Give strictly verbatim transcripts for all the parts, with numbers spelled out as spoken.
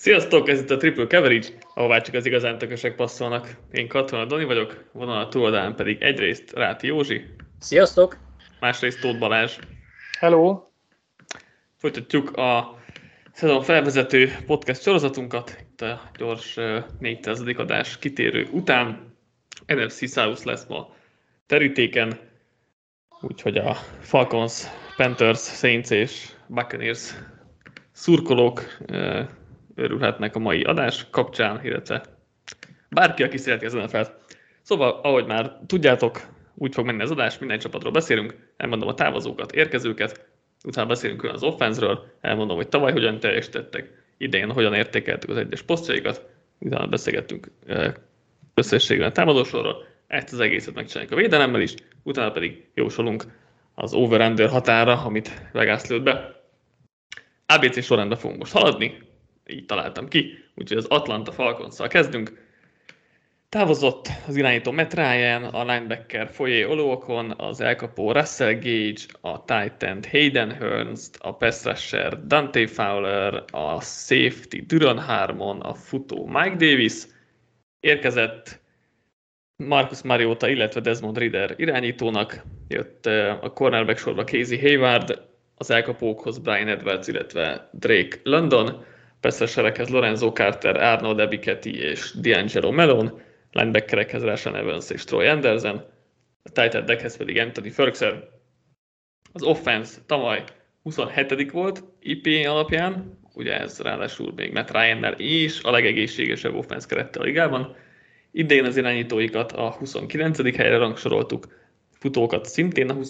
Sziasztok, ez itt a Triple Coverage, ahová csak az igazán tökösek passzolnak. Én Katona Dani vagyok, vonal túloldalán pedig egyrészt Ráti Józsi. Sziasztok! Másrészt Tóth Balázs. Hello! Folytatjuk a szezon felvezető podcast sorozatunkat, itt a gyors négyszázadik adás kitérő után. en ef cé South lesz ma terítéken, úgyhogy a Falcons, Panthers, Saints és Buccaneers szurkolók örülhetnek a mai adás kapcsán, illetve bárki, aki szereti az en ef el-t. Szóval, ahogy már tudjátok, úgy fog menni az adás, minden csapatról beszélünk, elmondom a távozókat, érkezőket, utána beszélünk külön az offense-ről, elmondom, hogy tavaly hogyan teljesítettek, idején hogyan értékeltük az egyes posztjaikat, utána beszélgettünk összességben a támadósorról, ezt az egészet megcsináljuk a védelemmel is, utána pedig jósolunk az over-under határa, amit Vegas lőtt be. á bé cé sorrendben fogunk most haladni, így találtam ki, úgyhogy az Atlanta Falcons-szal kezdünk. Távozott az irányító Matt Ryan, a linebacker Foye Oluokun, az elkapó Russell Gage, a tight end Hayden Hurst, a pass rusher Dante Fowler, a safety Duron Harmon, a futó Mike Davis. Érkezett Marcus Mariota, illetve Desmond Ridder irányítónak, jött a cornerback sorba Casey Hayward, az elkapókhoz Brian Edwards, illetve Drake London, pass rusherekhez Lorenzo Carter, Arnold Ebiketie és D'Angelo Mellon, linebackerekhez Rashaan Evans és Troy Anderson, a tight endekhez pedig Anthony Firkser. Az offense tavaly huszonhetedik volt i pé alapján, ugye ez ráadásul még Matt Ryannel és a legegészségesebb offense kerettel a ligában. Idén az irányítóikat a huszonkilencedik helyre rangsoroltuk, futókat szintén a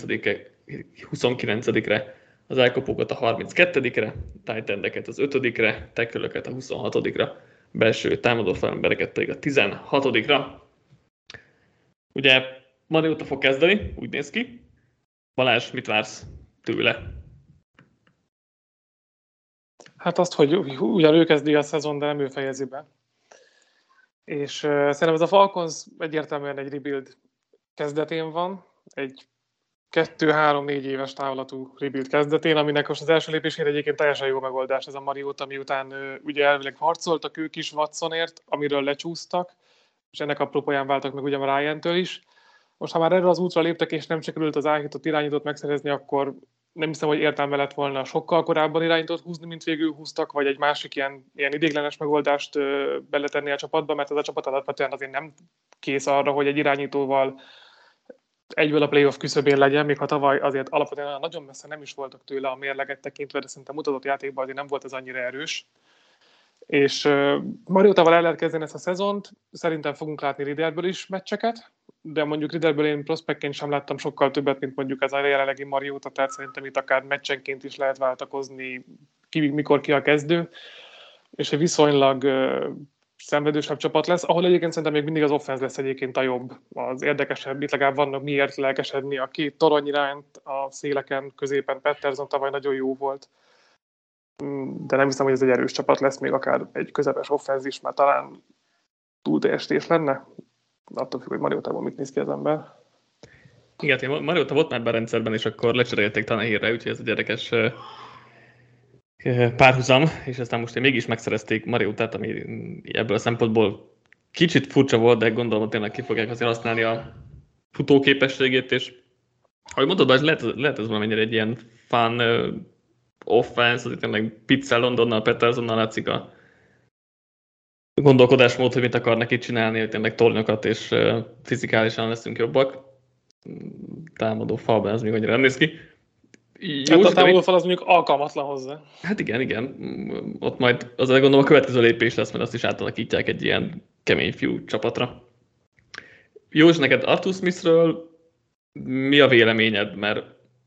huszonkilencedikre, az elkapókat a harminckettedikre, tight endeket az ötödikre, tackle-öket a huszonhatodikra, belső támadó falembereket pedig a tizenhatodikra. Ugye Mariota fog kezdeni, úgy néz ki. Balázs, mit vársz tőle? Hát azt, hogy ugyan ő kezdi a szezon, de nem ő fejezi be. És uh, szerintem ez a Falcons egyértelműen egy rebuild kezdetén van, egy kettő-három-négy éves távlatú rebuild kezdetén, aminek most az első lépésére egyébként teljesen jó megoldás ez a Mariota, miután uh, ugye elvileg harcoltak ők is Watsonért, amiről lecsúsztak, és ennek apropóján váltak meg ugye a Ryan-től is. Most ha már erre az útra léptek, és nem sikerült az áhított irányítót megszerezni, akkor nem hiszem, hogy értelme lett volna sokkal korábban irányítót húzni, mint végül húztak, vagy egy másik ilyen, ilyen idéglenes megoldást uh, beletenni a csapatba, mert ez a csapat alapvetően azért nem kész arra, hogy egy irányítóval egyből a playoff küszöbén legyen, még ha tavaly azért alapvetően nagyon messze nem is voltak tőle a mérleget tekintve, de szerintem mutatott játékban azért nem volt ez annyira erős. És uh, Mariotával el lehet kezdeni ezt a szezont, szerintem fogunk látni Ridderből is meccseket, de mondjuk Ridderből én prospektként sem láttam sokkal többet, mint mondjuk ez a jelenlegi Mariota, tehát szerintem itt akár meccsenként is lehet váltakozni, ki, mikor ki a kezdő, és egy viszonylag uh, szenvedősebb csapat lesz, ahol egyébként szerintem még mindig az offense lesz egyébként a jobb, az érdekesebb, itt legalább vannak miért lelkesedni, a két torony irányt a széleken, középen Patterson tavaly nagyon jó volt, de nem hiszem, hogy ez egy erős csapat lesz, még akár egy közepes offense is, mert talán túlteljesítés lenne, attól függ, hogy Mariotában mit néz ki az ember. Igen, Mariota volt már be a rendszerben, és akkor lecserélték Tannehill-re, úgyhogy ez egy érdekes párhuzam, és aztán most mégis megszerezték Mariotát, ami ebből a szempontból kicsit furcsa volt, de gondolom, hogy tényleg ki fogják azért használni a futóképességét, és ahogy mondtad, ez lehet, lehet ez valamennyire egy ilyen fun uh, offense, azért tényleg Pitzel Londonnal, Pattersonnal látszik a gondolkodásmód, hogy mit akarnak itt csinálni, hogy tényleg tornyokat és uh, fizikálisan leszünk jobbak. Támadó falban ez még annyira nem néz ki. Hát a támadófal az mondjuk alkalmatlan hozzá. Hát igen, igen. Ott majd az gondolom a következő lépés lesz, mert azt is átalakítják egy ilyen kemény fiú csapatra. Józs, neked Arthur Smithről mi a véleményed? Mert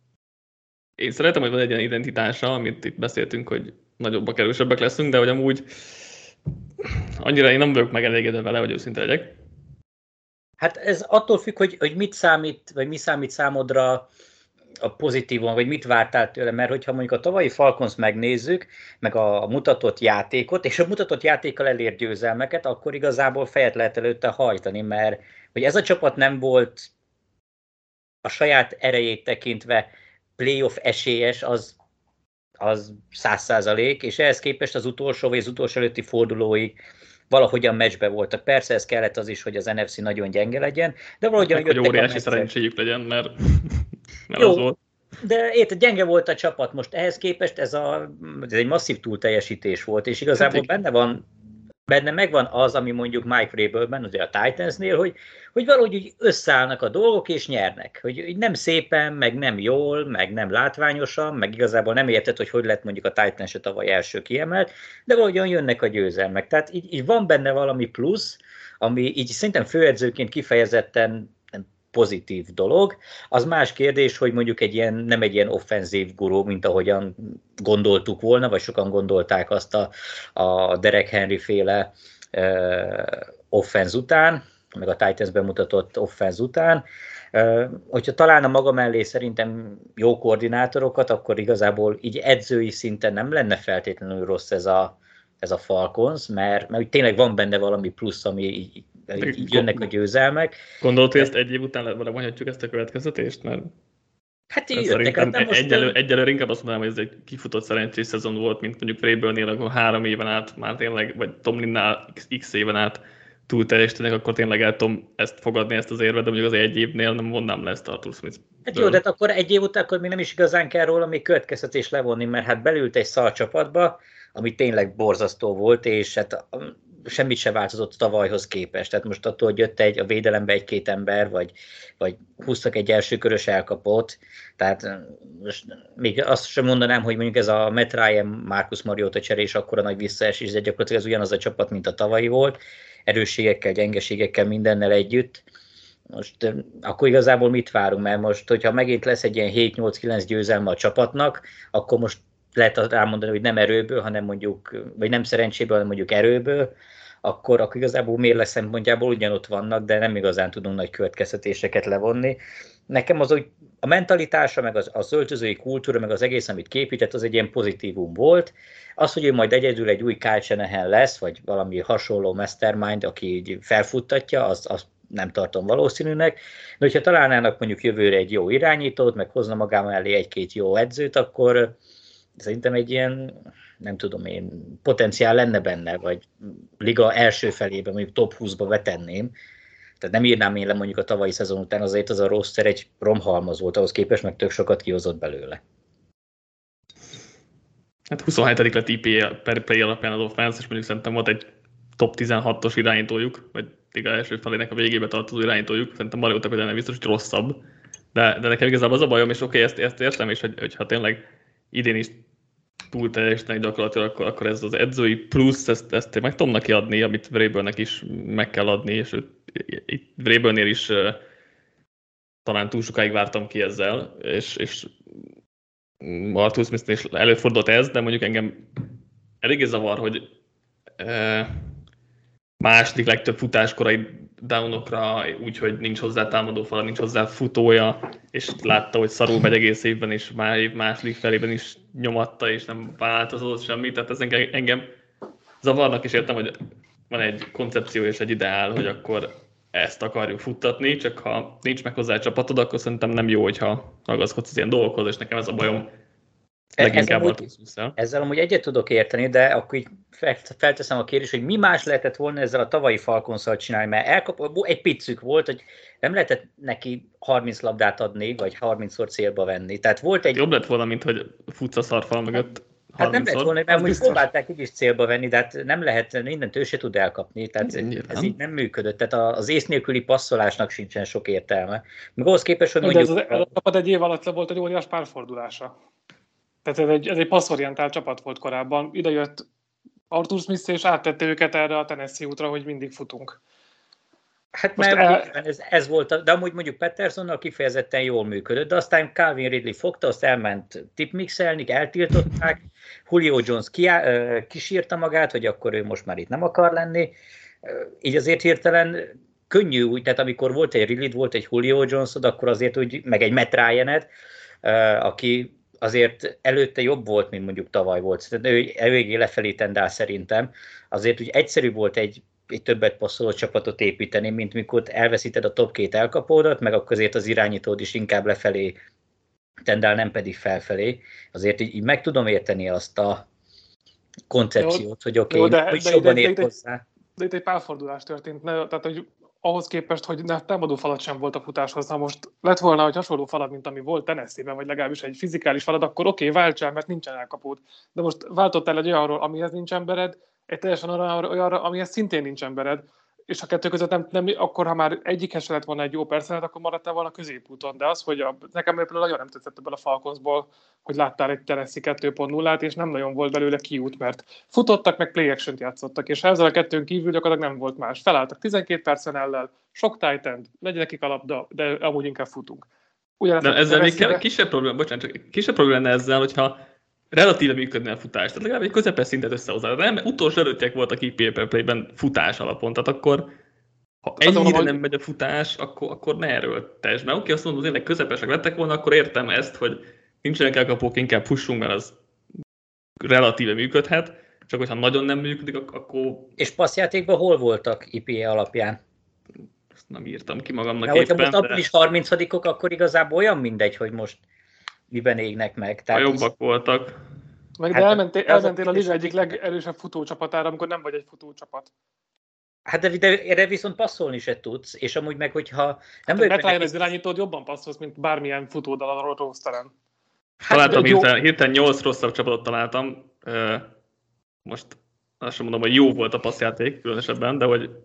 én szeretem, hogy van egy ilyen identitása, amit itt beszéltünk, hogy nagyobbak, erősebbek leszünk, de hogy amúgy annyira én nem vagyok megelégedve vele, hogy őszinte legyek. Hát ez attól függ, hogy, hogy mit számít, vagy mi számít számodra a pozitívon, vagy mit vártál tőle, mert hogyha mondjuk a tavalyi Falcons megnézzük, meg a mutatott játékot, és a mutatott játékkal elért győzelmeket, akkor igazából fejet lehet előtte hajtani, mert hogy ez a csapat nem volt a saját erejét tekintve playoff esélyes, az az száz százalék, és ehhez képest az utolsó vagy az utolsó előtti fordulóig valahogyan meccsbe voltak. Persze ez kellett az is, hogy az en ef cé nagyon gyenge legyen, de valahogyan meg, hogy jöttek óriási a meccsek. szerencséjük legyen, mert, mert Jó, az volt. De érted, gyenge volt a csapat, most ehhez képest ez, a, ez egy masszív túlteljesítés volt, és igazából Hát benne van, benne megvan az, ami mondjuk Mike Vrabelben, ugye a Titansnél, hogy, hogy valahogy úgy összeállnak a dolgok és nyernek. Hogy, hogy nem szépen, meg nem jól, meg nem látványosan, meg igazából nem érted, hogy hogy lett mondjuk a Titans tavaly első kiemelt, de valahogyan jönnek a győzelmek. Tehát így, így van benne valami plusz, ami így szerintem főedzőként kifejezetten pozitív dolog. Az más kérdés, hogy mondjuk egy ilyen, nem egy ilyen offenzív gurú, mint ahogyan gondoltuk volna, vagy sokan gondolták azt a, a Derek Henry féle uh, offenz után, meg a Titans bemutatott offenz után. Uh, hogyha találna maga mellé szerintem jó koordinátorokat, akkor igazából így edzői szinten nem lenne feltétlenül rossz ez a, ez a Falcons, mert, mert tényleg van benne valami plusz, ami így, így, így jönnek a győzelmek. Gondolod, hogy ezt egy év után levonhatjuk ezt a következtetést? Mert hát jöttek, szerintem hát most egyelő, egyelőre inkább azt mondanám, hogy ez egy kifutott szerencsés szezon volt, mint mondjuk Vrabelnél, akkor három éven át már tényleg, vagy Tomlinnál x éven át túl teljesítenek, akkor tényleg el tudom ezt fogadni, ezt az érvet, de mondjuk az egy évnél nem vonnám le ezt Arthur Smith. Hát jó, de hát akkor egy év után akkor még nem is igazán kell róla még következtetés levonni, mert hát belült egy szar csapatba, ami tényleg borzasztó volt, és hát semmit se változott tavalyhoz képest. Tehát most attól, hogy jött egy, a védelembe egy-két ember, vagy, vagy húztak egy első körös elkapott, tehát most még azt sem mondanám, hogy mondjuk ez a Matt Ryan, Marcus Mariota cserés akkora nagy visszaesés, de gyakorlatilag ez ugyanaz a csapat, mint a tavalyi volt, erősségekkel, gyengeségekkel, mindennel együtt. Most akkor igazából mit várunk? Mert most, hogyha megint lesz egy ilyen hét-nyolc-kilenc győzelme a csapatnak, akkor most lehet elmondani, hogy nem erőből, hanem mondjuk, vagy nem szerencséből, hanem mondjuk erőből, akkor, akkor igazából mérleg szempontjából ugyanott vannak, de nem igazán tudunk nagy következtetéseket levonni. Nekem az, hogy a mentalitása, meg az, az öltözői kultúra, meg az egész, amit képített, az egy ilyen pozitívum volt. Az, hogy ő majd egyedül egy új Kyle Shanahan lesz, vagy valami hasonló mastermind, aki így felfuttatja, az, az nem tartom valószínűnek. De hogyha találnának mondjuk jövőre egy jó irányítót, meg hozna magával elé egy-két jó edzőt, akkor szerintem egy ilyen, nem tudom én, potenciál lenne benne, vagy liga első felében, mondjuk top húszba vetenném. Tehát nem írnám én le mondjuk a tavalyi szezon után, azért az a roster egy romhalmaz volt, ahhoz képest meg tök sokat kihozott belőle. Hát huszonhetedik lett i pé per play alapján az offense, és mondjuk szerintem volt egy top tizenhatos irányítójuk, vagy liga első felének a végébe tartozó irányítójuk, szerintem Mariota például nem biztos, hogy rosszabb. De, de nekem igazából az a bajom, és oké, okay, ezt, ezt értem, és hogy, hogyha tényleg idén is túl teljesíteni gyakorlatilag, akkor, akkor ez az edzői plusz, ezt, ezt meg tudom neki adni, amit Vrabelnek is meg kell adni, és őt, itt Vrabelnél is uh, talán túl sokáig vártam ki ezzel, és, és Arthur Smithnél is előfordult ez, de mondjuk engem eléggé zavar, hogy uh, második legtöbb futáskorai downokra, úgyhogy nincs hozzá támadófala, nincs hozzá futója, és látta, hogy szarul megy egész évben, és már év második felében is nyomatta, és nem változott semmi. Tehát ez engem, engem zavarnak, és értem, hogy van egy koncepció és egy ideál, hogy akkor ezt akarjuk futtatni, csak ha nincs meg hozzá egy csapatod, akkor szerintem nem jó, hogyha ragaszkodsz az ilyen dolgokhoz, és nekem ez a bajom. Ezzel amúgy, ezzel amúgy egyet tudok érteni, de akkor így felteszem a kérdést, hogy mi más lehetett volna ezzel a tavalyi Falconszal csinálni, mert elkap, egy piccük volt, hogy nem lehetett neki harminc labdát adni, vagy harmincszor célba venni. Tehát volt egy... Jobb lett volna, mint hogy futsz a szarfal mögött. Hát nem lett volna, mert most próbálták így is célba venni, de hát nem lehet, mindent ő se tud elkapni, tehát ez így nem működött. Tehát az ész nélküli passzolásnak sincsen sok értelme. Még ahhoz képest, hogy mondjuk... De ez, ez a csapat egy év alatt volt egy óriás párfordulása. Tehát ez egy, ez egy passzorientált csapat volt korábban. Ide jött Arthur Smith, és áttette őket erre a Tennessee útra, hogy mindig futunk. Hát mert el... ez, ez volt, de amúgy mondjuk Pattersonnal kifejezetten jól működött, de aztán Calvin Ridley fogta, azt elment tipmixelni, eltiltották, Julio Jones kiá, kisírta magát, hogy akkor ő most már itt nem akar lenni. Így azért hirtelen könnyű úgy, tehát amikor volt egy Ridley, volt egy Julio Jonesod, akkor azért úgy, meg egy Matt Ryaned, aki azért előtte jobb volt, mint mondjuk tavaly volt. Tehát ő eléggé lefelé tendál szerintem. Azért úgy egyszerű volt egy, egy többet passzoló csapatot építeni, mint mikor elveszíted a top két elkapódat, meg akkor azért az irányítód is inkább lefelé tendál, nem pedig felfelé. Azért így, így meg tudom érteni azt a koncepciót, hogy oké, okay, hogy jobban ért hozzá. De itt egy pálfordulás történt, ne, tehát hogy ahhoz képest, hogy ne, támadó falat sem volt a futáshoz. Ha most lett volna, hogy hasonló falad, mint ami volt Tennessee-ben, vagy legalábbis egy fizikális falad, akkor oké, okay, váltsál, mert nincsen elkapód. De most váltottál egy olyanról, amihez nincs embered, egy teljesen olyanra, amihez szintén nincs embered, és a kettő között nem, nem akkor ha már egyikhez se lett volna egy jó percet, akkor maradtál volna középúton. De az, hogy a, nekem például nagyon nem tetszett ebből a Falconsból, hogy láttál egy Tennessee kettő pont nullát, és nem nagyon volt belőle kiút, mert futottak, meg play action-t játszottak, és ezzel a kettőn kívül gyakorlatilag nem volt más. Felálltak tizenkét personnellel, sok tight end, legyen nekik a labda, de amúgy inkább futunk. Ugyanezt de ezzel még kell, kisebb probléma, bocsánat, csak kisebb probléma lenne ezzel, hogyha relatíve működne a futás. Tehát legalább egy közepes szintet összehozzá. De nem, utolsó előttek voltak i pé per play-ben futás alapon. Tehát akkor, ha ennyire nem megy a futás, akkor, akkor ne erőltesd. Mert oké, azt mondom, hogy tényleg közepesek lettek volna, akkor értem ezt, hogy nincsenek elkapók, inkább fussunk, mert az relatíve működhet. Csak hogyha nagyon nem működik, akkor... És passzjátékban hol voltak i pé alapján? Ezt nem írtam ki magamnak éppen. Hogyha most de... abban is harmincadikok, akkor igazából olyan mindegy, hogy most miben égnek meg. Tehát a jobbak is... voltak. Meg hát, de elmentél, elmentél a liga egyik legerősebb futócsapatára, amikor nem vagy egy futócsapat. Hát de, de erre viszont passzolni se tudsz, és amúgy meg, hogyha... Nem hát Matt Ryan az irányítód jobban passzolsz, mint bármilyen futódal a rosteren. Hát, találtam hirtelen, hirtelen nyolc rosszabb csapatot találtam. Most azt sem mondom, hogy jó volt a passzjáték különösebben, de hogy...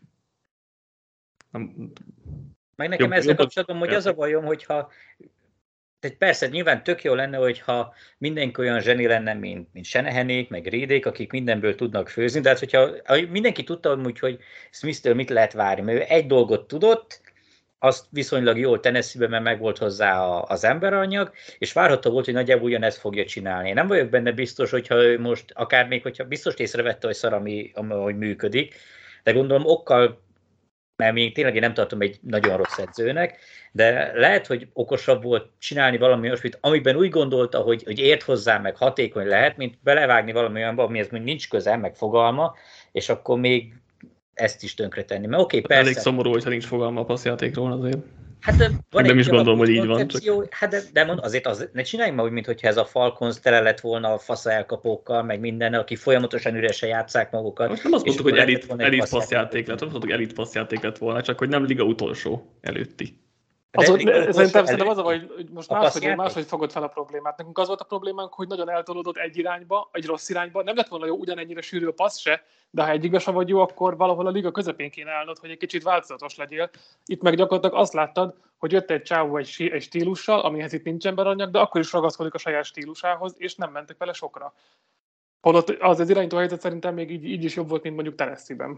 Nem... Meg nekem jobb, ezzel kapcsolatban, hogy az a bajom, hogyha... Tehát persze, nyilván tök jó lenne, hogyha mindenki olyan zseni lenne, mint, mint Shanahanék, meg Reedék, akik mindenből tudnak főzni, de hát hogyha mindenki tudta amúgy, hogy Smith-től mit lehet várni, mert ő egy dolgot tudott, azt viszonylag jól Tennessee-ben, mert meg volt hozzá az emberanyag, és várható volt, hogy nagyjából ugyanezt fogja csinálni. Én nem vagyok benne biztos, hogyha ő most, akár még, hogyha biztos észrevette, hogy szar, ami, ami működik, de gondolom okkal, mert még tényleg én nem tartom egy nagyon rossz edzőnek, de lehet, hogy okosabb volt csinálni valami olyasmit, amiben úgy gondolta, hogy, hogy ért hozzá, meg hatékony lehet, mint belevágni valami olyanba, amihez még nincs köze, meg fogalma, és akkor még ezt is tönkretenni. Mert oké, okay, persze. Elég szomorú, hogyha nincs fogalma a passzjátékról azért. Hát de van nem is gondolom, hogy így van. Csak... Hát de, de mond, azért az, ne csináljunk már úgy, mintha ez a Falcons tele lett volna a fasza elkapókkal, meg minden, aki folyamatosan üresen játsszák magukat. Most nem azt mondtuk, hogy elit, elit passzjáték lett, azt mondtuk, hogy elit passzjáték lett volna, csak hogy nem liga utolsó előtti. Az, szerintem, szerintem az a baj, hogy most máshogy, máshogy fogod fel a problémát. Nekünk az volt a problémánk, hogy nagyon eltolódott egy irányba, egy rossz irányba. Nem lett volna jó ugyanennyire sűrű a passz se, de ha egyikbe sem vagy jó, akkor valahol a liga közepén kéne állnod, hogy egy kicsit változatos legyél. Itt meg gyakorlatilag azt láttad, hogy jött egy csávó egy, egy stílussal, amihez itt nincs emberanyag, de akkor is ragaszkodik a saját stílusához, és nem mentek vele sokra. Holott az az irányító helyzet szerintem még így, így is jobb volt, mint mondjuk Tennessee-ben.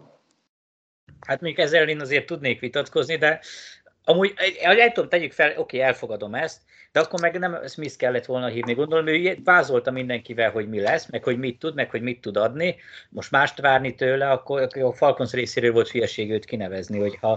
Hát mondjuk ezzel én azért tudnék vitatkozni, de amúgy, el tudom, tegyük fel, oké, okay, elfogadom ezt, de akkor meg nem Smith kellett volna hívni. Gondolom, ő vázolta mindenkivel, hogy mi lesz, meg hogy mit tud, meg hogy mit tud adni. Most mást várni tőle, akkor a Falcons részéről volt hülyeség őt kinevezni, hogyha,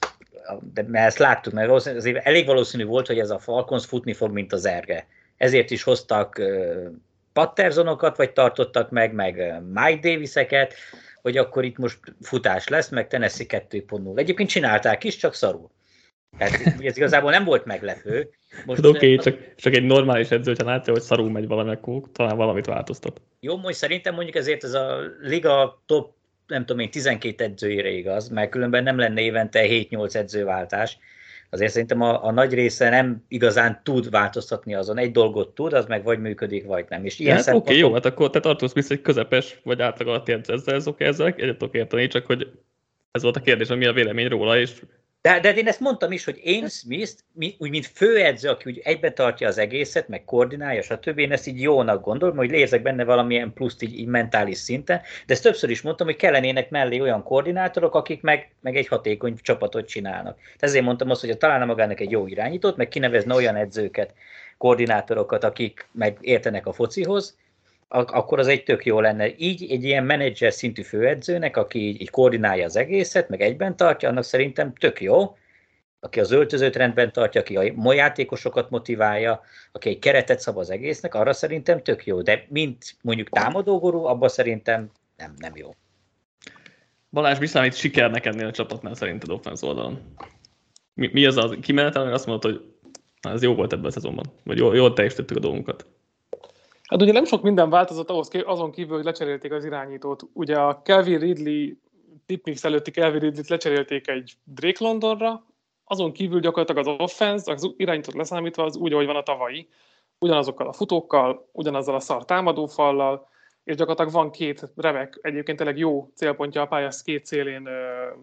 de mert ezt láttuk, mert azért elég valószínű volt, hogy ez a Falcons futni fog, mint az erge. Ezért is hoztak uh, Pattersonokat, vagy tartottak meg, meg uh, Mike Daviseket, hogy akkor itt most futás lesz, meg Tennessee kettő pont nulla. Egyébként csinálták is, csak szarul. Tehát ez igazából nem volt meglepő. Oké, okay, az... csak, csak egy normális edző, ha látja, hogy szarul megy valami, akkor talán valamit változtat. Jó, most szerintem mondjuk ezért ez a liga top, nem tudom én, tizenkét edzőire igaz, mert különben nem lenne évente hét-nyolc edzőváltás. Azért szerintem a, a nagy része nem igazán tud változtatni azon. Egy dolgot tud, az meg vagy működik, vagy nem. És ilyen hát, szempontok... Oké, okay, jó, hát akkor te tartasz vissza egy közepes, vagy átlag alatti edző, ezzel, ez oké, ezzel egyet tudok érteni, csak hogy ez volt a kérdés, hogy mi a vélemény róla, és De, de én ezt mondtam is, hogy én Smith, úgy mint főedző, aki úgy egybe tartja az egészet, meg koordinálja, stb. Én ezt így jónak gondolom, hogy érzek benne valamilyen pluszt így, így mentális szinten, de ezt többször is mondtam, hogy kellenének mellé olyan koordinátorok, akik meg, meg egy hatékony csapatot csinálnak. Tehát ezért mondtam azt, hogy találna magának egy jó irányítót, meg kinevezne olyan edzőket, koordinátorokat, akik meg értenek a focihoz, akkor az egy tök jó lenne. Így egy ilyen menedzser szintű főedzőnek, aki így, így koordinálja az egészet, meg egyben tartja, annak szerintem tök jó, aki az öltözőt rendben tartja, aki a játékosokat motiválja, aki egy keretet szab az egésznek, arra szerintem tök jó, de mint mondjuk támadógurú, abban szerintem nem, nem jó. Balázs, mi számít sikernek ennél a csapatnál szerinted offense oldalon? Mi, mi az a kimenetel, hogy azt mondod, hogy Ez jó volt ebben a szezonban, vagy jól, jól teljesítettük a dolgunkat. Hát ugye nem sok minden változott ahhoz, azon kívül, hogy lecserélték az irányítót. Ugye a Calvin Ridley, Tipmix előtti Calvin Ridley-t lecserélték egy Drake Londonra, azon kívül gyakorlatilag az offense, az irányítót leszámítva az úgy, ahogy van a tavalyi, ugyanazokkal a futókkal, ugyanazzal a szar támadófallal, és gyakorlatilag van két remek, egyébként tényleg jó célpontja a pályász két szélén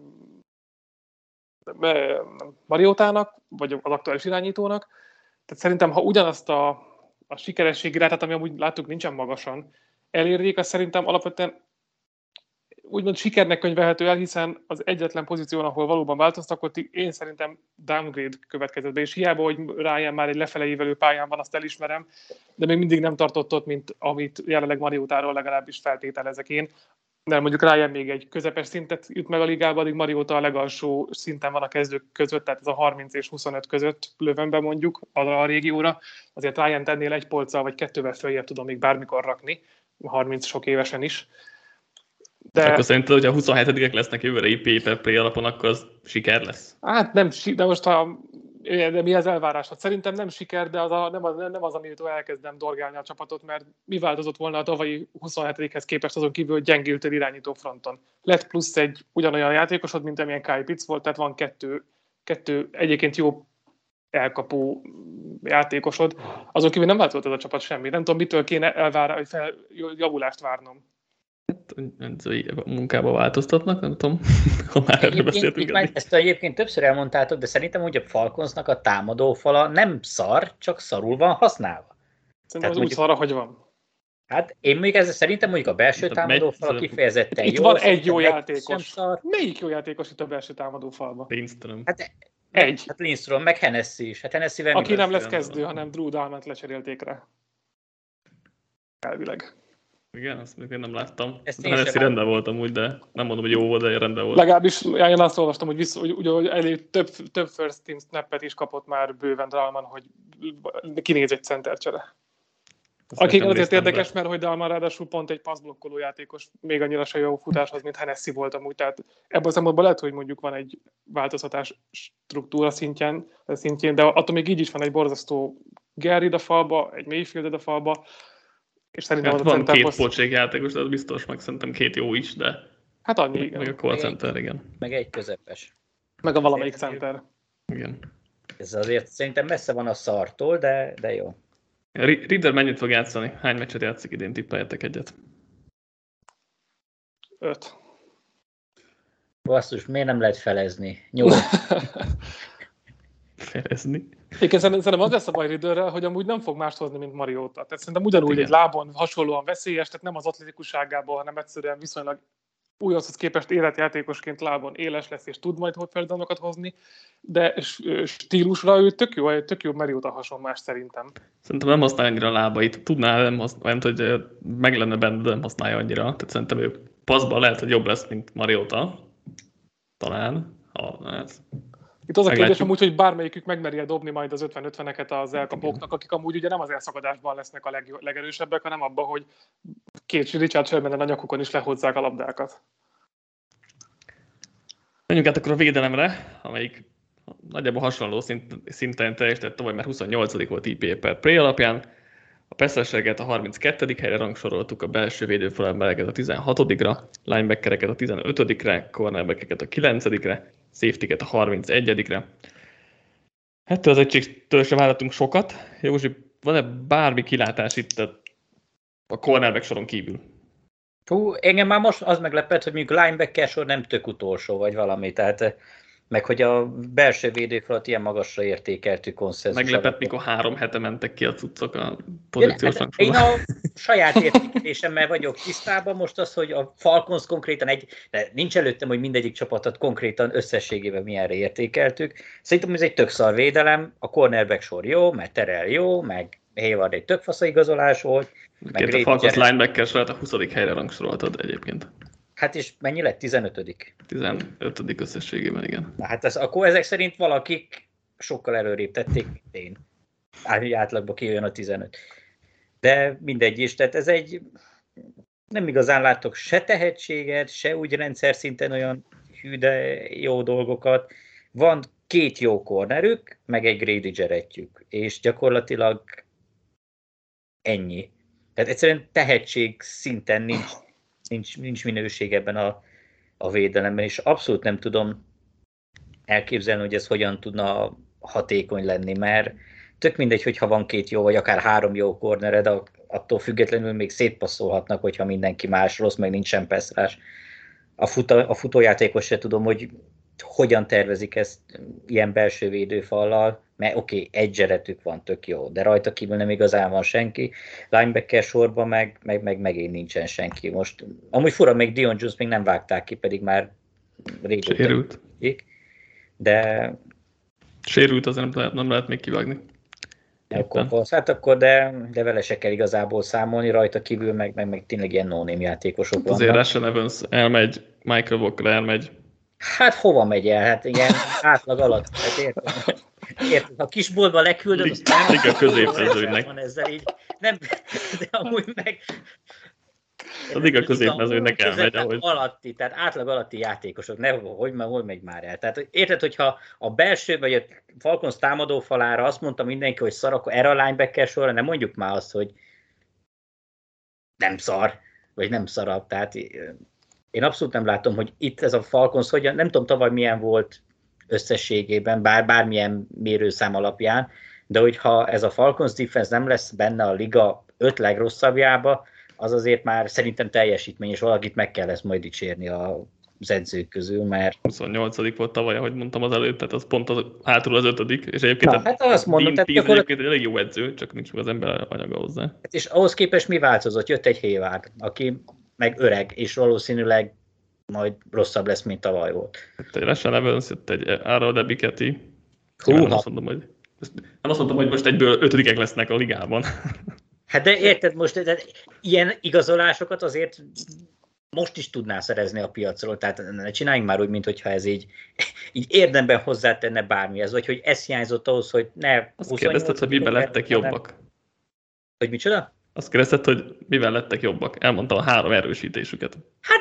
Mariótának, vagy az aktuális irányítónak. Tehát szerintem, ha ugyanazt a, a sikerességi rátát, ami amúgy láttuk nincsen magasan, elérjék, az szerintem alapvetően úgymond sikernek könyvelhető el, hiszen az egyetlen pozíción, ahol valóban változtak, ott én szerintem downgrade következett be, és hiába, hogy Ryan már egy lefele ívelő pályán van, azt elismerem, de még mindig nem tartott ott, mint amit jelenleg Mariótáról legalábbis feltételezek én. De mondjuk Ryan még egy közepes szintet jut meg a ligába, addig Marióta a legalsó szinten van a kezdők között, tehát ez a harminc és huszonöt között lövömbe mondjuk arra a régióra. Azért Ryan tennél egy polccal vagy kettővel följebb tudom még bármikor rakni, harminc sok évesen is. De... És akkor szerinted, hogyha a huszonhetedikek lesznek jövőre i pé per play alapon, akkor az siker lesz? Hát nem, de most ha, de mi az elvárás? Hát szerintem nem siker, de az a, nem, az, nem az, amitől elkezdem dorgálni a csapatot, mert mi változott volna a tavalyi huszonhetedikhez képest azon kívül, hogy gyengültél irányító fronton. Lett plusz egy ugyanolyan játékosod, mint amilyen Kyle Pitts volt, tehát van kettő, kettő egyébként jó elkapó játékosod. Azon kívül nem változott ez a csapat semmi. Nem tudom, mitől kéne elvárni, hogy fel, javulást várnom. A munkába változtatnak, nem tudom, ha már erről beszéltünk. Már ezt egyébként többször elmondtátok, de szerintem úgy a Falconsnak a támadófala nem szar, csak szarul van használva. Szerintem az úgy szarra, hogy van. Hát én még ezzel szerintem mondjuk a belső támadófala kifejezetten itt jó. Itt van egy jó játékos. Szar. Melyik jó játékos itt a belső támadófalban? Lindström. Hát egy. Hát Lindström, meg Hennessy is. Hát Hennessy-vel Aki nem lesz kezdő, hanem Drew Dalmant lecserélték rá. Elvileg. Igen, azt még én nem láttam. Hennessy rendben voltam úgy, de nem mondom, hogy jó volt, de rendben volt. Legalábbis én azt olvastam, hogy, vissza, hogy, ugye, hogy elég több, több first team snappet is kapott már bőven Dalman, hogy kinéz egy centercsere. Akik azért érdekes, mert hogy Dalman ráadásul pont egy passzblokkoló játékos, még annyira se jó futáshoz, mint Hennessy volt amúgy. Tehát ebből a szempontból lehet, hogy mondjuk van egy változtatás struktúra szintjén, szintjén, de attól még így is van egy borzasztó Garrett a falba, egy Mayfield a falba, és szerintem hát van két poszt... pocségjátékos, de az biztos, meg szerintem két jó is, de... Hát annyi, igen. Meg a call center, igen. Meg egy közepes. Meg a valamelyik center. Igen. Ez azért szerintem messze van a szartól, de, de jó. Ridder mennyit fog játszani? Hány meccset játszik idén? Tippeljetek egyet. Öt. Basszus, miért nem lehet felezni? Nyolc. Felezni? Én szerintem az lesz a baj Ridderrel, hogy amúgy nem fog mást hozni, mint Mariota. Tehát szerintem ugyanúgy igen. Egy lábon hasonlóan veszélyes, tehát nem az atletikusságából, hanem egyszerűen viszonylag újhoz képest életjátékosként lábon éles lesz, és tud majd feladamokat hozni, de stílusra ő tök jó, tök jó Mariota hasonlás szerintem. Szerintem nem használja annyira a lábait. Tudná, nem használja, nem hogy meg lenne benne, de nem használja annyira. Tehát szerintem ő passzban lehet, hogy jobb lesz, mint Mariota. Talán. Ha, ez... Itt az a kérdés amúgy, hogy bármelyikük megmerje dobni majd az ötven-ötveneket az elkapóknak, akik amúgy ugye nem az elszakadásban lesznek a leg, legerősebbek, hanem abban, hogy két Richard Shermanen a nyakukon is lehozzák a labdákat. Menjünk át akkor a védelemre, amelyik nagyjából hasonló szint, szinten teljesített tavaly, mert huszonnyolcadik volt i pé per play alapján. A passzerséget a harminckettedik helyre rangsoroltuk, a belső védőfalembereket a tizenhatodikra, linebackereket a tizenötödikre, cornerbackeket a kilencedikre, safetyket a harmincegyedikre. Ettől az egységtől sem várhatunk sokat. Józsi, van-e bármi kilátás itt a, a cornerback soron kívül? Hú, engem már most az meglepett, hogy mondjuk linebacker sor nem tök utolsó, vagy valami, tehát meg hogy a belső védőfalat ilyen magasra értékeltük konszenzus. Meglepett, mikor három hete mentek ki a cuccok a pozíciós hát én a saját értékelésemmel vagyok tisztában most az, hogy a Falcons konkrétan egy, de nincs előttem, hogy mindegyik csapatot konkrétan összességében milyenre értékeltük. Szerintem ez egy tök szar védelem, a cornerback sor jó, mert Terrell jó, meg Hayward egy tök fasz igazolás volt. Meg a Falcons linebacker sorát a huszadik helyre rangsoroltad egyébként. Hát és mennyi lett? tizenötödik tizenötödik összességében, igen. Na hát ez, akkor ezek szerint valakik sokkal előrébb tették, mint én. Átlagban kijön a tizenöt. De mindegy is, tehát ez egy... Nem igazán látok se tehetséget, se úgy rendszer szinten olyan hű, de jó dolgokat. Van két jó cornerük, meg egy Grady Jarrettjük, és gyakorlatilag ennyi. Tehát egyszerűen tehetség szinten nincs, nincs, nincs minőség ebben a, a védelemben, és abszolút nem tudom elképzelni, hogy ez hogyan tudna hatékony lenni, mert tök mindegy, hogyha van két jó, vagy akár három jó cornered, attól függetlenül még szétpasszolhatnak, hogyha mindenki más rossz, meg nincsen passzrás. A, futa, a futójátékos se tudom, hogy hogyan tervezik ezt ilyen belső védőfallal, mert oké, okay, egy zseretük van, tök jó, de rajta kívül nem igazán van senki, linebacker sorban meg, meg, meg megint nincsen senki. Most, amúgy fura, még Dion Jones még nem vágták ki, pedig már régóta. Sérült. De... Sérült, azért nem lehet, nem lehet még kivágni. Akkor, hát akkor, de, de vele se kell igazából számolni, rajta kívül meg, meg, meg tényleg ilyen no-name játékosok vannak. Azért Rashan Evans elmegy, Michael Walker elmegy. Hát hova megy el? Hát igen, átlag alatt. Hát értem. Értem. Ha kisboltba leküldöd, azt nem... Liga középmezőnynek. Van ezzel így. Nem, de amúgy meg... A liga középmezőnynek elmegy, ahogy... Alatti, tehát átlag alatti játékosok, ne, hogy, hol megy már el. Tehát érted, hogyha a belső, vagy a Falcons támadó falára azt mondta mindenki, hogy szar, akkor erre a linebacker sorra nem mondjuk már azt, hogy nem szar, vagy nem szarabb. Tehát én abszolút nem látom, hogy itt ez a Falcons, hogy nem tudom tavaly milyen volt összességében, bár bármilyen mérőszám alapján, de hogyha ez a Falcons defense nem lesz benne a liga öt legrosszabbjába, az azért már szerintem teljesítmény, és valakit meg kell ezt majd dicsérni az edzők közül, mert... huszonnyolcadik volt tavaly, ahogy mondtam az előtt, tehát az pont az, hátul az ötödik, és egyébként Na, hát azt mondom, tehát gyakorlat... egyébként egy elég jó edző, csak nincs meg az ember anyaga hozzá. Hát és ahhoz képest mi változott? Jött egy Hayward, aki meg öreg, és valószínűleg majd rosszabb lesz, mint tavaly volt. Jött egy Rashan Evans, jött egy Aaron Debicki. Húha. Nem azt mondom, hogy, nem azt mondtam, hogy most egyből ötödikek lesznek a ligában. Hát de érted most, de ilyen igazolásokat azért most is tudnál szerezni a piacról, tehát ne csináljunk már úgy, mintha ez így, így érdemben hozzátenne bármihez, vagy hogy ez hiányzott ahhoz, hogy ne... Azt kérdezted, hogy miben lettek jobbak. Hogy micsoda? Azt kérdezted, hogy mivel lettek jobbak. Elmondtam a három erősítésüket. Hát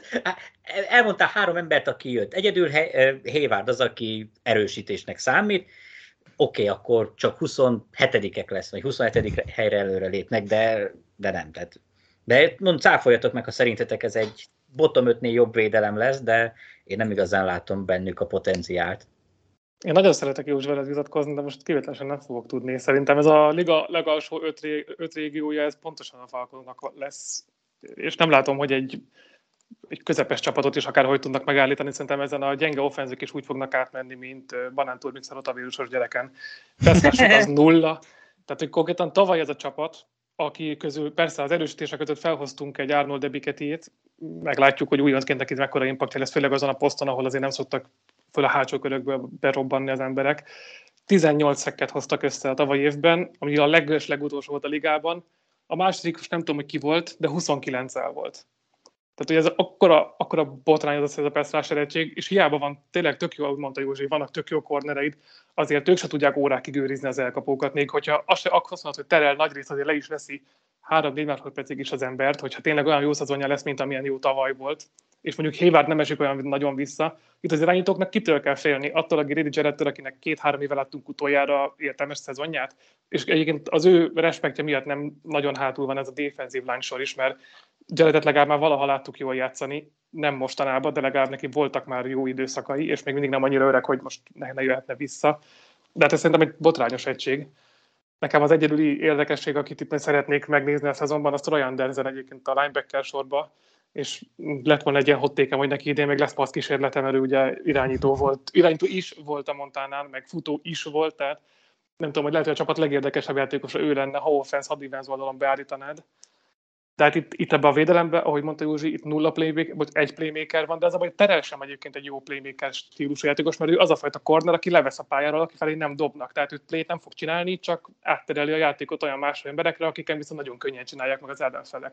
elmondtál három embert, aki jött. Egyedül Hayward az, aki erősítésnek számít. Oké, okay, akkor csak huszonhetedikek lesz, vagy huszonhetedik helyre előre lépnek, de, de nem. Tehát, de mond, cáfoljatok meg, ha szerintetek ez egy bottom ötnél jobb védelem lesz, de én nem igazán látom bennük a potenciált. Én nagyon szeretek Józs veled vitatkozni, de most kivételesen nem fogok tudni. Szerintem ez a liga legalsó öt, ré, öt régiója, ez pontosan a Falconsnak lesz. És nem látom, hogy egy, egy közepes csapatot is akárhogy tudnak megállítani. Szerintem ezen a gyenge offenzők is úgy fognak átmenni, mint banánturmix a rotavírusos gyereken. Feszlások az nulla. Tehát, hogy konkrétan tavaly ez a csapat, aki közül persze az erősítések között felhoztunk egy Arnold Ebiketit, meglátjuk, hogy újoncként neki mekkora impaktja lesz, főleg azon a poszton, ahol azért nem szoktak föl a hátsó körökből berobbanni az emberek. tizennyolc szekket hoztak össze a tavalyi évben, ami a leges legutolsó volt a ligában. A második, most nem tudom, hogy ki volt, de huszonkilenccel volt. Tehát, hogy ez akkora, akkora botrány az ez a pass rush eredtség, és hiába van tényleg tök jó, ahogy mondta Józsi, vannak tök jó kornereid, azért ők se tudják órákig őrizni az elkapókat, még hogyha azt, azt mondod, hogy Terrell nagy rész azért le is veszi három-négy másodpercig is az embert, hogyha tényleg olyan jó szezonja lesz, mint amilyen jó tavaly volt, és mondjuk Hayward nem esik olyan nagyon vissza. Itt az irányítóknak kitől kell félni? Attól a Grady Jarrettől, akinek két-három éve láttunk utoljára értelmes szezonját, és egyébként az ő respektje miatt nem nagyon hátul van ez a defensív line sor is, mert Jarrettet legalább már valaha láttuk jól játszani, nem mostanában, de legalább neki voltak már jó időszakai, és még mindig nem annyira öreg, hogy most ne, ne jöhetne vissza. De hát ez szerintem egy botrányos egység. Nekem az egyedüli érdekesség, akit itt szeretnék megnézni a szezonban, az Ryan Denzel egyébként a linebacker sorba, és lett volna egy ilyen hottékem, hogy neki idén még lesz passz kísérlete, mert ő ugye irányító volt, irányító is volt a Montánán, meg futó is volt, tehát nem tudom, hogy lehet, hogy a csapat legérdekesebb játékosa ő lenne, ha offense, ha defense oldalon beállítanád. Tehát itt, itt ebben a védelemben, ahogy mondta Józsi, itt nulla playmaker, vagy egy playmaker van, de az a baj, Terrell sem egyébként egy jó playmaker stílusú játékos, mert ő az a fajta corner, aki levesz a pályáról, aki felé nem dobnak. Tehát ő play nem fog csinálni, csak áttereli a játékot olyan más emberekre, akiken viszont nagyon könnyen csinálják meg az ellenfelek.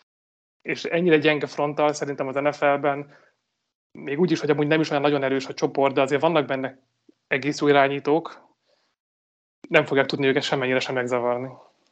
És ennyire gyenge fronttal szerintem az en ef el-ben, még úgy is, hogy amúgy nem is olyan nagyon erős a csoport, de azért vannak benne egész jó irányítók, nem fogják tudni őket semmennyire sem megzavarni.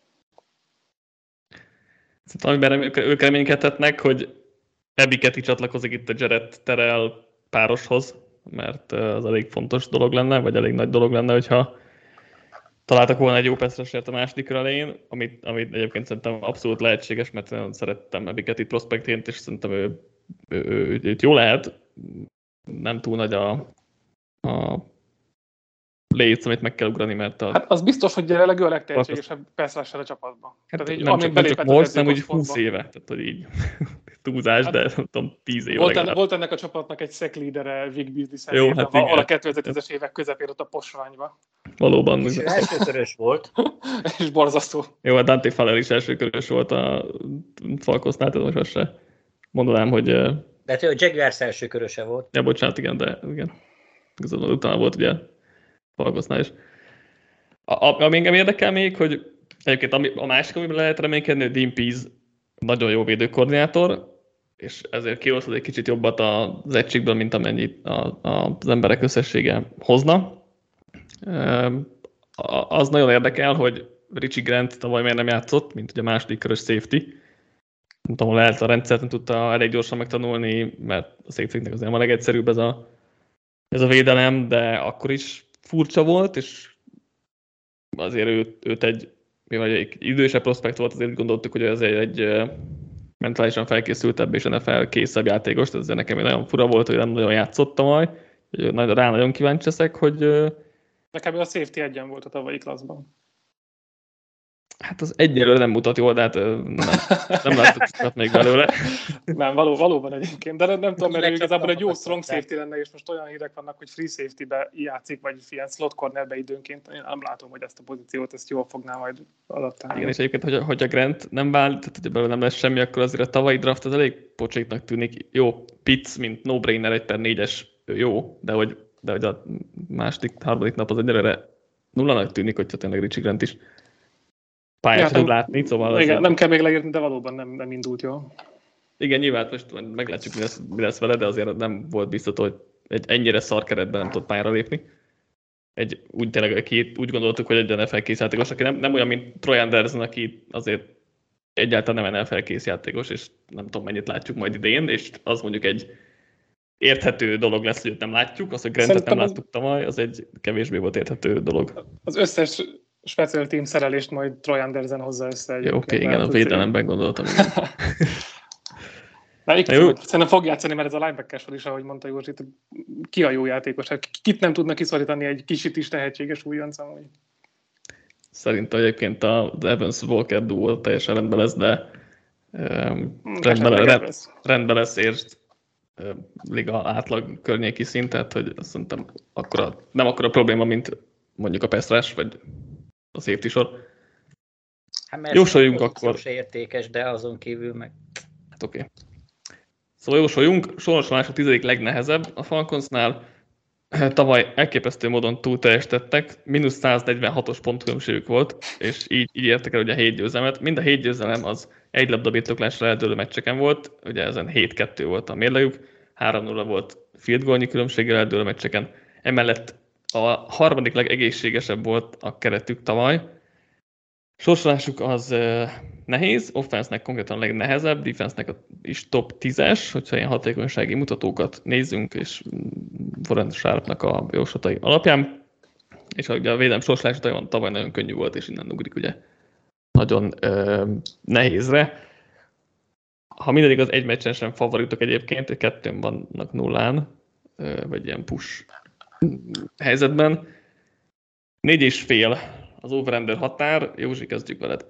Szerintem, amiben ők reménykedhetnek, hogy Ebiketti csatlakozik itt a Jarrett Terrell pároshoz, mert az elég fontos dolog lenne, vagy elég nagy dolog lenne, hogyha találtak volna egy jó pass-rushert a második kör elején, amit, amit egyébként szerintem abszolút lehetséges, mert nagyon szerettem Ebiket itt prospektként, és szerintem ő, ő, ő, ő, őt jó lehet, nem túl nagy a, a léc, amit meg kell ugrani, mert a... Hát az biztos, hogy jelenleg ő a legtehetségesebb pass rusher a csapatban. Hát tehát, nem, csak, nem csak most, hanem úgy húsz éve, tehát hogy így túlzás, hát, de nem tudom, tíz éve volt, en, volt ennek a csapatnak egy szek lídere Vic Beasley személyében, hát ahol a kétezer-tízes évek közepén ott a posványba. Valóban. És elsőkörös volt. És borzasztó. Jó, a Dante Fowler is elsőkörös volt a Falconsnál, tehát most azt se mondanám, hogy... De ő a Jaguars elsőköröse volt. Ja, bocsánat, igen, de igen. Igazából utána volt ugye Falconsnál is. A, a, ami engem érdekel még, hogy egyébként ami, a másik, amiben lehet reménykedni, hogy Dean Pease nagyon jó védőkoordinátor, és ezért kihozhat egy kicsit jobbat az egységből, mint amennyit a, a, az emberek összessége hozna. Az nagyon érdekel, hogy Richie Grant tavaly miért nem játszott, mint ugye a második körös safety. Nem tudom, lehet a rendszert nem tudta elég gyorsan megtanulni, mert a safety-nek azért a legegyszerűbb ez a, ez a védelem, de akkor is furcsa volt, és azért őt, őt egy, mivel egy idősebb prospekt volt, azért gondoltuk, hogy ez egy, egy mentálisan felkészültebb és en ef el készebb játékos, ez nekem nagyon fura volt, hogy nem nagyon játszott tavaly, rá nagyon kíváncsi leszek, hogy... Nekem a safety egyen volt a tavalyi klasszban. Hát az egyelőre nem mutat jól, de hát nem, nem láttuk még belőle. Nem, való, valóban egyébként, de nem, nem tudom, mert igazából egy jó strong safety lenne, és most olyan hírek vannak, hogy free safety-be játszik, vagy ilyen slot cornerbe időnként. Én nem látom, hogy ezt a pozíciót ezt jól fogná majd adaptálni. Igen, és egyébként, hogy, hogy a Grant nem vált, tehát hogy belőle nem lesz semmi, akkor azért a tavalyi draft az elég pocséknak tűnik. Jó, Pitts, mint no-brainer egy per négyes jó, de hogy, de hogy a második, harmadik nap az egyelőre nullanak tűnik, hogyha tényleg Richie Grant is pályát tud látni, szóval... Igen, nem kell még leírni, de valóban nem, nem indult jól. Igen, nyilván most meglátjuk, mi lesz, mi lesz vele, de azért nem volt biztos, hogy egy ennyire szar keretben nem tudott pályára lépni. Egy, úgy tényleg, aki úgy gondoltuk, hogy egy en ef el kész játékos, aki nem, nem olyan, mint Troy Anderson, aki azért egyáltalán nem en ef el kész játékos, és nem tudom, mennyit látjuk majd idén, és az mondjuk egy érthető dolog lesz, hogy nem látjuk, az, hogy Grantet nem láttuk tavaly, az egy kevésbé volt érthető dolog. Az összes special team szerelést majd Troy Anderson hozza össze. Jó, oké, igen, a védelemben gondoltam. Na, szerintem fog játszani, mert ez a linebacker sor is, ahogy mondta Józsi, ki a jó játékos? Hát kit nem tudnak kiszorítani egy kicsit is tehetséges újonc amúgy? Szerintem egyébként az Evans Walker duo teljesen rendben lesz, de um, rendben, rend, lesz. rendben lesz, és uh, liga átlag környéki szint, tehát hogy azt szerintem akkora, nem akkora probléma, mint mondjuk a pass rush, vagy a safety sor. Hát jósoljunk akkor. Se értékes, de azon kívül meg... Hát oké. Okay. Szóval jósoljunk, sorsolás a tizedik legnehezebb a Falconsnál. Tavaly elképesztő módon túlteljesítettek, mínusz száznegyvenhatos pontkülönbségük volt, és így, így értek el ugye a hét győzelmet. Mind a hét győzelem az egy labda birtoklásra eldőlő meccseken volt, ugye ezen hét kettő volt a mérlegük, három nulla volt field goalnyi különbséggel eldőlő meccseken. Emellett a harmadik legegészségesebb volt a keretük tavaly. Sorsolásuk az uh, nehéz, offense-nek konkrétan a legnehezebb, defense-nek is top tízes, hogyha ilyen hatékonysági mutatókat nézzünk, és Warren Sharpnak a jóslatai alapján. És ugye a védelem sorsolása tavaly nagyon könnyű volt, és innen ugrik ugye nagyon uh, nehézre. Ha mindegyik az egy meccsen sem favoritok egyébként, kettőn vannak nullán, uh, vagy ilyen push helyzetben. Négy és fél az over-under határ. Józsi, kezdjük veled.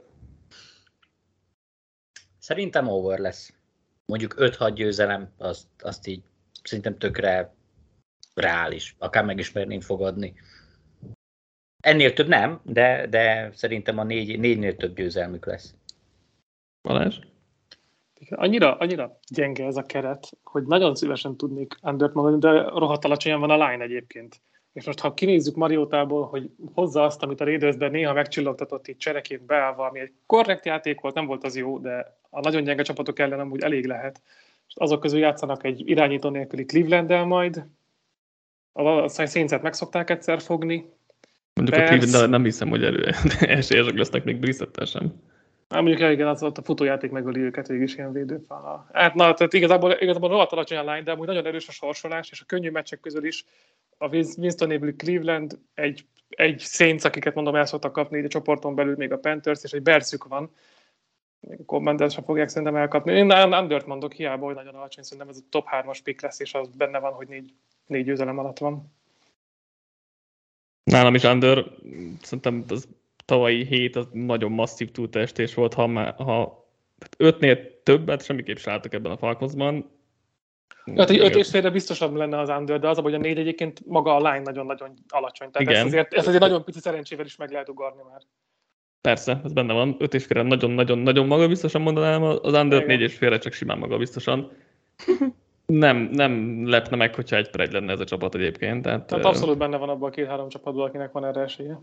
Szerintem over lesz. Mondjuk öt-hat győzelem, azt, azt így szerintem tökre reális. Akár meg is mernénk fogadni. Ennél több nem, de, de szerintem a négy, négynél több győzelmük lesz. Balázs? Annyira, annyira gyenge ez a keret, hogy nagyon szívesen tudnék undert mondani, de rohadt alacsonyan van a line egyébként. És most ha kinézzük Mariótából, hogy hozza azt, amit a Raidersben néha megcsillogtatott itt csereként beállva, ami egy korrekt játék volt, nem volt az jó, de a nagyon gyenge csapatok ellen amúgy elég lehet. És azok közül játszanak egy irányító nélküli Cleveland-del majd. A Saints-et meg szokták egyszer fogni. Mondjuk Bears. A Cleveland-del nem hiszem, hogy elő esélyesek lesznek még Brissettel sem. Hát mondjuk igen, az ott a futójáték megöli őket, végig is ilyen védőfal. Hát na, tehát igazából, igazából rohadt alacsony a line, de amúgy nagyon erős a sorsolás, és a könnyű meccsek közül is a Winston nélküli Cleveland, egy, egy Saints, akiket mondom el szoktak kapni így a csoporton belül, még a Panthers, és egy Bearsük van. Még a Commanders sem fogják szerintem elkapni. Én undert mondok, hiába, hogy nagyon alacsony, szerintem ez a top hármas pick lesz, és az benne van, hogy négy, négy győzelem alatt van. Nálam is under, szerintem az tavalyi hét az nagyon masszív túltestés volt, ha, má, ha ötnél többet semmiképp se álltak ebben a Falconsban. Hát egy öt és félre biztosabb lenne az under, de az, hogy a négy egyébként maga a line nagyon-nagyon alacsony. Tehát igen. Ezt, azért, ezt azért nagyon pici szerencsével is meg lehet ugarni már. Persze, ez benne van. öt és félre nagyon-nagyon-nagyon magabiztosan mondanám, az under négy és félre csak simán magabiztosan. Nem, nem lepne meg, hogyha egy per egy lenne ez a csapat egyébként. Tehát, tehát abszolút benne van abban a két-három csapatban, akinek van erre esélye.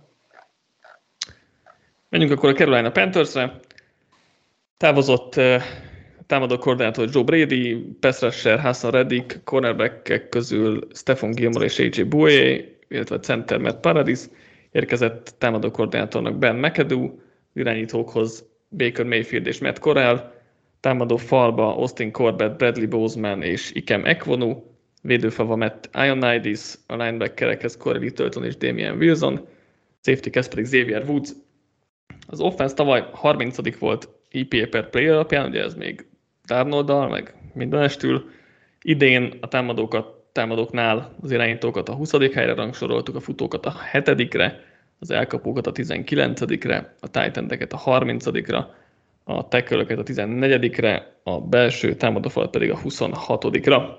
Menjünk akkor a Carolina Panthersre. Távozott uh, támadó koordinátor Joe Brady, pass rusher Hassan Reddick, cornerbackek közül Stephon Gilmore és á jé Bouye, illetve center Matt Paradis. Érkezett támadó koordinátornak Ben McAdoo, irányítókhoz Baker Mayfield és Matt Corral, támadó falba Austin Corbett, Bradley Bozeman és Ikem Ekwonu, védőfalva Matt Ioannidis, a linebackerekhez Corey Littleton és Damian Wilson, safety-hez pedig Xavier Woods. Az offense tavaly harmincadik volt i pé á per play alapján, ugye ez még Darnold-dal, meg mindenestül. Idén a támadókat, támadóknál az irányítókat a huszadik helyre rangsoroltuk, a futókat a hetedikre, az elkapókat a tizenkilencedikre, a tight endeket a harmincadikra, a tackle-öket a tizennegyedikre, a belső támadófalat pedig a huszonhatodikra.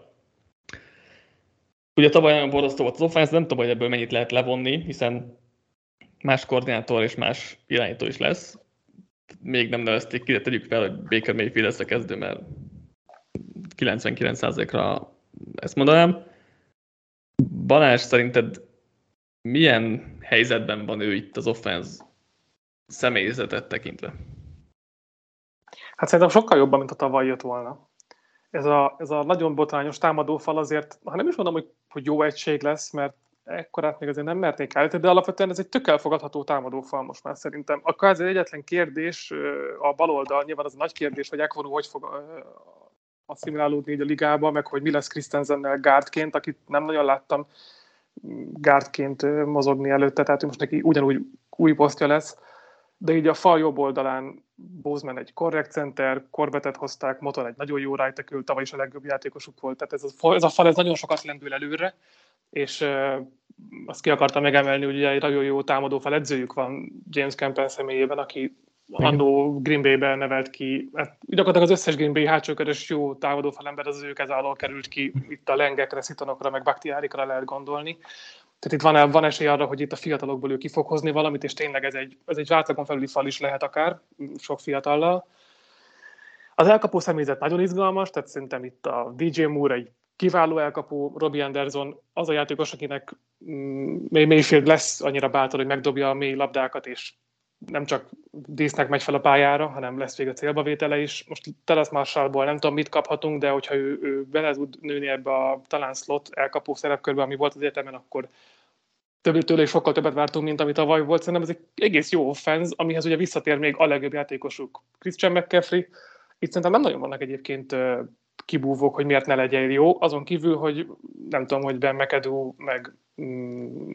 Ugye tavaly nagyon borzasztó volt az offense, nem tudom, hogy ebből mennyit lehet levonni, hiszen más koordinátor és más irányító is lesz. Még nem nevezték ki, de tegyük fel, hogy Baker Mayfield lesz a kezdő, mert kilencvenkilenc százalékra ezt mondanám. Balázs, szerinted milyen helyzetben van ő itt az offense személyzetet tekintve? Hát szerintem sokkal jobban, mint a tavaly jött volna. Ez a, ez a nagyon botrányos támadófal azért, ha nem is mondom, hogy, hogy jó egység lesz, mert ekkorát még azért nem merték állítani, de alapvetően ez egy tök elfogadható támadófal most már szerintem. Akkor ez egyetlen kérdés, a baloldal, nyilván az a nagy kérdés, hogy Ekwonu hogy fog asszimilálódni így a ligába, meg hogy mi lesz Christensennel guardként, akit nem nagyon láttam guardként mozogni előtte, tehát most neki ugyanúgy új posztja lesz, de így a fal jobb oldalán Bozeman egy korrekt center, Corbettet hozták, Moton egy nagyon jó right tackle, tavaly is a legjobb játékosuk volt, tehát ez a, ez a fal ez nagyon sokat lendül előre, és uh, azt ki akartam megemelni, hogy ugye egy nagyon jó támadófal edzőjük van James Campbell személyében, aki annó Green Bay-ben nevelt ki, hát gyakorlatilag az összes Green Bay hátsókörös jó támadófal ember az ő kez alól került ki, itt a Lengekre, Szitonokra, meg Bakhtiárikra lehet gondolni. Tehát itt van, van esély arra, hogy itt a fiatalokból ő ki fog hozni valamit, és tényleg ez egy, ez egy váltlagon felüli fal is lehet akár, sok fiatallal. Az elkapó személyzet nagyon izgalmas, tehát szerintem itt a dé jé Moore egy kiváló elkapó, Robbie Anderson az a játékos, akinek mm, Mayfield lesz annyira bátor, hogy megdobja a mély labdákat, és nem csak dísznek megy fel a pályára, hanem lesz végig a célbavétele is. Most Terrace Marshallból nem tudom, mit kaphatunk, de hogyha ő, ő bele tud nőni ebbe a talán slot elkapó szerepkörbe, ami volt az egyetemen, akkor több tőle is sokkal többet vártunk, mint amit tavaly volt. Szerintem ez egy egész jó offense, amihez ugye visszatér még a legjobb játékosuk, Christian McCaffrey. Itt szerintem nem nagyon vannak egyébként kibúvók, hogy miért ne legyen jó. Azon kívül, hogy nem tudom, hogy Ben McAdoo meg mm,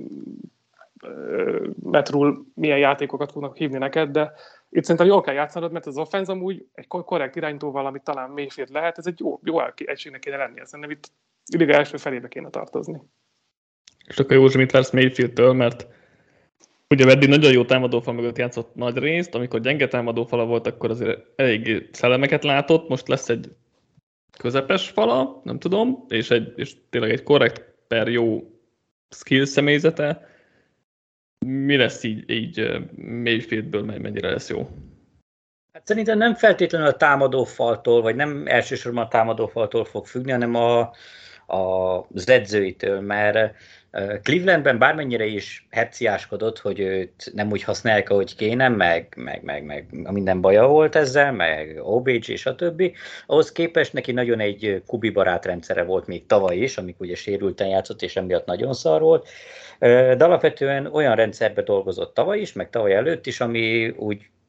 Matt Rule milyen játékokat fognak hívni neked, de itt szerintem jól kell játszanod, mert az offense amúgy egy korrekt irányítóval, amit talán Mayfield lehet, ez egy jó, jó egységnek kéne lennie. Szerintem itt liga első felébe kéne tartozni. És akkor Józsi, mit vársz Mayfieldtől, mert ugye eddig nagyon jó támadófal mögött játszott nagy részt, amikor gyenge támadófala volt, akkor azért elég szellemeket látott, most lesz egy közepes fala, nem tudom, és, egy, és tényleg egy korrekt per jó skill személyzete. Mi lesz így, így Mayfieldből, mennyire lesz jó? Hát szerintem nem feltétlenül a támadófaltól, vagy nem elsősorban a támadófaltól fog függni, hanem a, a, az edzőitől, mert Clevelandben bármennyire is herciáskodott, hogy őt nem úgy használják, ahogy kéne, meg, meg, meg, meg minden baja volt ezzel, meg o bé gé és a többi. Ahhoz képest neki nagyon egy Kubi barát rendszere volt még tavaly is, amikor ugye sérülten játszott, és emiatt nagyon szar volt. De alapvetően olyan rendszerbe dolgozott tavaly is, meg tavaly előtt is, ami úgy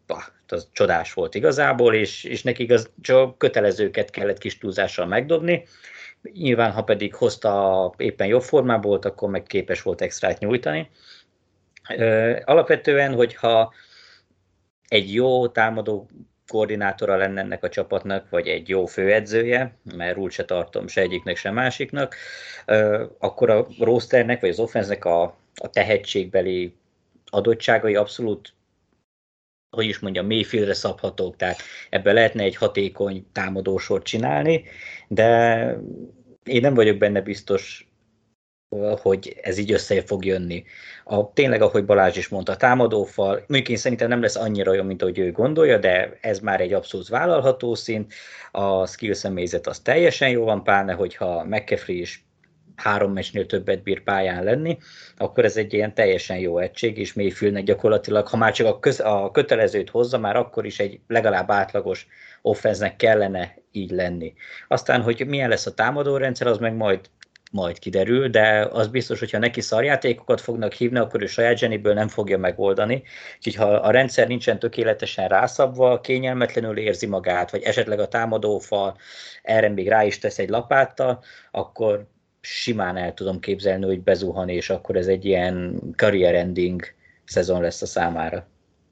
bah, az csodás volt igazából, és, és nekik az csak kötelezőket kellett kis túlzással megdobni. Nyilván, ha pedig hozta éppen jobb formában volt, akkor meg képes volt extrát nyújtani. Alapvetően, hogyha egy jó támadó koordinátora lenne ennek a csapatnak, vagy egy jó főedzője, mert úgy se tartom se egyiknek, se másiknak, akkor a rosternek, vagy az offense-nek a, a tehetségbeli adottságai abszolút, hogy is mondjam, Mayfieldre szabhatók, tehát ebből lehetne egy hatékony támadósort csinálni, de én nem vagyok benne biztos, hogy ez így össze fog jönni. A, tényleg, ahogy Balázs is mondta, a támadófal, mondjuk én szerintem nem lesz annyira olyan, mint ahogy ő gondolja, de ez már egy abszolút vállalható szint. A skill személyzet az teljesen jó van, pláne, hogyha McCaffrey is három meccsnél többet bír pályán lenni, akkor ez egy ilyen teljesen jó egység, és Mayfieldnek gyakorlatilag, ha már csak a, köz, a kötelezőt hozza, már akkor is egy legalább átlagos offense-nek kellene így lenni. Aztán, hogy milyen lesz a támadórendszer, az meg majd majd kiderül, de az biztos, hogyha neki szarjátékokat fognak hívni, akkor ő saját zseniből nem fogja megoldani. Úgyhogy ha a rendszer nincsen tökéletesen rászabva, kényelmetlenül érzi magát, vagy esetleg a támadófal erre még rá is tesz egy lapáttal, akkor simán el tudom képzelni, hogy bezuhan, és akkor ez egy ilyen career ending szezon lesz a számára.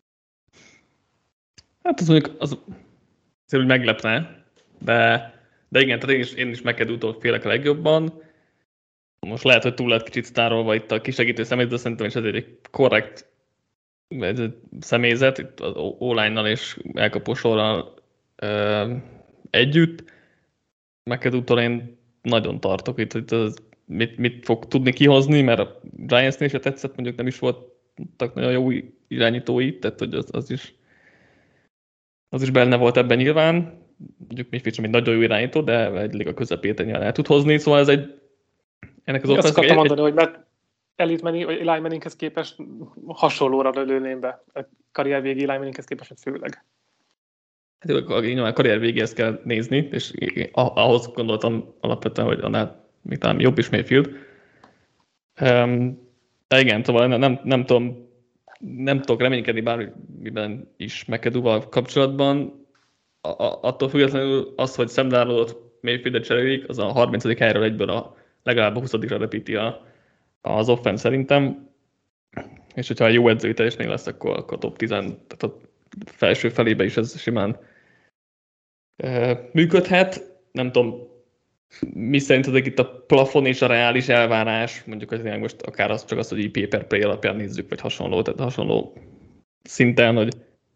Hát az mondjuk az azért úgy meglepne, de, de igen, tehát én is, én is McAdoo-tól félek a legjobban. Most lehet, hogy túl lett kicsit sztárolva itt a kisegítő személyzet, de szerintem is ez egy korrekt személyzet, itt az O-line-nal és elkapó sorral ö, együtt. McAdoo-tól én nagyon tartok itt, hogy az, mit, mit fog tudni kihozni, mert a Giantsnél se tetszett, mondjuk nem is voltak nagyon jó irányítói, tehát hogy az, az is az is benne volt ebben nyilván. Mondjuk Mayfield sem egy nagyon jó irányító, de egy liga közepét el tud hozni, szóval ez egy ennek az offense. Azt akartam egy, mondani, hogy mert Elite Manning, vagy Eli Manninghez képest hasonlóra lőném be. A karrier végi Eli Manninghez képest főleg. Hát a karrier végéhez kell nézni, és ahhoz gondoltam alapvetően, hogy annál még talán jobb is Mayfield. De igen, szóval nem, nem, nem tudom, nem tudok reménykedni bármiben is McAdoo-val kapcsolatban. A, a, attól függetlenül az, hogy Sam Darnoldot Mayfieldet cserélik, az a harmincadik helyről egyből a legalább a huszadikra repíti a, az offense szerintem. És hogyha a jó edzői teljesnél lesz, akkor, akkor a top tíz, tehát a felső felébe is ez simán e, működhet. Nem tudom, mi szerintetek itt a plafon és a reális elvárás, mondjuk az most akár az csak az, hogy i pé per play alapján nézzük, vagy hasonló, tehát hasonló szinten, hogy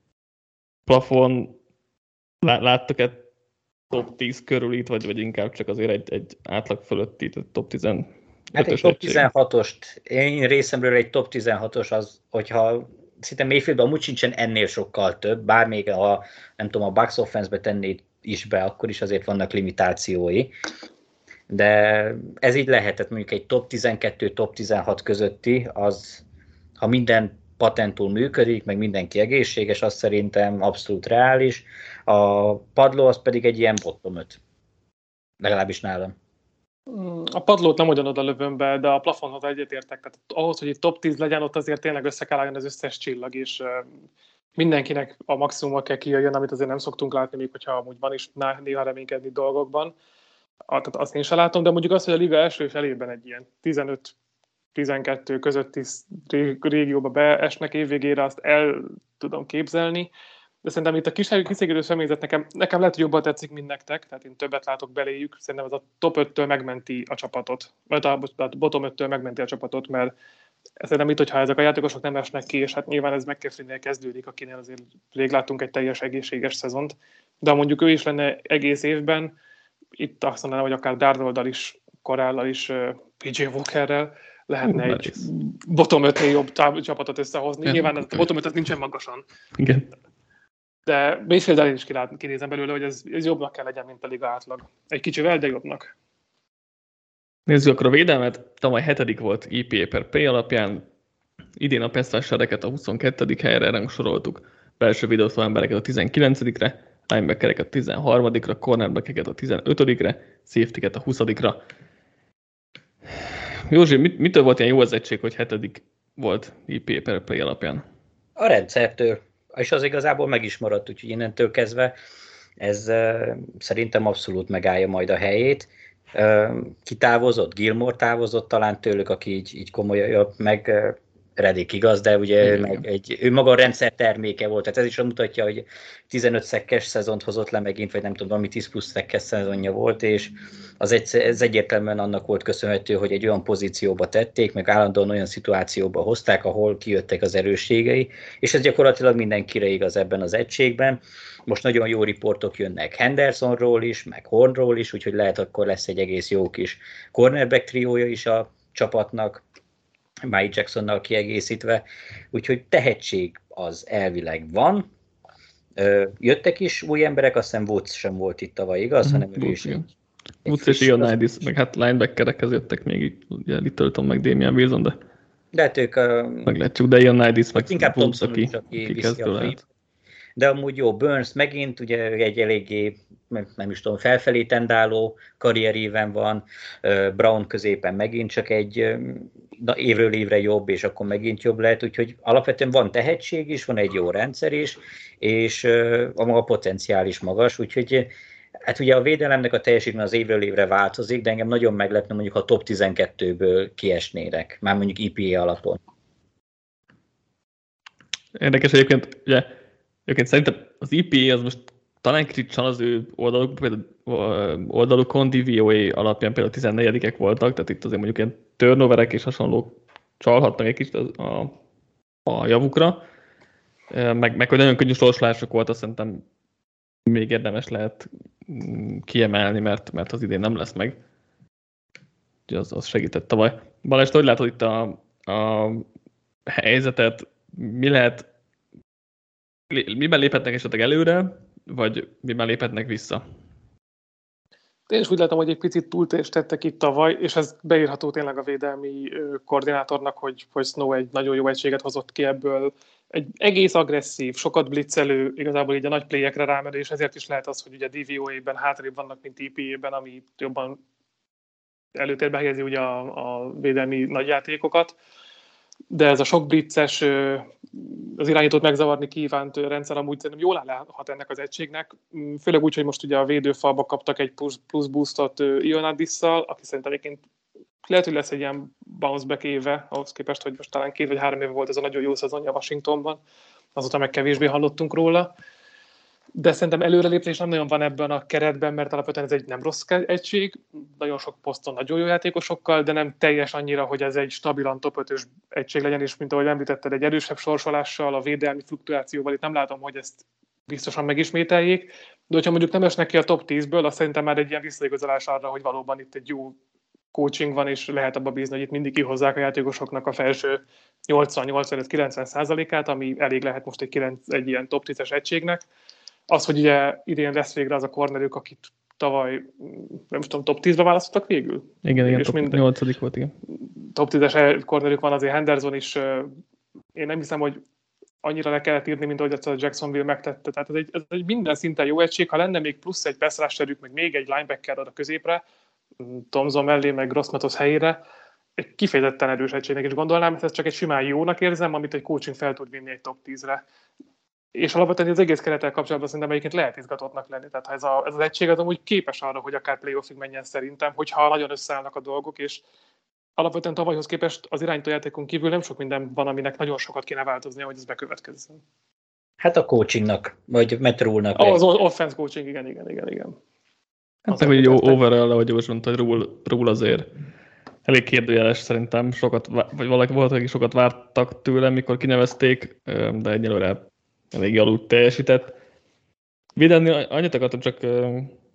plafon láttok-e top tíz körül itt, vagy, vagy inkább csak azért egy, egy átlag fölötti, tehát top tizenötös Hát egy top tizenhatost, én részemről egy top tizenhatos az, hogyha szinte Mayfieldben amúgy sincsen ennél sokkal több, bár még a, nem tudom, a Bucks offense-be tenni is be, akkor is azért vannak limitációi. De ez így lehetett, mondjuk egy top tizenkettő, top tizenhat közötti, az, ha minden patentul működik, meg mindenki egészséges, az szerintem abszolút reális. A padló az pedig egy ilyen bottom öt. Legalábbis nálam. A padlót nem ugyanoda lövöm be, de a plafonhoz egyetértek. Tehát ahhoz, hogy itt top tíz legyen, ott azért tényleg össze kell állni az összes csillag, és mindenkinek a maximummal kell kijöjjön, amit azért nem szoktunk látni, még hogyha amúgy van is néha reménykedni dolgokban. Tehát azt én sem látom, de mondjuk azt, hogy a liga első felében egy ilyen tizenöt tizenkettő közötti régióba beesnek évvégére, azt el tudom képzelni. De szerintem itt a kisegítő személyzet nekem, nekem lehet, hogy jobban tetszik, mint nektek, tehát én többet látok beléjük. Szerintem ez a top öttől megmenti a csapatot, vagy a, a bottom öttől megmenti a csapatot, mert szerintem itt, hogyha ezek a játékosok nem esnek ki, és hát nyilván ez McCaffrey-nél kezdődik, akinél azért rég láttunk egy teljes egészséges szezont, de ha mondjuk ő is lenne egész évben, itt azt mondanám, hogy akár Darnold-dal is, Corral-lal is, pé jé Walkerrel lehetne uh, egy bottom ötnél jobb csapatot összehozni. Ja. Nyilván a bottom öt az nincsen magasan. Igen. De Mayfield-el én is kinézem belőle, hogy ez, ez jobbnak kell legyen, mint a liga átlag. Egy kicsivel, de jobbnak. Nézzük akkor a védelmet. Tavaly hetedik volt i pé per play alapján. Idén a pass rushereket a huszonkettedik helyre rangsoroltuk. Belső videószó embereket a tizenkilencedikre, linebackereket a tizenharmadikra, cornerbackeket a tizenötödikre, safetyket a huszadikra. Józsi, mit, mitől volt ilyen jó az egység, hogy hetedik volt i pé per play alapján? A rendszertől. és az igazából meg is maradt, úgyhogy innentől kezdve ez uh, szerintem abszolút megállja majd a helyét. Uh, ki távozott? Gilmore távozott talán tőlük, aki így, így komolyabb, meg uh, Redick, igaz, de ugye ő, meg egy, ő maga a rendszer terméke volt, tehát ez is mutatja, hogy tizenöt szekkes szezont hozott le megint, vagy nem tudom, ami tíz plusz szekkes szezonja volt, és az egy, ez egyértelműen annak volt köszönhető, hogy egy olyan pozícióba tették, meg állandóan olyan szituációba hozták, ahol kijöttek az erősségei, és ez gyakorlatilag mindenkire igaz ebben az egységben. Most nagyon jó riportok jönnek Hendersonról is, meg Hornról is, úgyhogy lehet akkor lesz egy egész jó kis cornerback triója is a csapatnak, Mike Jacksonnal kiegészítve, úgyhogy tehetség az elvileg van. Jöttek is új emberek, azt hiszem Woods sem volt itt tavaly, igaz? Mm-hmm. Hanem ő is egy, Woods és Ioannidis, meg hát linebackerekhez jöttek még, ugye Littleton, meg Damian Wilson, de de hát ők meglátjuk, de Ioannidis, meg inkább Woods, aki, aki, aki kezdő lehet. De amúgy jó, Burns megint ugye egy eléggé, nem is tudom, felfelé tendáló karrieréven van, Brown középen megint csak egy na, évről évre jobb, és akkor megint jobb lehet, úgyhogy alapvetően van tehetség is, van egy jó rendszer is, és a maga potenciál is magas, úgyhogy hát ugye a védelemnek a teljesítmény az évről évre változik, de engem nagyon meglepne mondjuk a top tizenkettőből kiesnének, már mondjuk I P A alapon. Érdekes egyébként, ugye Egyébként szerintem az I P A az most talán kicsit csal az ő oldaluk, például oldalukon D V O A alapján például tizennegyedikek voltak, tehát itt azért mondjuk ilyen turnoverek és hasonlók csalhatnak egy kicsit a, a, a javukra, meg, meg hogy nagyon könnyű sorsolások volt, azt szerintem még érdemes lehet kiemelni, mert, mert az idén nem lesz meg. Úgyhogy az, az segített tavaly. Balázs, hogy látod itt a, a helyzetet, mi lehet, miben léphetnek esetleg előre, vagy miben léphetnek vissza? Én is úgy látom, hogy egy picit túltést tettek itt tavaly, és ez beírható tényleg a védelmi koordinátornak, hogy, hogy Snow egy nagyon jó egységet hozott ki ebből. Egy egész agresszív, sokat blitzelő, igazából így a nagy playekre rámerő, és ezért is lehet az, hogy ugye D V O A-ben hátrébb vannak, mint I P A-ben, ami jobban előtérbe helyezi ugye a, a védelmi nagyjátékokat. De ez a sok blitzes, az irányítót megzavarni kívánt rendszer amúgy szerintem jól állhat ennek az egységnek. Főleg úgy, hogy most ugye a védőfalba kaptak egy plusz, plusz boostot Ioannidissal, aki szerintem egyébként lehet, hogy lesz egy ilyen bounce back éve, ahhoz képest, hogy most talán két vagy három éve volt ez a nagyon jó szezonja Washingtonban, azóta meg kevésbé hallottunk róla. De szerintem előrelépés nem nagyon van ebben a keretben, mert alapvetően ez egy nem rossz egység, nagyon sok poszton nagyon jó játékosokkal, de nem teljes annyira, hogy ez egy stabilan top ötös egység legyen, és mint ahogy említetted, egy erősebb sorsolással, a védelmi fluktuációval, itt nem látom, hogy ezt biztosan megismételjék, de hogyha mondjuk nem esnek ki a top tízből, az szerintem már egy ilyen visszaigazolás arra, hogy valóban itt egy jó coaching van, és lehet abba bízni, hogy itt mindig kihozzák a játékosoknak a felső nyolcvan-nyolcvanöt-kilencven százalékát, ami elég lehet most egy, kilenc, egy ilyen top tízes egységnek. Az, hogy ugye idén lesz végre az a cornerük, akit tavaly, nem tudom, top tízbe választottak végül? Igen, igen, top minden, nyolcadik volt, igen. Top tízes cornerük van, azért Henderson is, én nem hiszem, hogy annyira le kellett írni, mint ahogy ezt a Jacksonville megtette. Tehát ez egy, ez egy minden szinten jó egység, ha lenne még plusz egy pass rusherük, meg még egy linebacker oda középre, Thompson mellé, meg Gross-Matos helyére, egy kifejezetten erős egységnek is gondolnám, ezt csak egy simán jónak érzem, amit egy coaching fel tud vinni egy top tízre. És alapvetően az egész kerettel kapcsolatban szerintem egyébként lehet izgatottnak lenni. Tehát ha ez, a, ez az egység az amúgy képes arra, hogy akár playoffig menjen szerintem, hogyha nagyon összeállnak a dolgok, és alapvetően tavalyhoz képest az irányítójátékon kívül nem sok minden van, aminek nagyon sokat kéne változni, hogy ez bekövetkezzen. Hát a coachingnak, vagy Matt Rule-nak. Oh, az offense coaching, igen, igen, igen, igen. Hát meg, hogy jó overall, ahogy most mondta, hogy Rule, Rule azért elég kérdőjeles szerintem, sokat, vagy valaki volt, akik sokat vártak tőle, mikor kinevezték, de egyelőre elég alul teljesített. Védelni annyit akartam csak uh,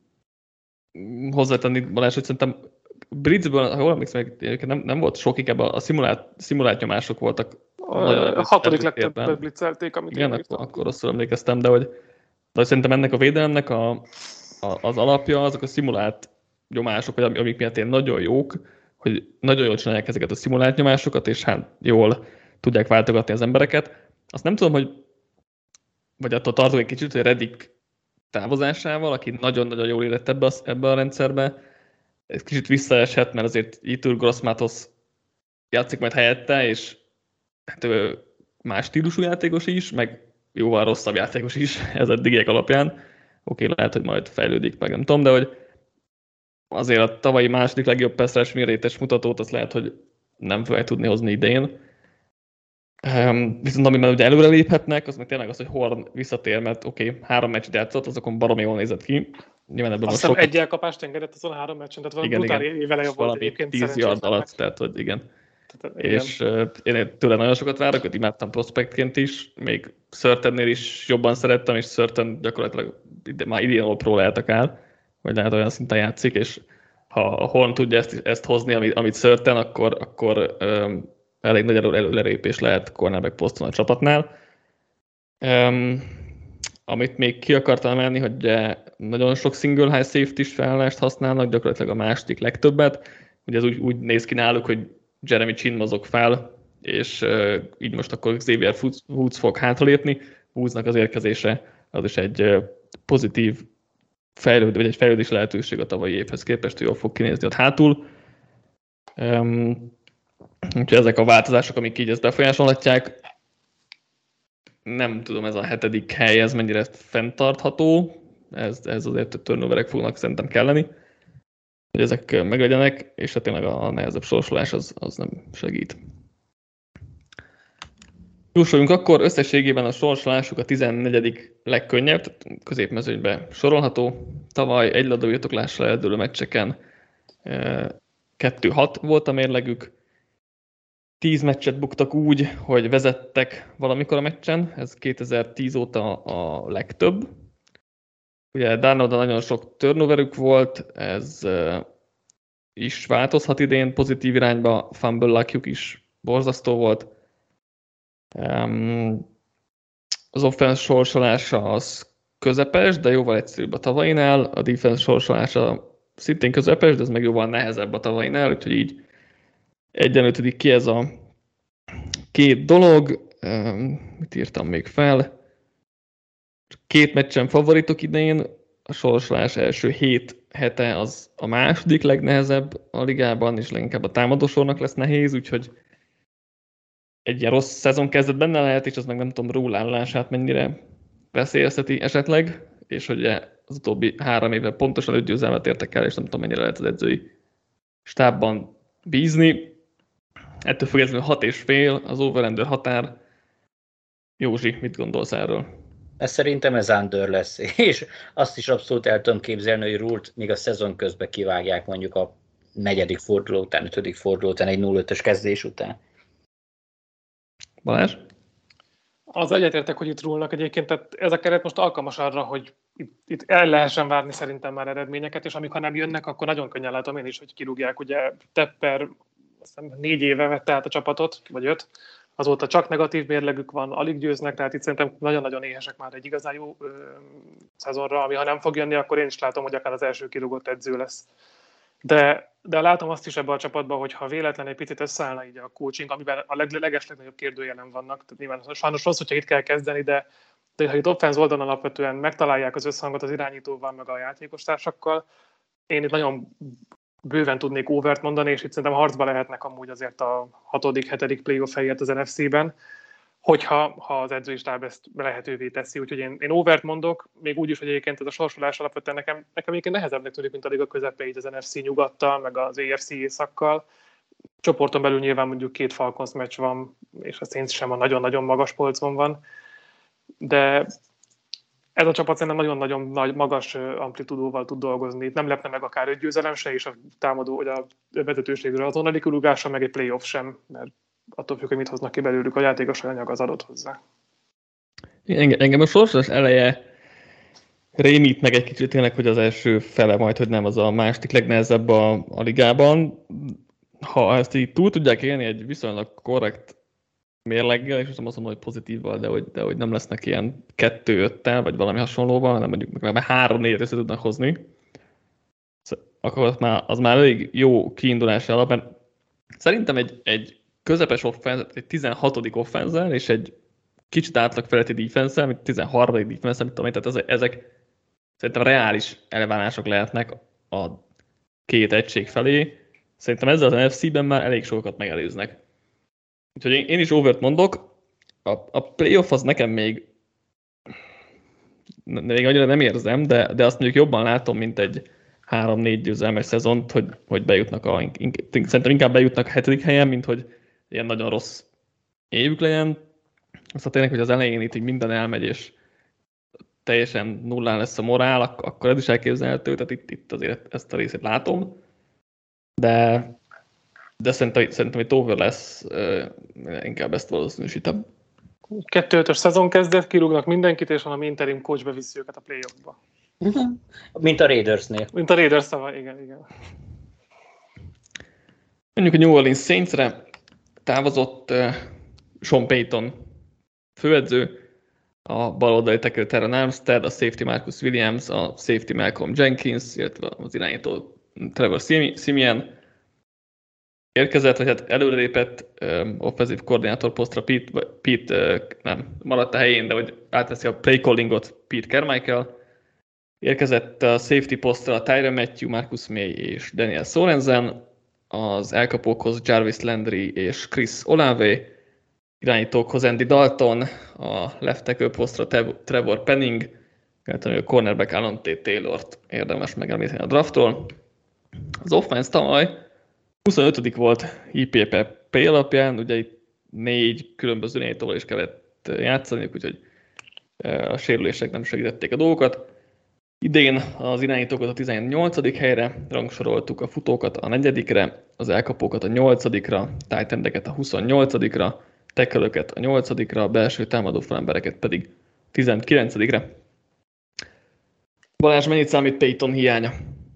hozzátenni, Balázs, hogy szerintem Blitzből, ha jól emlékszem, nem, nem volt sokig ebben, a szimulált, szimulált nyomások voltak. A hatodik legtöbb blitzelték, amit igen, akkor, akkor rosszul emlékeztem, de hogy, de hogy szerintem ennek a védelemnek a, a, az alapja azok a szimulált nyomások, vagy amik miatt én nagyon jók, hogy nagyon jól csinálják ezeket a szimulált nyomásokat, és hát jól tudják váltogatni az embereket. Azt nem tudom, hogy vagy attól tartok egy kicsit, hogy Redick távozásával, aki nagyon-nagyon jól érett ebbe a, ebbe a rendszerbe, ez kicsit visszaeshet, mert azért Yetur Gross-Matos játszik majd helyette, és hát ő más stílusú játékos is, meg jóval rosszabb játékos is ez eddigiek alapján. Oké, okay, lehet, hogy majd fejlődik, meg nem tudom, de hogy azért a tavalyi második legjobb pass mérétes mutatót, azt lehet, hogy nem fogják tudni hozni idén. Um, viszont amiben ugye előre léphetnek, az meg tényleg az, hogy Horn visszatér, mert oké, okay, három meccset játszott, azokon baromi jól nézett ki. Nyilván ebből azt hiszem sokat... egy elkapást engedett azon a három meccsen, tehát valami brutál évele jobb volt egyébként. tíz yard alatt, tehát hogy igen. Tehát, igen. És uh, én tőle nagyon sokat várok, hogy imádtam prospektként is, még Surtennél is jobban szerettem, és Surten gyakorlatilag ide, már idén All-Pro lehet akár, vagy lehet olyan szinten játszik, és ha a Horn tudja ezt, ezt hozni, amit, amit Surten, akkor, akkor um, elég nagy előrelépés lehet cornerback poszton a csapatnál. Um, amit még ki akartam emelni, hogy nagyon sok single high safety-s felállást használnak, gyakorlatilag a második legtöbbet. Ugye ez úgy, úgy néz ki náluk, hogy Jeremy Chin mozog fel, és uh, így most akkor Xavier Woods fog hátralépni. Woodsnak az érkezése az is egy uh, pozitív fejlődés, vagy egy fejlődés lehetőség a tavalyi évhez képest, hogy jól fog kinézni ott hátul. Um, Úgyhogy ezek a változások, amik így ezt befolyásolhatják. Nem tudom, ez a hetedik hely, ez mennyire fenntartható. Ez, ez azért a turnoverek fognak szerintem kelleni, hogy ezek meglegyenek, és hát tényleg a nehezebb sorsolás az, az nem segít. Jósoljunk akkor, összességében a sorsolásuk a tizennegyedik legkönnyebb, tehát középmezőnybe sorolható. Tavaly egy labda birtoklással eldőlő meccseken kettő hat volt a mérlegük. Tíz meccset buktak úgy, hogy vezettek valamikor a meccsen, ez kétezer-tíz óta a legtöbb. Ugye Darnoldon nagyon sok turnoverük volt, ez uh, is változhat idén pozitív irányba, fumble luckjuk is borzasztó volt. Um, az offense sorsolása az közepes, de jóval egyszerűbb a tavainál, a defense sorsolása szintén közepes, de ez meg jóval nehezebb a tavainál, úgyhogy így egyenlőtödik ki ez a két dolog. Um, mit írtam még fel? Két meccsen favoritok idején, a sorsolás első hét hete az a második legnehezebb a ligában, és leginkább a támadósornak lesz nehéz, úgyhogy egy ilyen rossz szezon kezdet benne lehet, és az meg nem tudom rólállását mennyire veszélyezteti esetleg, és hogy az utóbbi három évben pontosan öt győzelmet értek el, és nem tudom mennyire lehet az edzői stábban bízni. Ettől függetlenül hat és fél az over-under határ. Józsi, mit gondolsz erről? Ez szerintem ez under lesz, és azt is abszolút el tudom képzelni, hogy Rult még a szezon közben kivágják mondjuk a negyedik forduló után, ötödik forduló után, egy nulla ötös kezdés után. Balázs? Az egyetértek, hogy itt rúlnak egyébként, tehát ez a keret most alkalmas arra, hogy itt, itt el lehessen várni szerintem már eredményeket, és amikor nem jönnek, akkor nagyon könnyen látom én is, hogy kirúgják. Ugye Tepper négy éve vette át a csapatot, vagy öt, azóta csak negatív mérlegük van, alig győznek, tehát itt szerintem nagyon-nagyon éhesek már egy igazán jó ö, szezonra, ami ha nem fog jönni, akkor én is látom, hogy akár az első kirúgott edző lesz. De, de látom azt is ebben a csapatban, hogy ha véletlen egy picit összeállna így a coaching, amiben a leg, legeslegnagyobb kérdőjelen vannak, tehát nyilván sajnos rossz, hogyha itt kell kezdeni, de, de ha itt offense oldalon alapvetően megtalálják az összhangot az irányítóval, meg a játékostársakkal, én itt nagyon bőven tudnék overt mondani, és itt szerintem harcba lehetnek amúgy azért a hatodik, hetedik playoff helyet az en ef cé-ben, hogyha ha az edzői stáb ezt lehetővé teszi. Úgyhogy én, én overt mondok, még úgy is, hogy egyébként ez a sorsolás alapvetően nekem, nekem egyébként nehezebbnek tűnik, mint a liga közepe, így az en ef cé nyugattal, meg az á ef cé északkal. Csoporton belül nyilván mondjuk két Falcons meccs van, és a Saints sem a nagyon-nagyon magas polcon van, de ez a csapat szerintem nagyon-nagyon nagy, magas amplitudóval tud dolgozni. Itt nem lepne meg akár öt győzelem se, és a támadó, vagy a vezetőségről azonnali kirúgása, meg egy playoff sem, mert attól függ, hogy mit hoznak ki belőlük, a játékos anyag az adott hozzá. Engem, engem a sorsolás eleje rémít meg egy kicsit tényleg, hogy az első fele majd, hogy nem az a második legnehezebb a, a ligában. Ha ezt így túl tudják élni egy viszonylag korrekt mérleggel, és nem azt mondom, hogy pozitívval, de hogy, de hogy nem lesznek ilyen kettő-öttel, vagy valami hasonlóval, hanem mondjuk meg három-négyet össze tudnak hozni, akkor az már, az már elég jó kiindulási alap, mert szerintem egy, egy közepes offense, egy tizenhatodik offense és egy kicsit átlag feletti defense-el, mint tizenharmadik defense-el, mit tudom én, tehát ezek szerintem reális elvárások lehetnek a két egység felé. Szerintem ezzel az en ef cé-ben már elég sokat megelőznek. Úgyhogy én is overt mondok, a, a playoff az nekem még még annyira nem érzem, de, de azt mondjuk jobban látom, mint egy három-négy győzelmes szezont, hogy, hogy bejutnak a, ink, szerintem inkább bejutnak a hetedik helyen, mint hogy ilyen nagyon rossz évük legyen. Aztán tényleg, hogy az elején itt így minden elmegy, és teljesen nullán lesz a morál, akkor ez is elképzelhető, tehát itt, itt azért ezt a részét látom. De, de szerintem, szerintem egy over lesz, inkább ezt valószínűsítem. kettő ötös szezon kezdett, kirúgnak mindenkit, és valami interim coach beviszi őket a play-offba. Mint a Raidersnél. Mint a Raiders szava, igen, igen. Mondjuk a New Orleans Saints-re távozott uh, Sean Payton főedző, a baloldali tackle Terran Armstead, a safety Marcus Williams, a safety Malcolm Jenkins, illetve az irányító Trevor Siemian érkezett, vagy hát előrelépett um, offensive koordinátor posztra Pete, Pete uh, nem, maradt a helyén, de hogy átveszi a play callingot Pete Carmichael. Érkezett a safety posztra Tyrann Mathieu, Marcus May és Daniel Sorensen, az elkapókhoz Jarvis Landry és Chris Olave, irányítókhoz Andy Dalton, a left tackle posztra Trevor Penning, illetve a cornerback Alontae Taylort érdemes megemlíteni a draftról. Az offense tavaly huszonötödik volt i pé per pé alapján, ugye itt négy különböző irányítóval is kellett játszani, úgyhogy a sérülések nem segítették a dolgokat. Idén az irányítókat a tizennyolcadik helyre rangsoroltuk, a futókat a negyedikre, az elkapókat a nyolcadikra, tight endeket a huszonnyolcadikra, tackle-öket a nyolcadikra, a belső támadó falembereket pedig tizenkilencedikre. Balázs, mennyit számít Payton hiánya?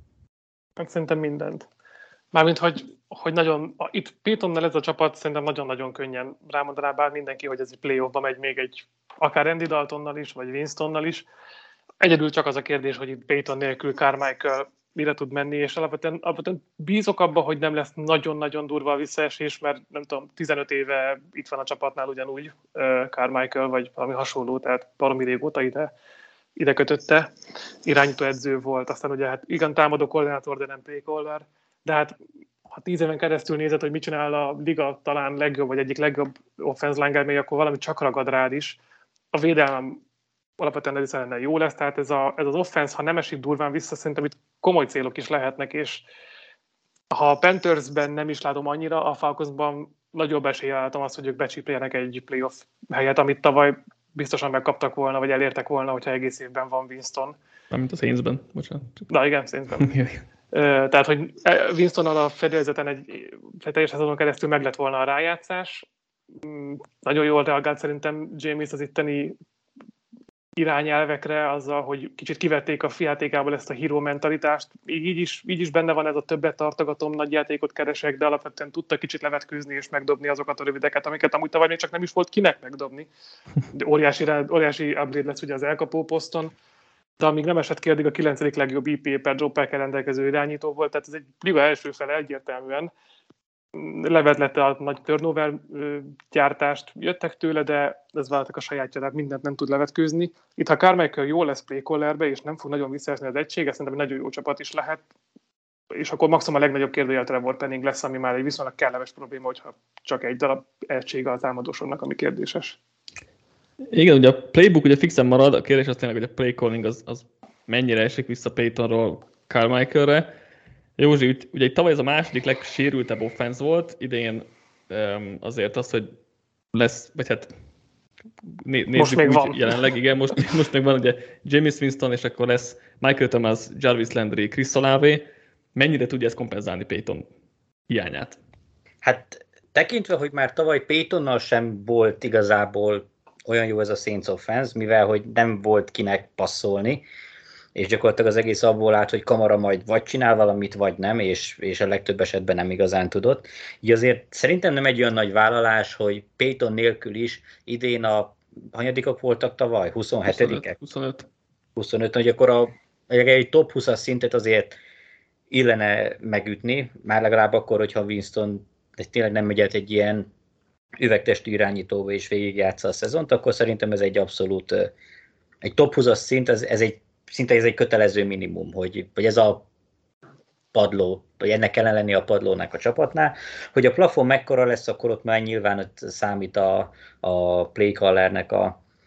Hát szerintem mindent. Mármint, hogy, hogy nagyon, itt Paytonnal ez a csapat szerintem nagyon-nagyon könnyen rámondaná bár mindenki, hogy ez egy playoffba megy még egy, akár Andy Daltonnal is, vagy Winstonnal is. Egyedül csak az a kérdés, hogy itt Payton nélkül Carmichael mire tud menni, és alapvetően, alapvetően bízok abba, hogy nem lesz nagyon-nagyon durva a visszaesés, mert nem tudom, tizenöt éve itt van a csapatnál ugyanúgy uh, Carmichael, vagy valami hasonló, tehát baromi régóta ide, ide kötötte. Irányító edző volt, aztán ugye hát igen, támadó koordinátor, de nem playcaller, de hát ha tíz éven keresztül nézed, hogy mit csinál a liga talán legjobb, vagy egyik legjobb offense line guy, akkor valami csak ragad rád is. A védelem alapvetően ez lenne jó lesz, tehát ez, a, ez az offense, ha nem esik durván vissza, szerintem itt komoly célok is lehetnek, és ha a Panthersben nem is látom annyira, a Falconsban nagyobb eséllyel látom azt, hogy ők becsípeljenek egy playoff helyet, amit tavaly biztosan megkaptak volna, vagy elértek volna, hogyha egész évben van Winston. Mármint a Saintsben, bocsánat. Na igen, Saintsben. Tehát, hogy Winstonnal a fedélzeten egy teljes szezon keresztül meg lett volna a rájátszás. Nagyon jól reagált szerintem James az itteni irányelvekre, azzal, hogy kicsit kivették a fiátékából ezt a hero mentalitást. Így is, így is benne van ez a többet tartogatom, nagy játékot keresek, de alapvetően tudta kicsit levetkőzni és megdobni azokat a rövideket, amiket amúgy tavaly még csak nem is volt kinek megdobni. De óriási, óriási upgrade lesz ugye az elkapó poszton, de amíg nem esett ki, addig a kilencedik legjobb i pé per dropperkel rendelkező irányító volt, tehát ez egy liga első fele egyértelműen. Levetlette a nagy turnover gyártást, jöttek tőle, de ez váltak a sajátja, tehát mindent nem tud levetkőzni. Itt, ha Carmichael jól lesz playcallerbe, és nem fog nagyon visszaesni az egység, ez szerintem egy nagyon jó csapat is lehet, és akkor maximum a legnagyobb kérdője a Trevor Penning lesz, ami már egy viszonylag kellemes probléma, hogyha csak egy darab egysége a támadósornak, ami kérdéses. Igen, ugye a playbook ugye fixen marad, a kérdés az tényleg, hogy a play calling az, az mennyire esik vissza Paytonról Carmichaelre. Józsi, ugye itt tavaly ez a második legsérültebb offense volt, idén um, azért az, hogy lesz, vagy hát né, nézzük úgy van. Jelenleg, igen, most, most meg van ugye James Winston, és akkor lesz Michael Thomas, Jarvis Landry, Chris Olave. Mennyire tudja ezt kompenzálni Payton hiányát? Hát tekintve, hogy már tavaly Paytonnal sem volt igazából olyan jó ez a Saints offense, mivel hogy nem volt kinek passzolni, és gyakorlatilag az egész abból állt, hogy Kamara majd vagy csinál valamit, vagy nem, és, és a legtöbb esetben nem igazán tudott. Így azért szerintem nem egy olyan nagy vállalás, hogy Payton nélkül is idén a hanyadikak voltak tavaly? huszonhetedikek? huszonöt. huszonöt, hogy akkor a, egy top húszas szintet azért illene megütni, már legalább akkor, hogyha Winston tényleg nem megy át egy ilyen üvegtestű irányítóba és végigjátsza a szezont, akkor szerintem ez egy abszolút, egy top húszas szint, ez, ez egy szinte ez egy kötelező minimum, hogy, hogy ez a padló, vagy ennek kellene lenni a padlónak a csapatnál. Hogy a plafon mekkora lesz, akkor ott már nyilván ott számít a, a playcallernek a,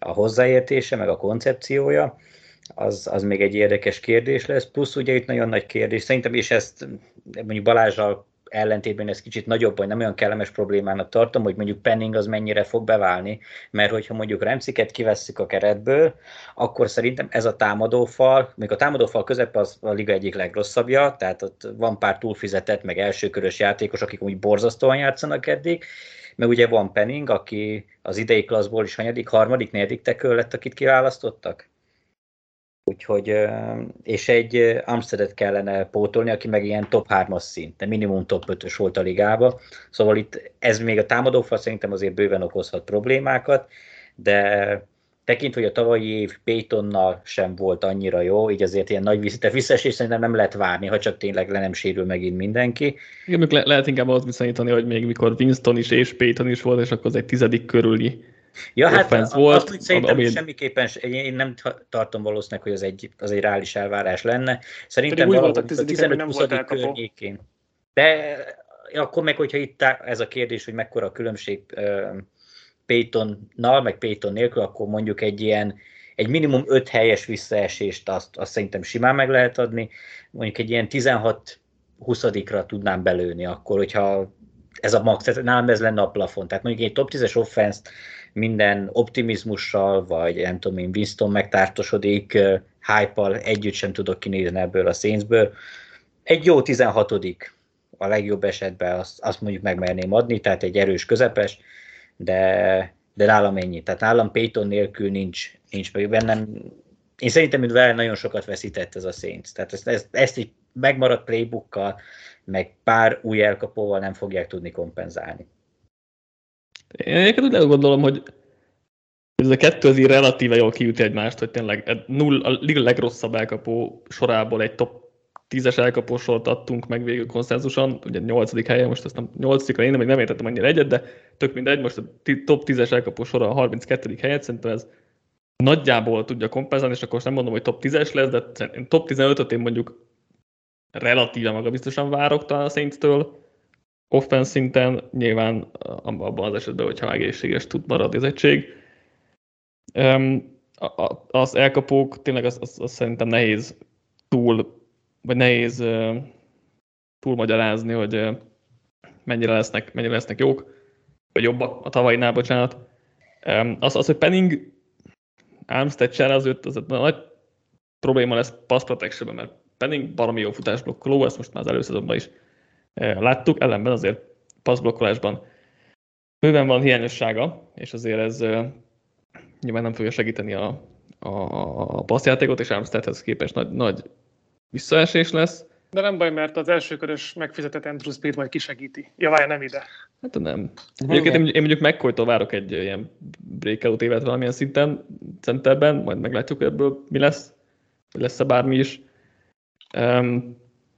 a hozzáértése, meg a koncepciója, az, az még egy érdekes kérdés lesz. Plusz ugye itt nagyon nagy kérdés, szerintem, és ezt mondjuk Balázsral ellentétben ez kicsit nagyobb, vagy nem olyan kellemes problémának tartom, hogy mondjuk Penning az mennyire fog beválni, mert hogyha mondjuk Ramsey-ket kivesszük a keretből, akkor szerintem ez a támadófal, még a támadófal közep az a liga egyik legrosszabbja, tehát ott van pár túlfizetett, meg elsőkörös játékos, akik úgy borzasztóan játszanak eddig, meg ugye van Penning, aki az idei klasszból is hanyadik, harmadik, negyedik tekő lett, akit kiválasztottak. Úgyhogy, és egy Armsteadet kellene pótolni, aki meg ilyen top hármas szint, de minimum top ötös volt a ligába. Szóval itt ez még a támadófal szerintem azért bőven okozhat problémákat, de tekintve, hogy a tavalyi év Paytonnal sem volt annyira jó, így azért ilyen nagy visszaesés szerintem nem lehet várni, ha csak tényleg le nem sérül megint mindenki. Igen, le- lehet inkább ahhoz viszonyítani, hogy még mikor Winston is és Payton is volt, és akkor az egy tizedik körüli Ja, hát volt, azt, hogy szerintem ami... semmiképpen, én nem tartom valószínűleg, hogy az egy, az egy reális elvárás lenne. Szerintem úgy valahogy volt a tizenöt-huszadik környékén. De akkor meg, hogyha itt ez a kérdés, hogy mekkora a különbség uh, Paytonnal, meg Payton nélkül, akkor mondjuk egy ilyen, egy minimum öt helyes visszaesést azt, azt szerintem simán meg lehet adni. Mondjuk egy ilyen tizenhat-huszadikra tudnám belőni akkor, hogyha ez a max, tehát nálam ez lenne a plafon. Tehát mondjuk egy top tízes offense-t minden optimizmussal, vagy nem tudom én, Winston megtártosodik, uh, hype-al együtt sem tudok kinézni ebből a Saintsből. Egy jó tizenhatodik a legjobb esetben azt, azt mondjuk megmerném adni, tehát egy erős közepes, de, de nálam ennyi. Tehát nálam Payton nélkül nincs, nincs meg bennem. Én szerintem, hogy vele nagyon sokat veszített ez a Saints. Tehát ezt, ezt, ezt így megmaradt playbookkal, meg pár új elkapóval nem fogják tudni kompenzálni. Én egyébként úgy gondolom, hogy ez a kettő azért relatíve jól kiüti egymást, hogy tényleg null, a liga legrosszabb elkapó sorából egy top tízes elkapó sort adtunk meg végül konszenzuson, ugye nyolcadik helyen, most ezt nem nyolcadikra, én nem, nem értettem annyira egyet, de tök mindegy, most a top tízes elkapó sora a harminckettedik helyet, szerintem ez nagyjából tudja kompenzálni, és akkor most nem mondom, hogy top tízes lesz, de top tizenötöt én mondjuk relatíve magabiztosan várok talán a Saints-től, offense szinten, nyilván abban az esetben, hogyha egészséges tud maradni az egység. Um, az elkapók tényleg az, az, az szerintem nehéz túl, vagy nehéz uh, túlmagyarázni, hogy uh, mennyire lesznek, mennyire lesznek jók, vagy jobbak a tavainál, bocsánat. Um, az, az, hogy Penning Armstead csere az őt, az egy nagy probléma lesz pass protection-ben, mert Penning baromi jó futásblokkoló, ezt most már az előszezonban is uh, láttuk, ellenben azért passzblokkolásban bőven van hiányossága, és azért ez uh, nyilván nem fogja segíteni a, a, a passzjátékot, és Armsteadhez képest nagy, nagy visszaesés lesz. De nem baj, mert az elsőkörös megfizetett Andrew Speed majd kisegíti. Ja, várja, nem ide. Hát nem. Egyébként én, én mondjuk McCoy-tól várok egy ilyen breakout évet valamilyen szinten, centerben, majd meglátjuk, hogy ebből mi lesz, vagy lesz-e bármi is. Um,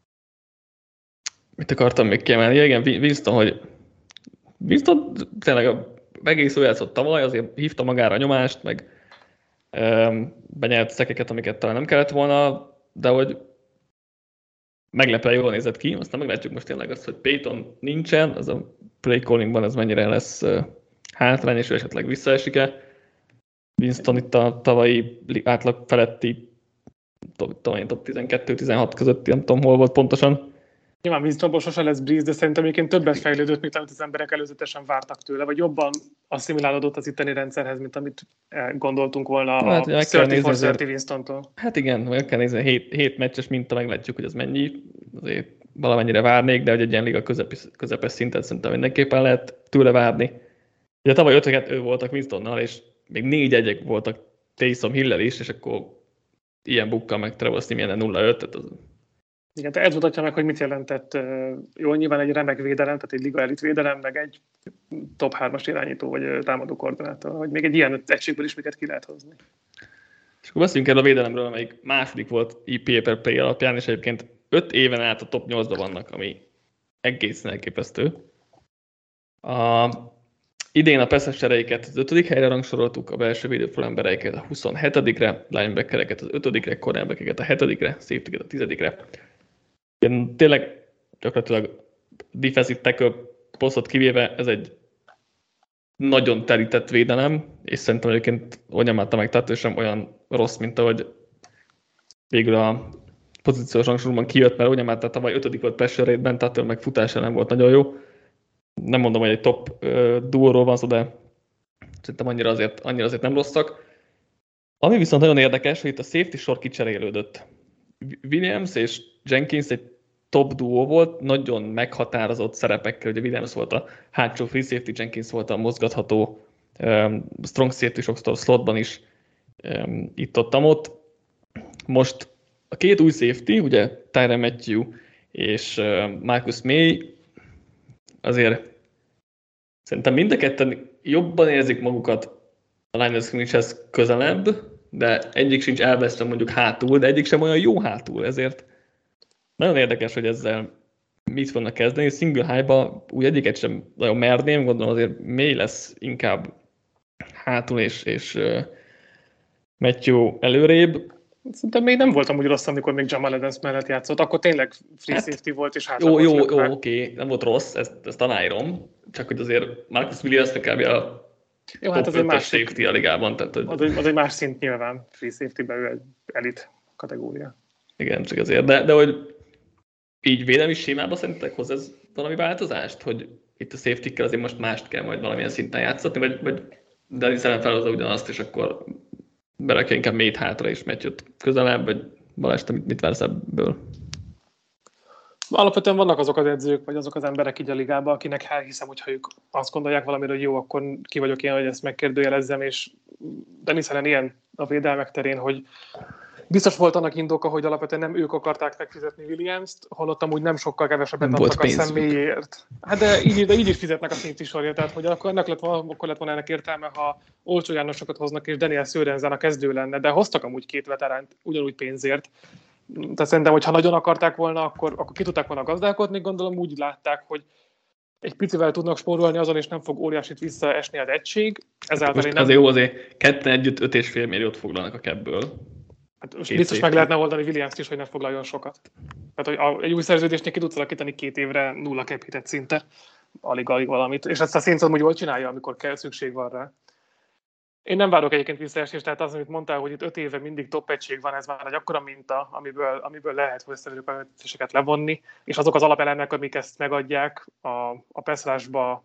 mit akartam még kiemelni? Ja, igen, Winston, hogy Winston tényleg a egész jól játszott tavaly, azért hívta magára a nyomást, meg um, benyert szekeket, amiket talán nem kellett volna, de hogy meglepően jól nézett ki, aztán meglátjuk most tényleg azt, hogy Payton nincsen, az a play callingban ez mennyire lesz uh, hátrány, és ő esetleg visszaesik-e. Winston itt a tavalyi átlag feletti top, top tizenkettő tizenhat közötti, nem tudom hol volt pontosan. Nyilván Winstonból sose lesz Breeze, de szerintem egyébként többet fejlődött, mint amit az emberek előzetesen vártak tőle, vagy jobban asszimilálódott az itteni rendszerhez, mint amit gondoltunk volna a hát, harminc Winstontól. Hát igen, meg kell nézni, hét meccses minta, meglátjuk, hogy ez mennyi, azért valamennyire várnék, de hogy egy ilyen liga közepes, közepes szintet szerintem mindenképpen lehet tőle várni. Ugye tavaly öt voltak Winstonnal, és még négy egyek voltak Taysom Hill-el is, és akkor ilyen bukkal meg Trevor Siemian nulla öt, tehát az... Igen, tehát ez mutatja meg, hogy mit jelentett. Jó, nyilván egy remek védelem, tehát egy liga elit védelem, meg egy top hármas irányító, vagy támadó koordinátor, hogy még egy ilyen egységből is miket ki lehet hozni. És akkor beszéljünk el a védelemről, amelyik második volt i pé per play alapján, és egyébként öt éven át a top nyolcban vannak, ami egészen elképesztő. A, idén a passzes csereiket az ötödik helyre rangsoroltuk, a belső védőfalembereiket a huszonhetedikre, linebackereket az ötödikre, cornerbackeket a hetedikre, safetyket a tizedikre. Én tényleg gyakorlatilag defensive tackle posztot kivéve ez egy nagyon terített védelem, és szerintem egyébként Onyemata meg Tato sem olyan rossz, mint ahogy végül a pozíciós rangsorban kijött, mert Onyemata tavaly ötödik volt pressure rate-ben, Tato meg futása nem volt nagyon jó. Nem mondom, hogy egy top uh, duóról van szó, de szerintem annyira azért, annyira azért nem rosszak. Ami viszont nagyon érdekes, hogy itt a safety sor kicserélődött. Williams és Jenkins egy top duó volt, nagyon meghatározott szerepekkel, ugye Williams volt a hátsó free safety, Jenkins volt a mozgatható um, strong safety, sokszor slotban is um, itt-ott-ott. Most a két új safety, ugye Tyrann Mathieu és uh, Marcus May, azért szerintem mind a ketten jobban érzik magukat a line of scrimmage-hez közelebb, de egyik sincs elvesztve mondjuk hátul, de egyik sem olyan jó hátul, ezért nagyon érdekes, hogy ezzel mit fognak kezdeni. Single high-ba úgy egyiket sem nagyon merném, gondolom azért mély lesz inkább hátul, és, és uh, Matthew előrébb. Szerintem még nem voltam úgy rossz, amikor még Jamal Adams mellett játszott, akkor tényleg free Hát, safety volt, és hátra jó, volt jó, lökve. jó, oké, nem volt rossz, ezt, ezt aláírom, csak hogy azért Marcus Williams kb. A jó, hát az egy más safety a ligában. Tehát, hogy... az, egy, az egy más szint nyilván, free safety-ben ő egy elit kategória. Igen, csak azért, de, de hogy így védelmi sémában szerintetek hoz ez valami változást, hogy itt a safety-kkel azért most mást kell majd valamilyen szinten játszatni, vagy, vagy Dani Szeren felhozza ugyanazt, és akkor berakja inkább May-t hátra, és Matthew-t közelebb, vagy Balázs, te mit, mit vársz ebből? Alapvetően vannak azok az edzők, vagy azok az emberek így a ligában, akinek elhiszem, hogy ha ők azt gondolják valamire, hogy jó, akkor ki vagyok én, hogy ezt megkérdőjelezzem, és Dani Szeren ilyen a védelmek terén, hogy biztos volt annak indoka, hogy alapvetően nem ők akarták megfizetni Williams-t, holott amúgy nem sokkal kevesebbet nem adtak a pénzük. személyért. Hát de így, de így is fizetnek a safety sorja, tehát hogy akkor ennek lett volna, akkor lett volna ennek értelme, ha olcsó Jánosokat hoznak, és Daniel Sörensen a kezdő lenne, de hoztak amúgy két veteránt ugyanúgy pénzért. Tehát szerintem, hogy ha nagyon akarták volna, akkor, akkor ki tudták volna gazdálkodni, gondolom úgy látták, hogy egy picivel tudnak spórolni azon, és nem fog óriásit visszaesni az egység. Ezáltal most én nem... azért jó, azért ketten együtt öt és fél milliót foglalnak a capből. Hát most biztos meg lehetne oldani Williams-t is, hogy ne foglaljon sokat. Tehát, hogy egy új szerződésnél ki tudsz alakítani két évre nulla cap hitet szinte, alig-alig valamit. És ezt a Saints úgy jól csinálja, amikor kell, szükség van rá. Én nem várok egyébként visszaesést, tehát az, amit mondtál, hogy itt öt éve mindig top egység van, ez már egy akkora minta, amiből, amiből lehet hozzászerződéseket levonni, és azok az alapelemek, amik ezt megadják a, a passzrásba,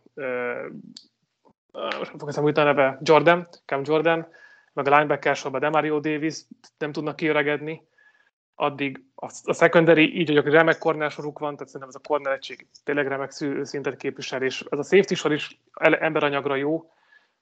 most nem fogom eszembe a neve, Jordan, Cam Jordan, meg a linebacker sorban Demario Davis nem tudnak kiöregedni, addig a, a secondary, így, hogy a remek corner soruk van, tehát szerintem ez a corner egység tényleg remek szintet képvisel, és ez a safety sor is emberanyagra jó.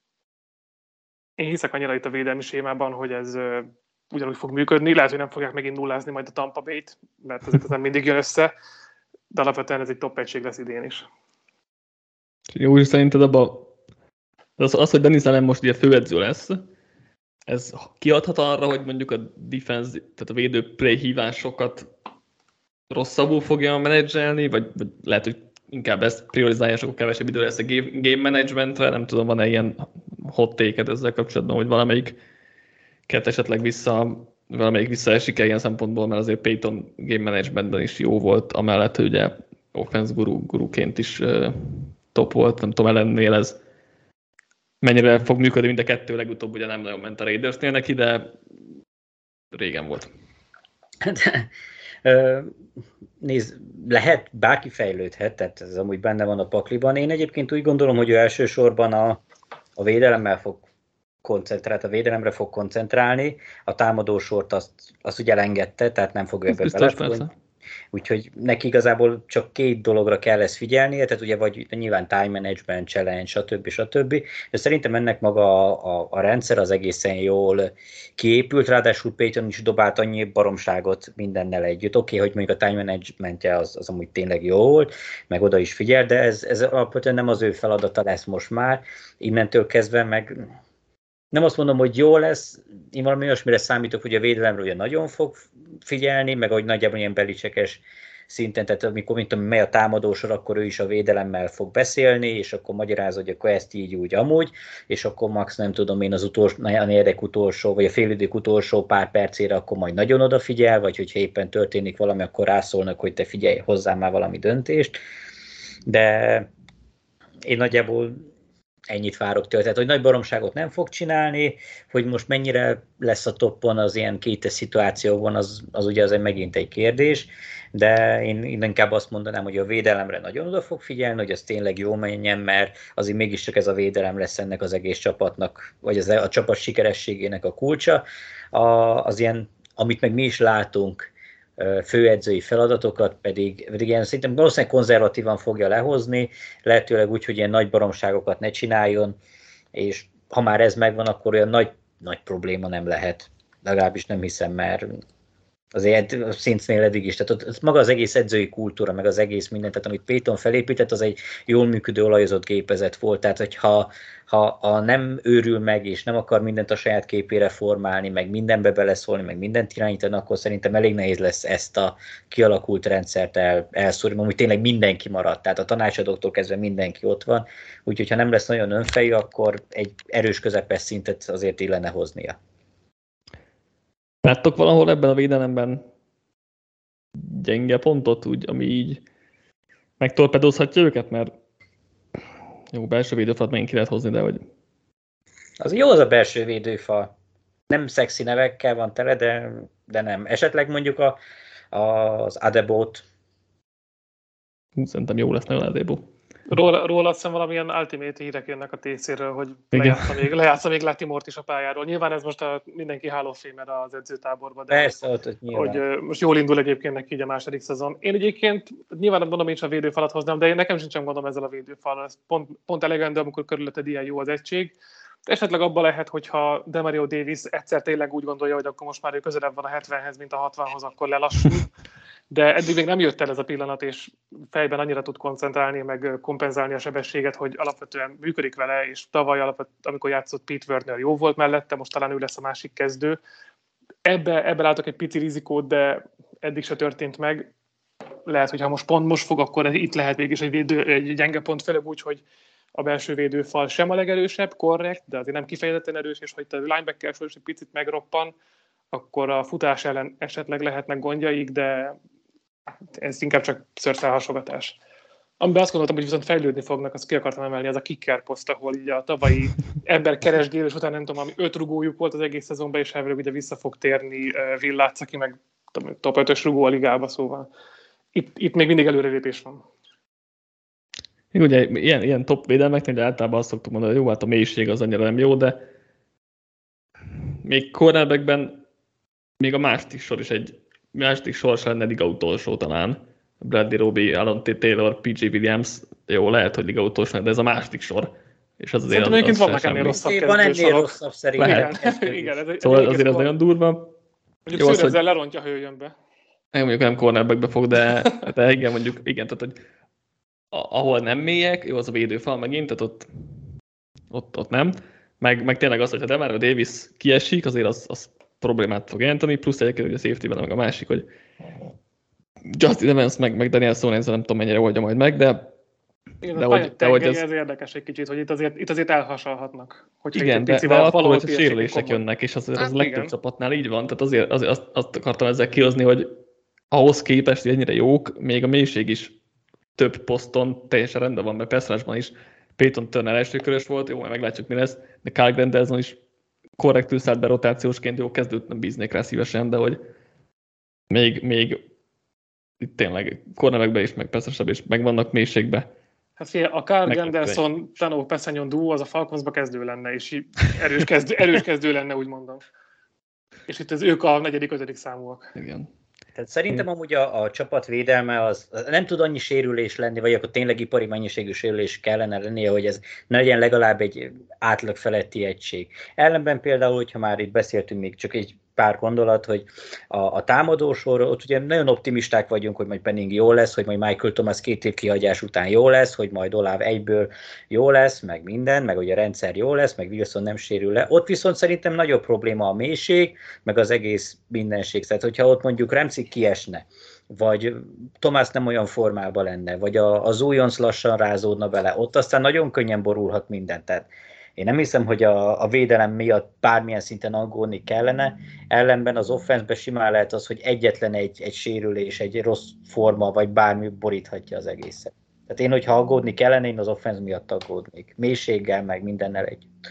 Én hiszek annyira itt a védelmi sémában, hogy ez uh, ugyanúgy fog működni. Lehet, hogy nem fogják megint nullázni majd a Tampa Bay-t, mert ezért ez nem mindig jön össze, de alapvetően ez egy top egység lesz idén is. Jó, és szerinted abban az, az, hogy Dani Szeren most ugye főedző lesz, ez kiadhat arra, hogy mondjuk a defense, tehát a védő play hívásokat rosszabbul fogja menedzselni, vagy, vagy lehet, hogy inkább ezt priorizálja, és akkor kevesebb idő lesz a game managementre, nem tudom, van-e ilyen hot take-ed ezzel kapcsolatban, hogy valamelyik kett esetleg vissza, valamelyik visszaesik-e ilyen szempontból, mert azért Payton game managementben is jó volt, amellett, hogy ugye offense guru, guruként is uh, top volt, nem tudom, ellennél ez mennyire fog működni, mind a kettő, legutóbb ugye nem nagyon ment a Raidersnél neki, de régen volt. Nézd, lehet, bárki fejlődhet, tehát ez amúgy benne van a pakliban. Én egyébként úgy gondolom, hogy ő elsősorban a, a védelemmel fog koncentrálni, a védelemre fog koncentrálni, a támadósort azt, azt ugye elengedte, tehát nem fog ebbe belefogni. Úgyhogy neki igazából csak két dologra kell ezt figyelnie, tehát ugye vagy nyilván time management, challenge, stb. stb. De szerintem ennek maga a, a, a rendszer az egészen jól kiépült, ráadásul Payton is dobált annyi baromságot mindennel együtt. Oké, okay, hogy mondjuk a time managementje az, az amúgy tényleg jó volt, meg oda is figyel, de ez, ez alapvetően nem az ő feladata lesz most már, innentől kezdve meg nem azt mondom, hogy jó lesz, én valami olyasmire számítok, hogy a védelemről ugye nagyon fog figyelni, meg ahogy nagyjából ilyen belicsekes szinten, tehát amikor mint tudom, mely a támadósor, akkor ő is a védelemmel fog beszélni, és akkor magyarázza, hogy akkor ezt így úgy amúgy, és akkor max nem tudom én az utolsó, a negyedek utolsó, vagy a félidők utolsó pár percére akkor majd nagyon odafigyel, vagy hogyha éppen történik valami, akkor rászólnak, hogy te figyelj hozzá már valami döntést, de én nagyjából ennyit várok tőle. Tehát, hogy nagy baromságot nem fog csinálni, hogy most mennyire lesz a toppon az ilyen kétes szituációkban, az, az ugye az egy megint egy kérdés, de én, én inkább azt mondanám, hogy a védelemre nagyon oda fog figyelni, hogy az tényleg jó menjen, mert azért mégiscsak ez a védelem lesz ennek az egész csapatnak, vagy az, a csapat sikerességének a kulcsa. A, az ilyen, amit meg mi is látunk, főedzői feladatokat pedig, pedig ilyen szerintem valószínűleg konzervatívan fogja lehozni, lehetőleg úgy, hogy ilyen nagy baromságokat ne csináljon, és ha már ez megvan, akkor olyan nagy, nagy probléma nem lehet. Legalábbis nem hiszem, mert azért a Saintsnél eddig is, tehát ott maga az egész edzői kultúra, meg az egész minden, tehát amit Payton felépített, az egy jól működő, olajozott gépezet volt, tehát hogyha ha, ha nem őrül meg, és nem akar mindent a saját képére formálni, meg mindenbe beleszólni, meg mindent irányítani, akkor szerintem elég nehéz lesz ezt a kialakult rendszert el, elszúrni, amúgy tényleg mindenki maradt, tehát a tanácsadóktól kezdve mindenki ott van, úgyhogy ha nem lesz nagyon önfejű, akkor egy erős közepes szintet azért illene hoznia. Láttok valahol ebben a védelemben gyenge pontot, úgy, ami így megtorpedózhatja őket, mert jó, belső védőfalat megint ki lehet hozni, de hogy... Az jó az a belső védőfal. Nem szexi nevekkel van tele, de, de nem. Esetleg mondjuk a, a, az Adebót. Szerintem jó lesz nagyon Adebo. Róla, róla azt hiszem valamilyen ultimate hírek jönnek a té cé-ről, hogy lejátsza még, lejátsza még Latimort is a pályáról. Nyilván ez most a, mindenki Hall of Famer az edzőtáborban, de persze, ott, ott nyilván. hogy most jól indul egyébként neki így a második szezon. Én egyébként nyilván mondom, én is a védőfalat hoznám, de én nekem sincsen gondom ezzel a védőfallal. Ez pont, pont elegendő, amikor körülötted ilyen jó az egység. Esetleg abban lehet, hogyha Demario Davis egyszer tényleg úgy gondolja, hogy akkor most már ő közelebb van a hetvenhez, mint a hatvanhoz, akkor lelassul. De eddig még nem jött el ez a pillanat, és fejben annyira tud koncentrálni, meg kompenzálni a sebességet, hogy alapvetően működik vele, és tavaly alapvetően, amikor játszott Pete Werner, jó volt mellette, most talán ő lesz a másik kezdő. Ebbe, ebbe látok egy pici rizikót, de eddig se történt meg. Lehet, hogy ha most pont most fog, akkor itt lehet mégis egy, védő, egy gyenge pont, főleg úgy, hogy a belső védőfal sem a legerősebb, korrekt, de azért nem kifejezetten erős, és hogy a linebacker sor is egy picit megroppan, akkor a futás ellen esetleg lehetnek gondjaik, de ez inkább csak szőrszálhasogatás. Amiben azt gondoltam, hogy viszont fejlődni fognak, azt ki akartam emelni, az a kicker poszt, ahol így a tavalyi ember keresgélés után nem tudom, ami öt rugójuk volt az egész szezonban, és elvileg ugye vissza fog térni Villác, aki meg top ötös rugó a ligába, szóval itt, itt még mindig előrelépés van. Ugye ilyen, ilyen top védelmeknél általában azt szoktuk mondani, hogy jó, hát a mélység az annyira nem jó, de még cornerbackben még a második sor is egy második sor sem lenne liga utolsó talán. Bradley Roby, Alan T. Taylor, pé jé Williams, jó, lehet, hogy liga utolsó, de ez a második sor. És az azért szerintem az, az vannak ennél rosszabb kezdősorok. Van ennél rosszabb szerintem. Igen, igen, ez egy, szóval azért ez nagyon durva. Mondjuk Szőr ezzel lerontja, ha jöjjön be. Én mondjuk nem cornerbackbe fog, de, de igen, mondjuk, igen, tehát hogy ahol nem mélyek, jó, az a védőfal megint, tehát ott, ott, ott nem. Meg, meg tényleg az, hogyha Demario Davis kiesik, azért az, az problémát fog jelenteni, plusz egyébként, hogy a safety-ben meg a másik, hogy Justin Evans meg, meg Daniel Sorensen nem tudom mennyire oldja majd meg, de igen, de, hogy, de hogy ez... ez érdekes egy kicsit, hogy itt azért, itt azért elhasalhatnak. Igen, de, de akkor, hogyha sérülések jönnek, és az, az hát, legtöbb igen. csapatnál így van, tehát azért, azért azt, azt akartam ezzel kihozni, hogy ahhoz képest, hogy ennyire jók, még a mélység is több poszton teljesen rendben van, mert Peszrásban is Peyton Turner elsőkörös volt, jó, majd meglátjuk mi lesz, de Kyle Granderson is korrektül szállt be rotációsként, jó kezdőt nem bíznék rá szívesen, de hogy még, még itt tényleg cornerekbe is, meg Peszrásban is megvannak mélységbe. Hát fél, a Kyle Granderson, Tano Pessanyon duó az a Falconsba kezdő lenne, és erős kezdő, erős kezdő lenne, úgy mondom. És itt az ők a negyedik, ötödik számúak. Igen. Tehát szerintem amúgy a, a csapatvédelme az nem tud annyi sérülés lenni, vagy akkor tényleg ipari mennyiségű sérülés kellene lennie, hogy ez ne legyen legalább egy átlag feletti egység. Ellenben például, hogyha már itt beszéltünk még csak egy pár gondolat, hogy a, a támadósor, ott ugye nagyon optimisták vagyunk, hogy majd Penning jó lesz, hogy majd Michael Thomas két év kihagyás után jó lesz, hogy majd Olave egyből jó lesz, meg minden, meg hogy a rendszer jó lesz, meg Wilson nem sérül le. Ott viszont szerintem nagyobb probléma a mélység, meg az egész mindenség. Tehát, hogyha ott mondjuk Ramsey kiesne, vagy Thomas nem olyan formában lenne, vagy a, az újonc lassan rázódna bele, ott aztán nagyon könnyen borulhat minden. Tehát én nem hiszem, hogy a, a védelem miatt bármilyen szinten aggódni kellene, ellenben az offenszben simán lehet az, hogy egyetlen egy, egy sérülés, egy rossz forma, vagy bármi boríthatja az egészet. Tehát én, hogyha aggódni kellene, én az offense miatt aggódnék. Mélységgel, meg mindennel együtt.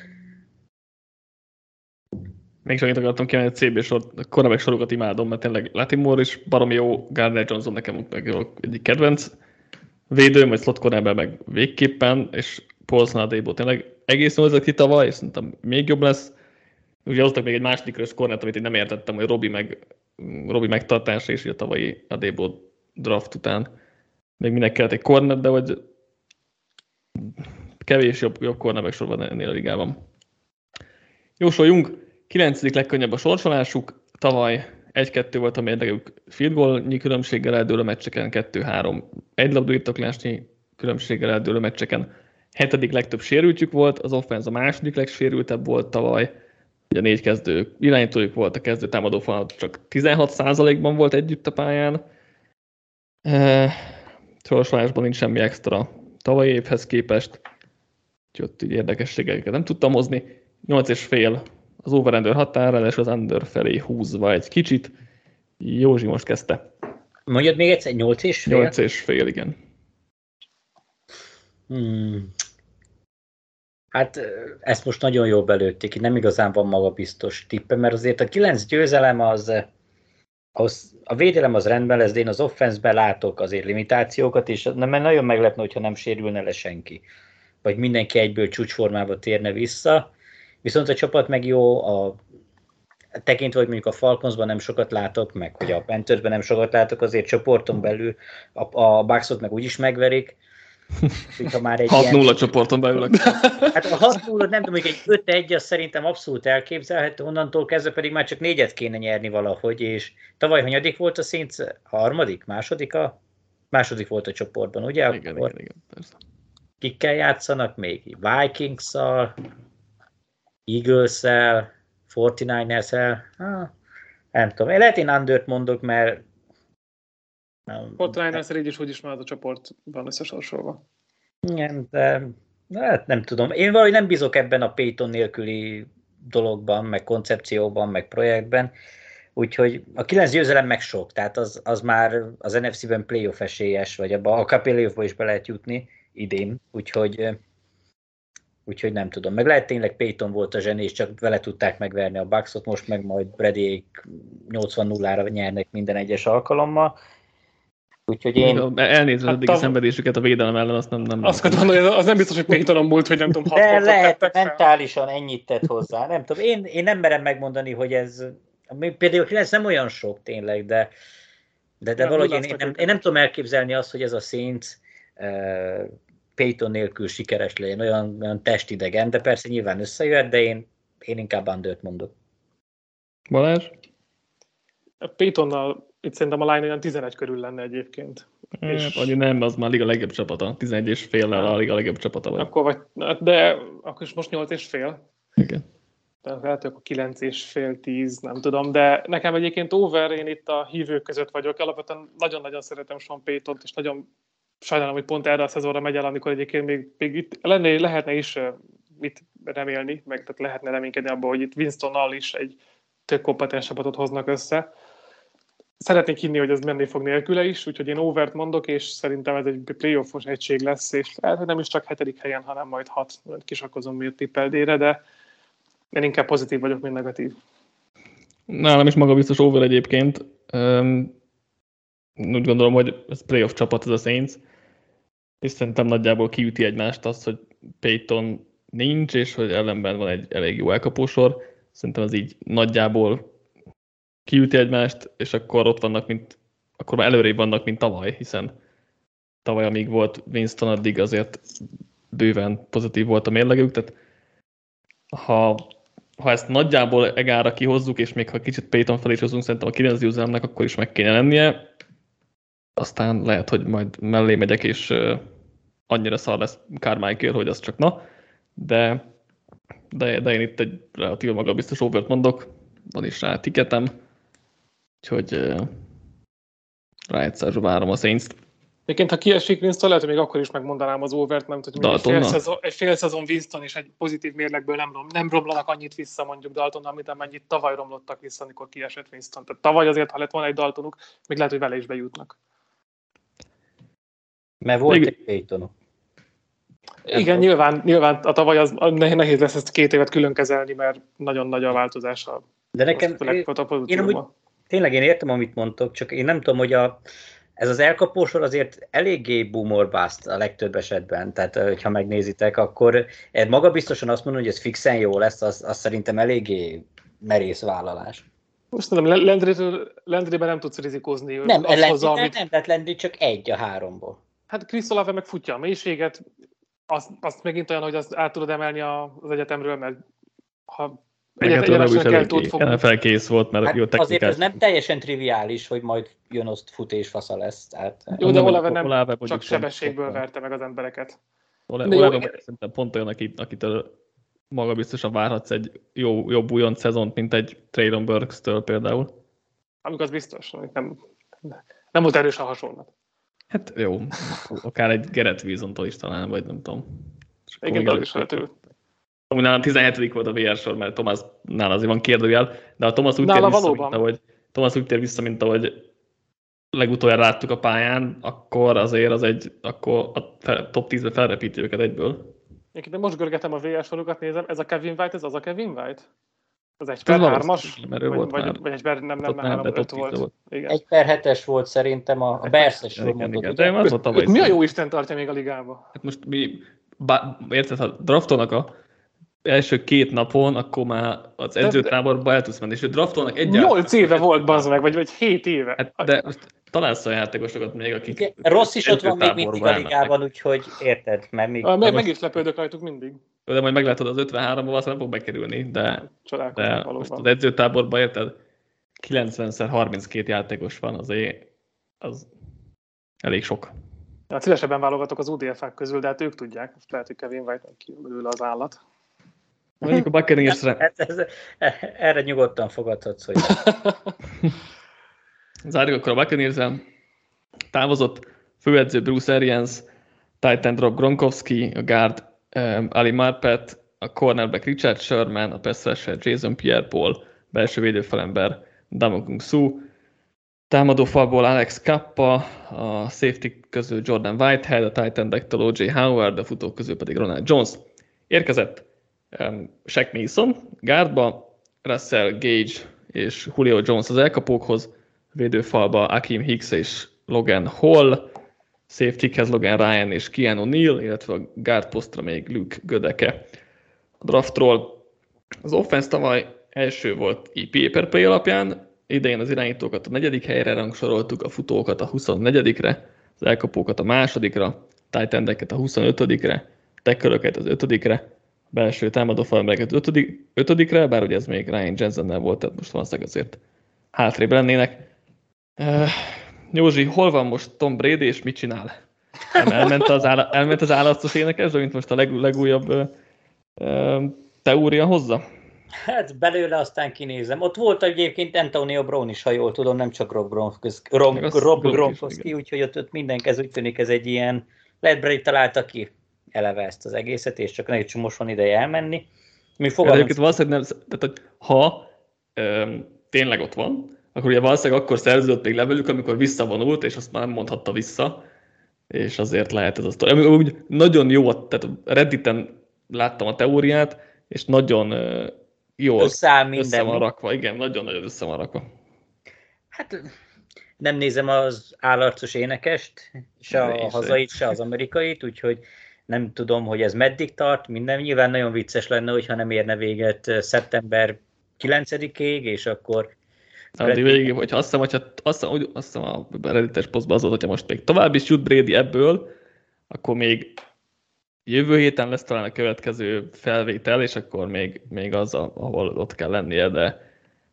Még csak akartam kiemelni, hogy cé bé sor, a cornerback sorokat imádom, mert tényleg Latimore is baromi jó, Gardner Johnson nekem meg egyik kedvenc védőm, vagy slot cornerben meg végképpen, és Paulson Adebo tényleg egész jól ezek ki tavaly, és szerintem még jobb lesz. Ugye hoztak még egy második körös cornert, amit én nem értettem, hogy Robi, meg, Robi megtartása, és a tavalyi Adebo draft után még minek kellett egy corner, de hogy kevés jobb, jobb cornerback sor van ennél a ligában. Jósoljunk! kilencedik legkönnyebb a sorsolásuk, tavaly egy-kettő volt a mérlegük field goal-nyi különbséggel eldőlő meccseken, kettő-három egylabdairtaklásnyi különbséggel eldőlő meccseken. Hetedik legtöbb sérültjük volt, az offense a második legsérültebb volt tavaly, ugye négy kezdő irányítójuk volt, a kezdő támadó fal csak tizenhat százalékban volt együtt a pályán. E, sorsolásban nincs semmi extra tavalyi évhez képest, úgyhogy ott így érdekességeket nem tudtam hozni. nyolc és fél az over-under határa, és az under felé húzva egy kicsit. Józsi most kezdte. Mondjad még egyszer, nyolc és fél? nyolc és fél, igen. Hmm. Hát ezt most nagyon jól belőtték, itt nem igazán van magabiztos tippe, mert azért a kilenc győzelem az, az a védelem az rendben lesz, de én az offense-ben látok azért limitációkat, és nem, nagyon meglepne, hogyha nem sérülne le senki. Vagy mindenki egyből csúcsformába térne vissza. Viszont a csapat meg jó, a, tekintve, hogy mondjuk a Falconsban nem sokat látok, meg hogy a Panthersben nem sokat látok, azért csoporton belül a, a Bucksot meg úgyis megverik. hat nulla ilyen... csoporton belül. Hát a hat nulla, nem tudom, hogy egy öt egy, az szerintem abszolút elképzelhető, onnantól kezdve pedig már csak négyet kéne nyerni valahogy, és tavaly hanyadik volt a Saints? Harmadik? Második a? Második volt a csoportban, ugye? Igen, Akkor igen, igen, persze. Kikkel játszanak még? Vikings-szal, Eagles-szel, negyvenkilencessel, ah, nem tudom. Én lehet én undert mondok, mert... negyvenkilencszer így is úgy is már az a csoportban összesorsolva. Igen, de hát nem tudom. Én valahogy nem bízok ebben a Payton nélküli dologban, meg koncepcióban, meg projektben. Úgyhogy a kilenc győzelem meg sok, tehát az, az már az en ef cé-ben playoff esélyes, vagy abba a playoffba is be lehet jutni idén, úgyhogy Úgyhogy nem tudom. Meg lehet tényleg Payton volt a zseni, és csak vele tudták megverni a Bucksot, most meg majd Bradyék nyolcvan nullára nyernek minden egyes alkalommal. Úgyhogy én... Elnézve hát az szenvedésüket a védelem ellen, azt nem... nem azt gondolom, hogy az nem biztos, hogy Paytonon múlt, hogy nem tudom, hat de lehet, mentálisan ennyit tett hozzá. Nem tudom, én, én nem merem megmondani, hogy ez... Például ez nem olyan sok tényleg, de, de, de ja, valahogy én, én, nem, én nem tudom elképzelni azt, hogy ez a Saints uh, Payton nélkül sikeres legyen, olyan, olyan testidegen, de persze nyilván összejöhet, de én, én inkább undert mondok. Balázs? Paytonnal itt szerintem a line olyan tizenegy körül lenne egyébként. Hát, és... Vagy nem, az már a liga legjobb csapata. tizenegy és féllel a liga legjobb csapata vagy. Akkor vagy, de akkor is most nyolc és fél. Igen. Tehát lehet, hogy akkor kilenc és fél, tíz, nem tudom, de nekem egyébként over, én itt a hívők között vagyok. Alapvetően nagyon-nagyon szeretem Sean Paytont, és nagyon sajnálom, hogy pont erre a szezonra megy el, amikor egyébként még, még itt lenné, lehetne is mit remélni, meg tehát lehetne reménykedni abban, hogy itt Winstonnal is egy tök kompetens csapatot hoznak össze. Szeretnék hinni, hogy ez menni fog nélküle is, úgyhogy én overt mondok, és szerintem ez egy playoffos egység lesz, és lehet, hogy nem is csak hetedik helyen, hanem majd hat, kisakkozom miért tippeldére, de én inkább pozitív vagyok, mint negatív. Nálam is maga biztos over egyébként. Um, úgy gondolom, hogy ez playoff csapat, ez a Saints, és szerintem nagyjából kiüti egymást azt, hogy Payton nincs, és hogy ellenben van egy elég jó elkapósor. Szerintem ez így nagyjából kiüti egymást, és akkor ott vannak, mint, akkor már előrébb vannak, mint tavaly, hiszen tavaly, amíg volt Winston, addig azért bőven pozitív volt a mérlegük, tehát ha, ha ezt nagyjából egára kihozzuk, és még ha kicsit Payton felé is hozzunk, szerintem a kilenc győzelemnek akkor is meg kéne lennie, aztán lehet, hogy majd mellé megyek, és uh, annyira szar lesz Carmichael, hogy az csak na, de, de, de én itt egy relatív magabiztos overt mondok, van is rá tiketem, úgyhogy uh, rá egyszer várom a Saints-t. Egyébként, ha kiesik Winston, lehet, hogy még akkor is megmondanám az overt, mert hogy egy fél, szezon, egy fél szezon Winston és egy pozitív mérlegből nem, rom, nem romlanak annyit vissza mondjuk Daltonnal, mint amennyit tavaly romlottak vissza, amikor kiesett Winston. Tehát tavaly azért, ha lett volna egy Daltonuk, még lehet, hogy vele is bejutnak. Mert volt Még... egy Paytonok. Igen, nyilván, nyilván a tavaly az nehéz lesz ezt két évet külön kezelni, mert nagyon nagy a változás. De nekem, én amúgy, tényleg én értem, amit mondtok, csak én nem tudom, hogy a, ez az elkapósor azért eléggé boomer bust a legtöbb esetben, tehát ha megnézitek, akkor maga biztosan azt mondom, hogy ez fixen jó lesz, az, az szerintem eléggé merész vállalás. Most nem, Landryben nem tudsz rizikózni. Nem, hozzá, amit... nem, tehát Landry csak egy a háromból. Hát Chris Olave meg futja a mélységet, azt, azt megint olyan, hogy azt át tudod emelni az egyetemről, mert ha egyet, egyenesen kell tud fogni. Felkész volt, mert hát jó technikás. Azért ez nem teljesen triviális, hogy majd jön azt futés-fasza lesz. Tehát... Jó, de Olave nem Olave csak sebességből verte meg az embereket. Olave szerintem pont olyan, akitől maga biztosan várhatsz egy jó, jobb újonc szezont, mint egy Traylon Burks-től például. Amikor az biztos, nem, nem volt erős a hasonlat. Hát jó, akár egy Garrett Wilson-tól is talán, vagy nem tudom. Igen, az is lehető. Amúgy nálam tizenhetedik volt a vé er sor, mert Thomas nála azért van kérdőjel, de a Thomas úgy tér vissza, mint ahogy, Thomas úgy tér vissza, mint ahogy legutoljára láttuk a pályán, akkor azért az egy, akkor a top tízbe felrepíti őket egyből. Én most görgetem a vé er sorokat, nézem, ez a Kevin White, ez az a Kevin White? Az egy per hármas? Vagy, vagy, vagy egy per, nem, nem, nem, három, öt volt. volt. Igen. Egy per hetes volt szerintem a, a Bears-es mondott. De az a tavaly. Mi a jó Isten tartja még a ligába? Hát most mi, bá, érted, ha draftolnak a első két napon, akkor már az edzőtáborba el tudsz menni, és ő draftolnak egyáltalán. Nyolc éve volt, bazd meg, vagy, vagy hét éve. Hát, de most találsz olyan játékosokat még, akik... Igen, Rossz is ott van még mindig a ligában, úgyhogy érted, mert még... Ah, meg, meg is lepődök rajtuk mindig. De majd meglátod az ötvenháromba, aztán nem fog bekerülni, de, de most az edzőtáborban érted, kilencvenszer harminckét játékos van, azért az elég sok. Hát szívesebben válogatok az u dé ef-ek közül, de hát ők tudják, most lehet, hogy Kevin White kijön belőle az állat. Mondjuk a Buccaneers-re... Erre nyugodtan fogadhatsz, hogy... Zárjuk akkor a Buccaneers-re. Távozott főedző Bruce Arians, tight end Rob Gronkowski, a guard um, Ali Marpet, a cornerback Richard Sherman, a pass rusher Jason Pierre-Paul, belső védőfalember Ndamukong Suh, támadófalból Alex Kappa, a safety közül Jordan Whitehead, a tight endektől o jé Howard, a futók közül pedig Ronald Jones. Érkezett um, Shaq Mason guardba, Russell Gage és Julio Jones az elkapókhoz, védőfalba Akeem Hicks és Logan Hall, safety-hez Logan Ryan és Keanu Neal, illetve a guard posztra még Luke Gödeke. A draftról az offense tavaly első volt i pé á per play alapján, idején az irányítókat a negyedik helyre rangsoroltuk, a futókat a huszonnegyedikre, az elkapókat a másodikra, tight endeket a huszonötödikre, tackle-öket az ötödikre, a belső támadófalembeket az ötödikre, bár ugye ez még Ryan Jensennel volt, tehát most valószínűleg azért hátrébb lennének. Uh, Józsi, hol van most Tom Brady, és mit csinál? Elment az, áll, elment az állarcos énekesre, mint most a leg, legújabb uh, uh, teória hozza? Hát belőle aztán kinézem. Ott volt egyébként Antonio Brown is, ha jól tudom, nem csak Rob Gronkowski, Rob, Rob Gronkowski, úgyhogy ott, ott mindenki, ez úgy tűnik, ez egy ilyen, lehet Brady találta ki eleve ezt az egészet, és csak neki most van ideje elmenni. Mi fogalmaz... Egyébként valószínűleg nem, tehát, ha um, tényleg ott van, akkor ugye valószínűleg akkor szerződött még levelük, amikor visszavonult, és azt már nem mondhatta vissza, és azért lehet ez a sztori. Úgy nagyon jó, tehát Redditen láttam a teóriát, és nagyon uh, jól össze, össze van rakva. Igen, nagyon-nagyon össze van rakva. Hát nem nézem az állarcos énekest, se a hazait, se az amerikait, úgyhogy nem tudom, hogy ez meddig tart. Minden nyilván nagyon vicces lenne, hogyha nem érne véget szeptember kilencedikéig, és akkor Addig végig, hogyha azt hiszem, hogyha azt hiszem, úgy, azt hiszem a reddites posztban az volt, hogyha most még tovább is jut Brady ebből, akkor még jövő héten lesz talán a következő felvétel, és akkor még, még az, ahol ott kell lennie, de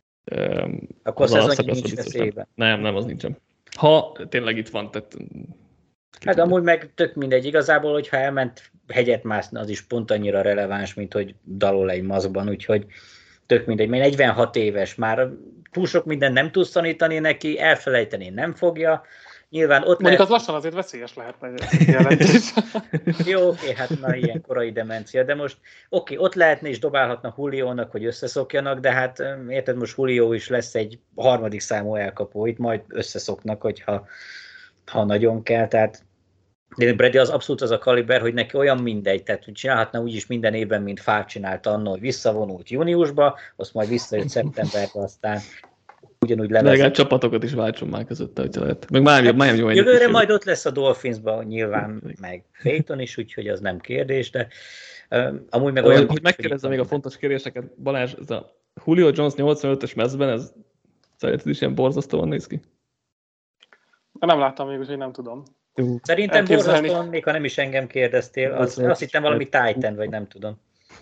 um, akkor az az nincs veszélyben. Nem, nem, az nincsen. Ha tényleg itt van, tehát... Hát amúgy meg tök mindegy, igazából, hogyha elment hegyet mászni, az is pont annyira releváns, mint hogy dalol egy maszkban, úgyhogy tök mindegy, mert negyvenhat éves, már túl sok mindent nem tudsz tanítani neki, elfelejteni nem fogja. Nyilván ott Mondjuk lehet... az lassan azért veszélyes lehet jelentés. Jó, oké, hát na ilyen korai demencia, de most oké, ott lehetne és dobálhatna Julionak, hogy összeszokjanak, de hát érted, most Julio is lesz egy harmadik számú elkapó, itt majd összeszoknak, hogyha ha nagyon kell, tehát De Brady az abszolút az a kaliber, hogy neki olyan mindegy, tehát hogy csinálhatna úgyis minden évben, mint Favre csinálta annól, hogy visszavonult júniusba, azt majd visszajött szeptemberbe, aztán ugyanúgy levezet. Legalább csapatokat is váltson már közötte, hogyha lehet. Meg már jobb, már jobb. Jövőre majd ott lesz a Dolphinsban nyilván, meg Peyton is, úgyhogy az nem kérdés, de um, amúgy meg olyan... Hogy megkérdezze még a fontos kérdéseket, Balázs, ez a Julio Jones nyolcvanötös mezben, ez szerinted is ilyen borzasztóan néz ki? Nem láttam még, úgyhogy nem tudom. Szerintem borzasztóan, még ha nem is engem kérdeztél, az, azt hittem valami Titan, vagy nem tudom.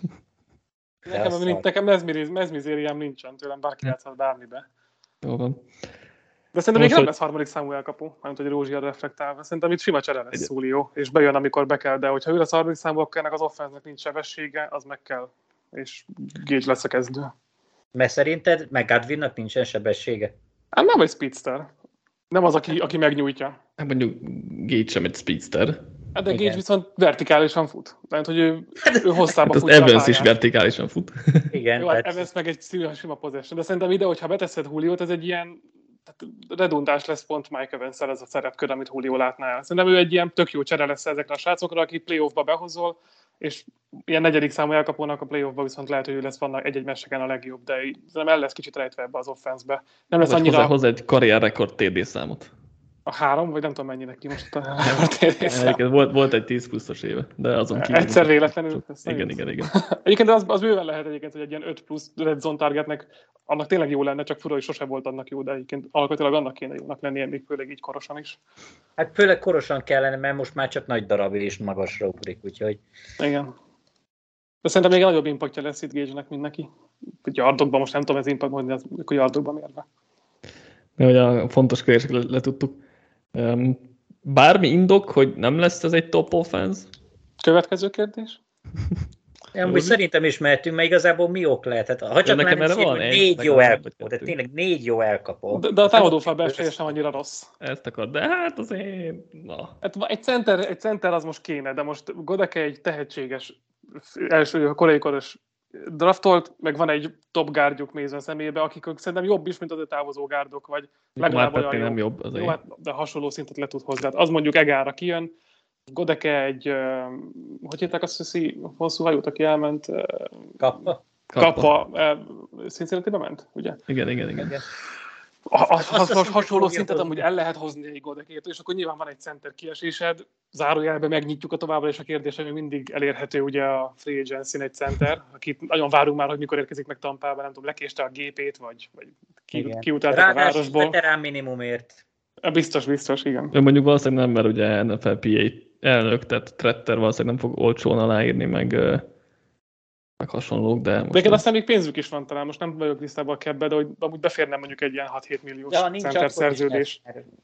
Nekem, nekem, nekem mezmizériám nincsen tőlem, bárki játszhat bármibe. Jó van. De szerintem még nem lesz harmadik számú elkapó, mármint hogy Rózsia reflektálva. Szerintem itt sima csere lesz Julio, és bejön, amikor be kell, de hogyha ő lesz harmadik számú, akkor ennek az offense-nek nincs sebessége, az meg kell, és Gage lesz a kezdő. Mert szerinted meg Godwinnak nincsen sebessége? Hát nem egy speedster. Nem az, aki, aki megnyújtja. Hát mondjuk Gage sem egy speedster. Hát de Gage igen. Viszont vertikálisan fut. Tehát, hogy ő, ő hosszába hát futja a Evans is vertikálisan fut. Igen. Jó, tehát... Evans meg egy sima, sima possession. De szerintem ide, hogyha beteszed Juliót, ez egy ilyen redundás lesz pont Mike Evans-szel ez a szerepkör, amit Julio látná el. Szerintem ő egy ilyen tök jó csere lesz ezekre a srácokra, akit playoffba behozol, és ilyen negyedik számú elkapónak a playoffba viszont lehet, hogy ő lesz vannak egy-egy meccseken a legjobb, de szerintem el lesz kicsit rejtve ebbe az offense-be. Nem lesz annyira... Hozzá, hozzá egy karrierrekord té dé számot. A három, vagy nem tudom mennyinek ki most a té dé szám. Volt, volt egy tíz pluszos éve, de azon kívül... Egyszer véletlenül. Igen, igen, igen. Egyébként az, az bőven lehet egyébként, hogy egy ilyen öt plusz red zone targetnek annak tényleg jó lenne, csak fura, hogy sose volt annak jó, de egyébként alkatilag annak kéne jónak lennie, még főleg így korosan is. Hát főleg korosan kellene, mert most már csak nagy darab és magasra ugrik, úgyhogy... Igen. De szerintem még nagyobb impactja lesz itt Gage-nek, mint neki. Yardokban, most nem tudom ez impact mondani, az yardokban mérve. De hogy a fontos kérdéseket le, letudtuk. Um, bármi indok, hogy nem lesz ez egy top offense? Következő kérdés? Ja, amúgy szerintem is mehetünk, mert igazából mi ok lehet. Hát, ha csak lenne szép, hogy négy jó elkapó, de tényleg négy jó elkapó. De, de a támadófal belseje sem annyira rossz. Ezt akar, de hát azért... Na. Hát egy center, egy center az most kéne, de most Godeke egy tehetséges, első korai koros draftolt, meg van egy top gárdjuk Mason személybe, akik szerintem jobb is, mint az a távozó gárdok, vagy legalább olyan nem jobb. Az jó, hát, de hasonló szintet le tud hozzá. Az mondjuk Egára kijön, Godeke egy, uh, hogy hitták azt hiszi, hosszú hajót, aki elment? Uh, Kappa? Kappa. Uh, Cincinnati-be ment, ugye? Igen, igen, igen. igen. A, a, a, a, a hasonló szintet amúgy el lehet hozni egy Godekét, és akkor nyilván van egy center kiesésed, zárójelben megnyitjuk a továbbra, és a kérdés, hogy mindig elérhető ugye a free agency-n egy center, akit nagyon várunk már, hogy mikor érkezik meg Tampába, nem tudom, lekéste a gépét, vagy, vagy ki, kiutáltak a városból. Ráadásul veterán minimumért. Biztos, biztos, igen. Ő mondjuk valószínűleg nem, mert ugye en ef el pé á elnök, tehát Tretter valószínűleg nem fog olcsón aláírni, meg, meg hasonlók, de most... De aztán még pénzük is van talán, most nem vagyok tisztában a kebbe, de hogy amúgy beférne mondjuk egy ilyen hat-hét milliós ja, center szerződés.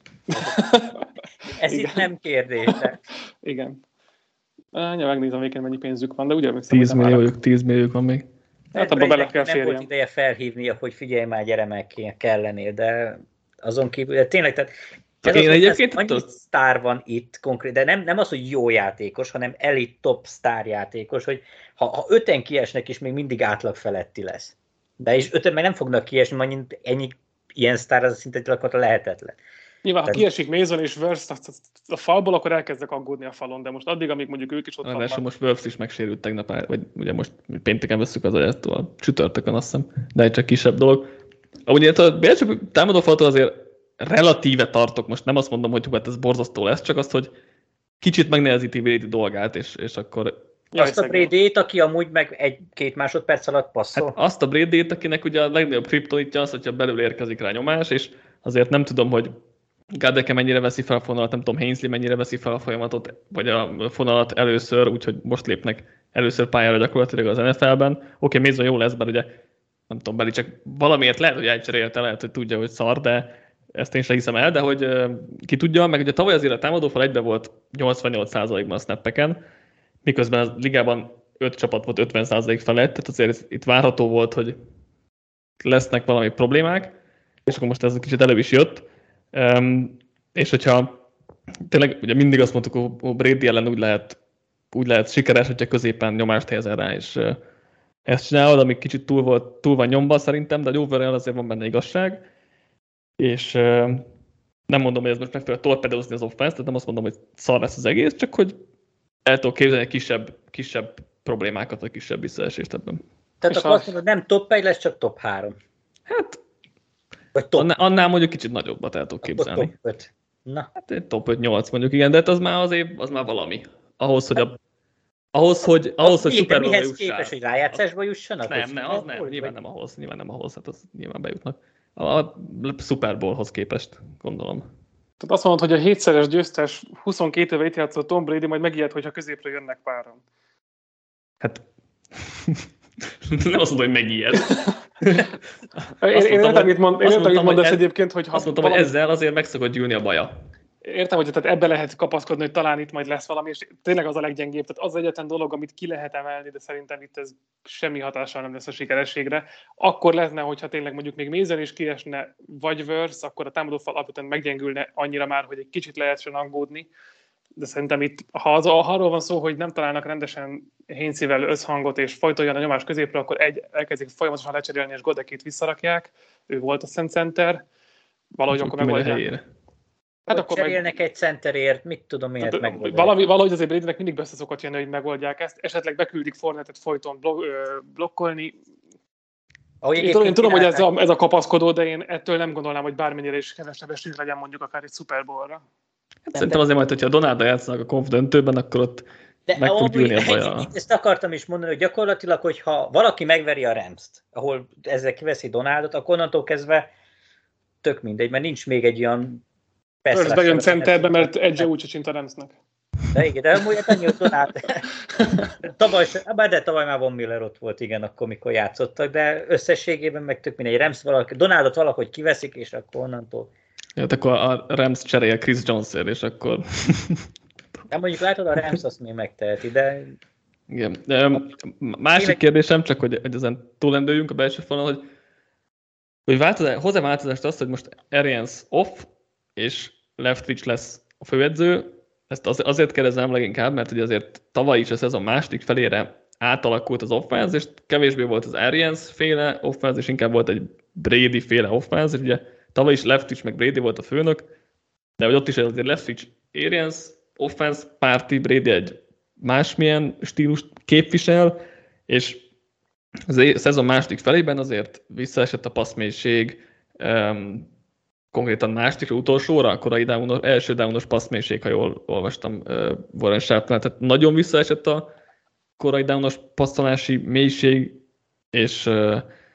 Ez itt nem kérdés. De... Igen. Ja, megnézem végén mennyi pénzük van, de ugye... tíz milliójuk, tíz milliójuk van még. Hát abba bele kell férjem. Nem volt ideje felhívnia, hogy figyelj már, gyere meg, kellenél, de azon kívül, de tényleg, tehát ez én az, egyébként annyi sztár van itt konkrét, de nem, nem az, hogy jó játékos, hanem elit top sztár játékos, hogy ha, ha öten kiesnek is, még mindig átlag feletti lesz. De és öten meg nem fognak kiesni, mert ennyi ilyen sztár az szinte gyakorlatilag lehetetlen. Nyilván, ha kiesik Mason és Wirfs a falból, akkor elkezdek aggódni a falon, de most addig, amíg mondjuk ők is ott vannak. Most Wirfs is megsérült tegnap, vagy ugye most pénteken veszük az agyától, csütörtökön azt hiszem, de egy csak kisebb dolog. Ahogy én a Bélcsök támadófaltól azért relatíve tartok, most nem azt mondom, hogy hát ez borzasztó lesz, csak azt, hogy kicsit megnehezíti Brady dolgát, és, és akkor... Ja, azt a Brady-t, aki amúgy meg egy-két másodperc alatt passzol. Hát azt a Brady-t, akinek ugye a legnagyobb kriptonitja az, hogyha belül érkezik rá nyomás, és azért nem tudom, hogy Godeke mennyire veszi fel a fonalat, nem tudom, Hainsley mennyire veszi fel a folyamatot, vagy a fonalat először, úgyhogy most lépnek először pályára gyakorlatilag az en ef el-ben. Oké, okay, Mason jó lesz, bár ugye nem tudom, Beli csak valamiért lehet, hogy elcserélte, lehet, hogy tudja, hogy szar, de ezt én sem hiszem el, de hogy uh, ki tudja, meg ugye tavaly azért a támadófal egybe volt nyolcvannyolc százalékban a snappeken, miközben a ligában öt csapat volt ötven százalék felett, tehát azért itt várható volt, hogy lesznek valami problémák, és akkor most ez kicsit előbb is jött. Um, és hogyha tényleg ugye mindig azt mondtuk, hogy Brady ellen úgy lehet, úgy lehet sikeres, hogyha középen nyomást helyezel rá, és uh, ezt csinálod, ami kicsit túl, volt, túl van nyomva szerintem, de egy overall azért van benne igazság. És uh, nem mondom, hogy ez most meg fogja torpedozni az offense, tehát nem azt mondom, hogy szar lesz az egész, csak hogy el tudok képzelni kisebb, kisebb problémákat, vagy kisebb visszaesést ebben. Tehát akkor azt mondod, nem top egy lesz, csak top három. Hát, vagy top. Annál, annál mondjuk kicsit nagyobbat el tudok képzelni. Top öt. Na. Hát egy top öt nyolc mondjuk, igen, de hát az már azért, az már valami. Ahhoz, hogy a Ahhoz, hogy, ahhoz, hogy Super Bowl-ba jussál. Képes, hogy rájátszásba jussanak? Nem, nem, az nem, nyilván nem ahhoz, nyilván nem ahhoz, hát az nyilván bejutnak. A Super Bowl-hoz képest, gondolom. Tehát azt mondod, hogy a hétszeres győztes huszonkét éve itt játszott Tom Brady majd megijed, hogyha középre jönnek páran. Hát nem azt mondom, hogy megijed. Én értem, mit mond, mondasz ez, egyébként, hogy... Azt mondtam, valami... hogy ezzel azért meg szokott gyűlni a baja. Értem, hogy tehát ebbe lehet kapaszkodni, hogy talán itt majd lesz valami, és tényleg az a leggyengébb. Tehát az egyetlen dolog, amit ki lehet emelni, de szerintem itt ez semmi hatással nem lesz a sikerességre. Akkor lenne, hogyha tényleg mondjuk még Mason is kiesne, vagy Verse, akkor a támadófal alapvetően meggyengülne annyira már, hogy egy kicsit lehessen aggódni. De szerintem itt, ha, az, ha arról van szó, hogy nem találnak rendesen Heinzivel összhangot, és folytoljan a nyomás középre, akkor egy elkezdik folyamatosan lecserélni, és Godekét visszarakják. Ő volt a center. Valahogy akkor megoldják. Hát akkor cserélnek meg... egy centerért, mit tudom én, megoldják. Valami, valahogy azért Bradynek mindig össze szokott jönni, hogy megoldják ezt. Esetleg beküldik Fournette-et folyton blok, blokkolni. Én tudom, én tudom hogy ez a, ez a kapaszkodó, de én ettől nem gondolnám, hogy bármennyire is kevesebb esély legyen mondjuk akár egy Super Bowl-ra. Hát szerintem azért majd, hogyha Donalddal játszanak a konf döntőben, akkor ott de meg fog gyűlni a baja. Ezt akartam is mondani, hogy gyakorlatilag, hogyha valaki megveri a Rams-t, ahol ezzel kiveszi Donaldot, akkor onnantól kezdve tök mindegy, mert nincs még egy olyan Persze bejön centerbe, mert Edge úgyse csint a Ramsnek. De igen, de amúgy ennyi ott Donald. Tavaly, de tavaly már Von Miller ott volt, igen, akkor mikor játszottak, de összességében meg tök mindegy. Rams valaki, Donaldot valahogy kiveszik, és akkor onnantól. Ja, akkor a Rams cserélje Chris Jones-ért, és akkor... De mondjuk látod, a Rams azt még megteheti, de... Igen. Másik kérdésem, csak hogy, hogy ezen túlendőjünk a belső falon, hogy, hogy változás, hozzá változást azt, hogy most Arians off, és Leftwich lesz a főedző. Ezt azért kérdezem leginkább, mert ugye azért tavaly is a szezon második felére átalakult az offense, és kevésbé volt az Arians féle offense, és inkább volt egy Brady féle offense, és ugye tavaly is Leftwich meg Brady volt a főnök, de hogy ott is azért Leftwich Arians offense párti, Brady egy másmilyen stílust képvisel, és az a szezon második felében azért visszaesett a passzmélység, um, konkrétan második, utolsóra, a korai downos, első downos passzmélység, ha jól olvastam uh, Warren Sharpnál, tehát nagyon visszaesett a korai downos passzolási mélység, és uh,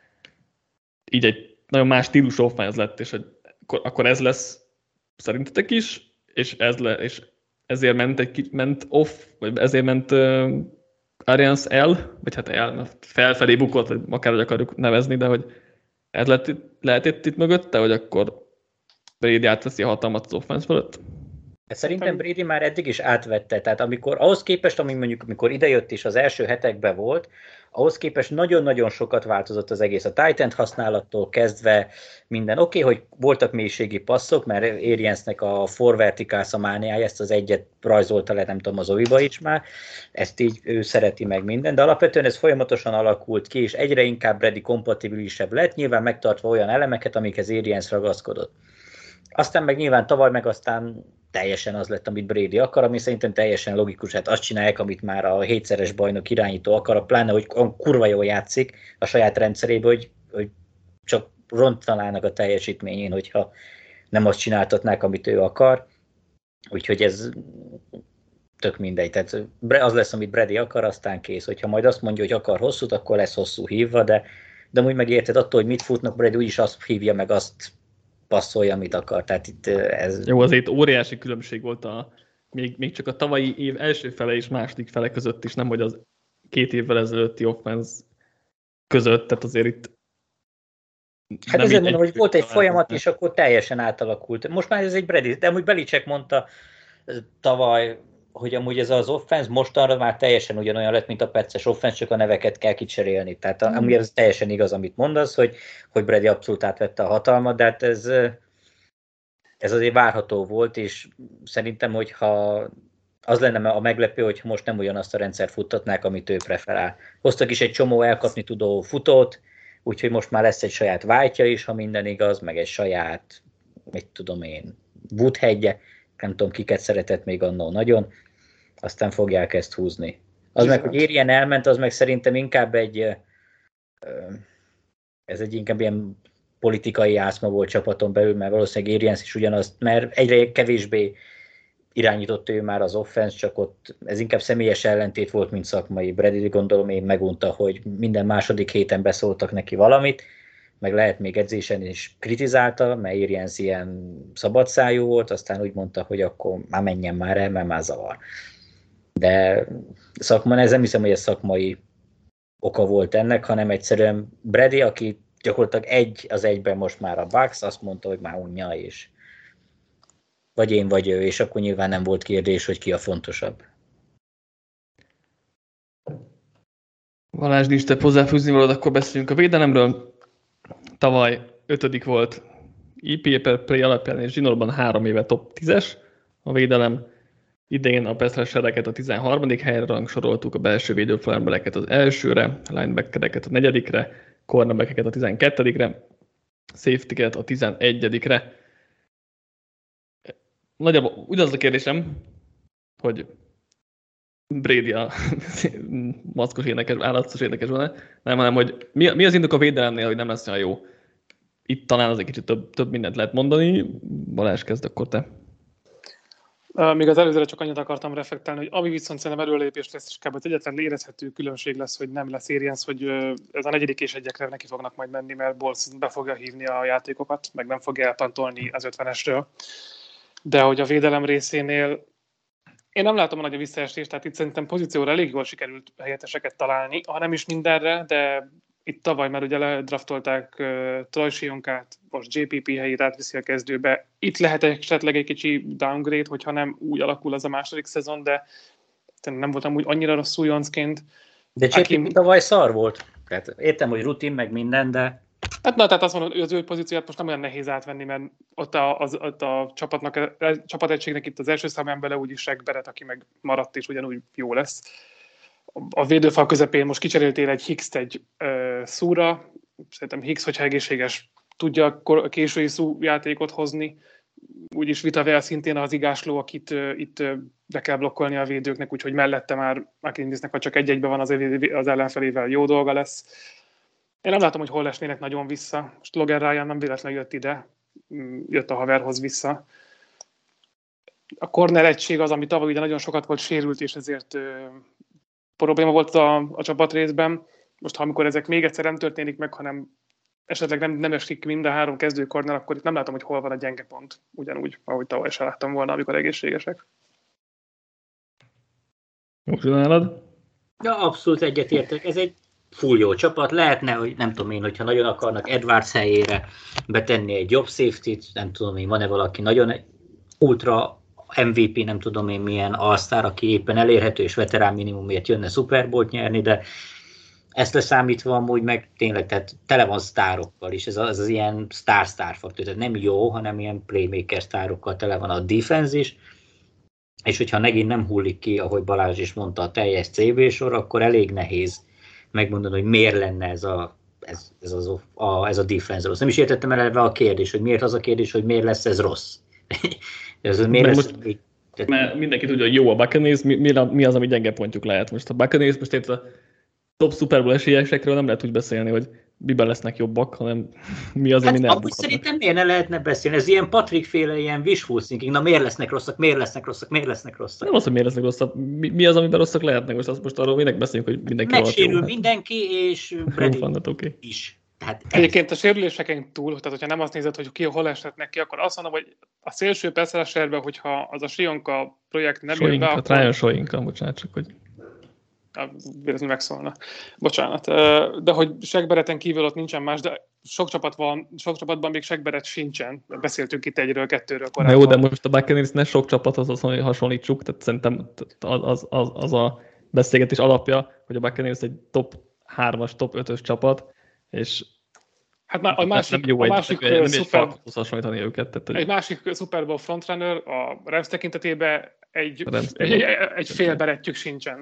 így egy nagyon más stílusú offense lett, és hogy akkor, akkor ez lesz szerintetek is, és, ez le, és ezért ment, egy, ment off, vagy ezért ment uh, Arians el, vagy hát el, felfelé bukott, vagy akár hogy akarjuk nevezni, de hogy ez lett, lehetett itt mögötte, hogy akkor Brady átveszi a hatalmat az offense fölött? Szerintem Brady már eddig is átvette, tehát amikor ahhoz képest, ami mondjuk amikor idejött is az első hetekben volt, ahhoz képest nagyon-nagyon sokat változott az egész. A tight end használattól kezdve minden. Oké, okay, hogy voltak mélységi passzok, mert Ariansnek a four vertical szamániája, ezt az egyet rajzolta le, nem tudom, az oviba is már, ezt így ő szereti meg minden, de alapvetően ez folyamatosan alakult ki, és egyre inkább Brady kompatibilisebb lett, nyilván megtartva olyan elemeket, amikhez Arians ragaszkodott. Aztán meg nyilván tavaly meg aztán teljesen az lett, amit Brady akar, ami szerintem teljesen logikus, hát azt csinálják, amit már a hétszeres bajnok irányító akar, pláne, hogy kurva jól játszik a saját rendszerében, hogy, hogy csak rontanának a teljesítményén, hogyha nem azt csináltatnák, amit ő akar. Úgyhogy ez tök mindegy. Tehát az lesz, amit Brady akar, aztán kész. Hogyha majd azt mondja, hogy akar hosszút, akkor lesz hosszú hívva, de, de úgy megérted attól, hogy mit futnak, Brady úgyis azt hívja, meg azt passzolja, amit akar. Tehát itt ez... Jó, azért óriási különbség volt a, még, még csak a tavalyi év első fele és második fele között is, nem hogy az két évvel ezelőtti offense között, tehát azért itt hát ezért mondom, hogy volt egy folyamat, és akkor teljesen átalakult. Most már ez egy Brady, de amúgy Belichick mondta tavaly, hogy amúgy ez az offense mostanra már teljesen ugyanolyan lett, mint a perces offense, csak a neveket kell kicserélni. Tehát mm. amúgy ez teljesen igaz, amit mondasz, hogy, hogy Brady abszolút átvette a hatalmat, de hát ez, ez azért várható volt, és szerintem, hogyha az lenne a meglepő, hogyha most nem ugyanazt a rendszer futtatnák, amit ő preferál. Hoztak is egy csomó elkapni tudó futót, úgyhogy most már lesz egy saját vájtja is, ha minden igaz, meg egy saját, mit tudom én, Woodhead-je, nem tudom, kiket szeretett még annó nagyon, aztán fogják ezt húzni. Az Viszont. meg, hogy Érian elment, az meg szerintem inkább egy, ez egy inkább ilyen politikai átma volt csapaton belül, mert valószínűleg Érians is ugyanazt, mert egyre kevésbé irányított ő már az offense, csak ott ez inkább személyes ellentét volt, mint szakmai. Bradley gondolom én megunta, hogy minden második héten beszóltak neki valamit, meg lehet még edzésen is kritizálta, mert Érians ilyen szabadszájú volt, aztán úgy mondta, hogy akkor már menjen már el, mert már zavar. De szakmai, ez nem hiszem, hogy ez szakmai oka volt ennek, hanem egyszerűen Brady, aki gyakorlatilag egy az egyben most már a Bucks, azt mondta, hogy már unja, és vagy én, vagy ő, és akkor nyilván nem volt kérdés, hogy ki a fontosabb. Balázs, nincs te hozzáfűzni valód, akkor beszéljünk a védelemről. Tavaly ötödik volt i pé per play alapján, és zsinórban három éve top tízes a védelem. Idén a pass rushereket a tizenharmadik helyre rangsoroltuk, a belső védőflarmereket az elsőre, a linebackereket a negyedikre, cornerbackeket a tizenkettedikre, safety-ket a tizenegyedikre. Nagyjából ugyanaz a kérdésem, hogy Brady a maszkos énekes, állatos énekes van, nem, hanem hogy mi, mi az indok a védelemnél, hogy nem lesz olyan jó. Itt talán az egy kicsit több, több mindent lehet mondani. Balázs, kezd akkor te. Még az előzőre csak annyit akartam reflektálni, hogy ami viszont szerintem előlépés lesz, és kb. Egyetlen érezhető különbség lesz, hogy nem lesz Arians, hogy ez a negyedik és egyekre neki fognak majd menni, mert Bolsz be fogja hívni a játékokat, meg nem fogja elpantolni az ötvenesről. De hogy a védelem részénél én nem látom a nagy visszaesést, tehát itt szerintem pozícióra elég jól sikerült helyetteseket találni, ha nem is mindenre, de itt tavaly már ugye ledraftolták uh, Troy Sionkát, most jé pé pé helyét átviszi a kezdőbe. Itt lehet esetleg egy kicsi downgrade, hogyha nem úgy alakul az a második szezon, de nem voltam úgy annyira rossz újoncként. De jé pé pé tavaly szar volt. Tehát értem, hogy rutin, meg minden, de... Hát na, tehát azt mondom, hogy az ő pozícióját most nem olyan nehéz átvenni, mert ott a, az, ott a csapatnak, a csapategységnek itt az első számján bele úgyis Shaq Barrett, aki meg maradt és ugyanúgy jó lesz. A védőfal közepén most kicseréltél egy Hicks-t egy uh, Szúra. Szerintem Hicks, hogyha egészséges, tudja a késői Szú játékot hozni. Úgyis Vitavel szintén az igásló, akit uh, itt uh, be kell blokkolni a védőknek, úgyhogy mellette már McInnesnek, ha csak egy-egyben van az, az ellenfelével, jó dolga lesz. Én nem látom, hogy hol esnének nagyon vissza. Most Logan Ryan nem véletlenül jött ide, jött a haverhoz vissza. A corner egység az, ami tavaly ugye nagyon sokat volt sérült, és ezért uh, probléma volt a, a csapat részben. Most, ha amikor ezek még egyszer nem történik meg, hanem esetleg nem, nem esik mind a három kezdő corner, akkor itt nem látom, hogy hol van a gyenge pont. Ugyanúgy, ahogy tavaly sem láttam volna, amikor egészségesek. Most csinálod? Ja, abszolút egyetértek. Ez egy full jó csapat. Lehetne, hogy nem tudom én, hogyha nagyon akarnak Edwards helyére betenni egy jobb safety-t, nem tudom én, van-e valaki nagyon ultra em vé pé, nem tudom én milyen all-star, aki éppen elérhető és veterán minimumért jönne Super Bowl-t nyerni, de ezt leszámítva amúgy meg tényleg, tehát tele van sztárokkal is, ez az, ez az ilyen sztár-sztár faktor, tehát nem jó, hanem ilyen playmaker sztárokkal tele van a defense is, és hogyha megint nem hullik ki, ahogy Balázs is mondta, a teljes cé bé sor, akkor elég nehéz megmondani, hogy miért lenne ez a, ez, ez az, a, ez a defense rossz. Nem is értettem eleve a kérdés, hogy miért az a kérdés, hogy miért lesz ez rossz. ez miért lesz, most, még, tehát... Mert mindenki tudja, hogy jó a Buccaneers, mi, mi, mi az, ami gyenge pontjuk lehet. Most a Buccaneers, most itt a top Super Bowl esélyesekről nem lehet úgy beszélni, hogy miben lesznek jobbak, hanem mi az, hát ami nem bukhatnak. Szerintem miért ne lehetne beszélni? Ez ilyen Patrick-féle, ilyen wishful thinking, na miért lesznek rosszak, miért lesznek rosszak, miért lesznek rosszak? Nem az, hogy miért lesznek rosszak, mi, mi az, amiben rosszak lehetnek, most, azt most arról minek beszélünk, hogy mindenki alatt jó. Megsérül mindenki, és Brady okay. is. Tehát egyébként a sérüléseken túl, tehát hogyha nem azt nézed, hogy ki hol eshetnek ki, akkor azt mondom, hogy a szélső pass-rusherben, hogyha az a Sionka projekt nem jön be, akkor... Ryan Soinka, bocsánat, csak hogy... Véletlenül megszólna. Bocsánat. De hogy Shaq Barretten kívül ott nincsen más, de sok csapat van, sok csapatban még Shaq Barrett sincsen. Beszéltünk itt egyről, kettőről korábban. Na jó, de most a Buccaneers ne sok csapathoz az, hogy hasonlítsuk, tehát szerintem az, az, az a beszélgetés alapja, hogy a Buccaneers egy top hármas, top ötös csapat, és hát már a másik, nem jó a egy, másik egy, nem szuper, egy hasonlítani őket. Tehát, egy másik Super Bowl frontrunner a Rams tekintetében egy, Rams egy, egy, egy fél berettjük sincsen.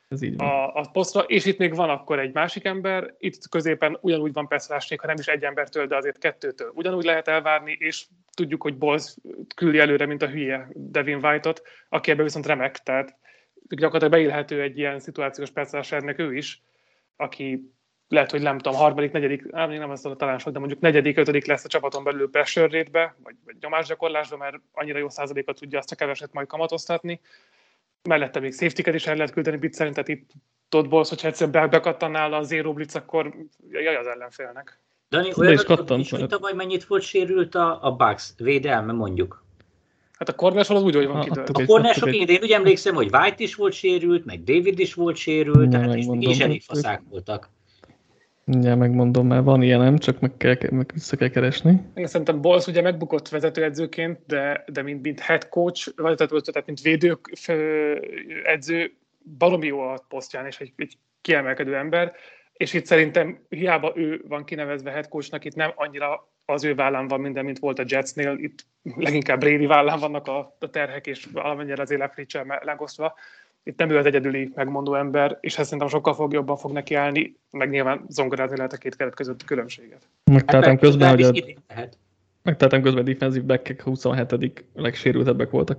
Ez így van. A, a posztra, és itt még van akkor egy másik ember, itt középen ugyanúgy van Pestrásnék, ha nem is egy embertől, de azért kettőtől ugyanúgy lehet elvárni, és tudjuk, hogy Bolz küldi előre, mint a hülye Devin White-ot, aki ebben viszont remek, tehát gyakorlatilag beillhető egy ilyen szituációs Pestrásnak ő is, aki lehet, hogy nem tudom, harmadik, negyedik, á, nem azt mondom, talán sok, de mondjuk negyedik, ötödik lesz a csapaton belül pressure rate-be, vagy, vagy nyomásgyakorlásba, mert annyira jó százalékot tudja azt a keveset majd kamatoztatni. Mellette még safety-ket is el lehet küldeni blitz szerint, tehát itt Todd Bowles, hogyha egyszer bekattannál a zero blitz, akkor jaj az ellenfélnek. Dani, olyan is, mint tavaly mennyit volt sérült a, a Bucks védelme, mondjuk? Hát a cornersor az úgy, hogy van kitört. A cornersok, én, én úgy emlékszem, hogy White is volt sérült, meg David is volt sérült, ja, tehát is, is elég faszák voltak. Ja, megmondom, mert van ilyenem, csak meg, kell, meg vissza kell keresni. Én szerintem Bowles ugye megbukott vezetőedzőként, de, de mint, mint head coach, vagy tehát mint védő edző, baromi jó a posztján, és egy, egy kiemelkedő ember, és itt szerintem hiába ő van kinevezve head coachnak, itt nem annyira az ő vállán van minden, mint volt a Jetsnél, itt leginkább Brady vállán vannak a, a terhek, és valamennyire az életfriccsel legosztva. Itt nem ő az egyedüli megmondó ember, és ez szerintem sokkal fog, jobban fog neki állni, meg nyilván zongorázni lehet a két keret közötti különbséget. Megtaláltam hát közben, hogy a, lehet. megtaláltam közben a defensive back-ek huszonhetedik legsérültebbek voltak.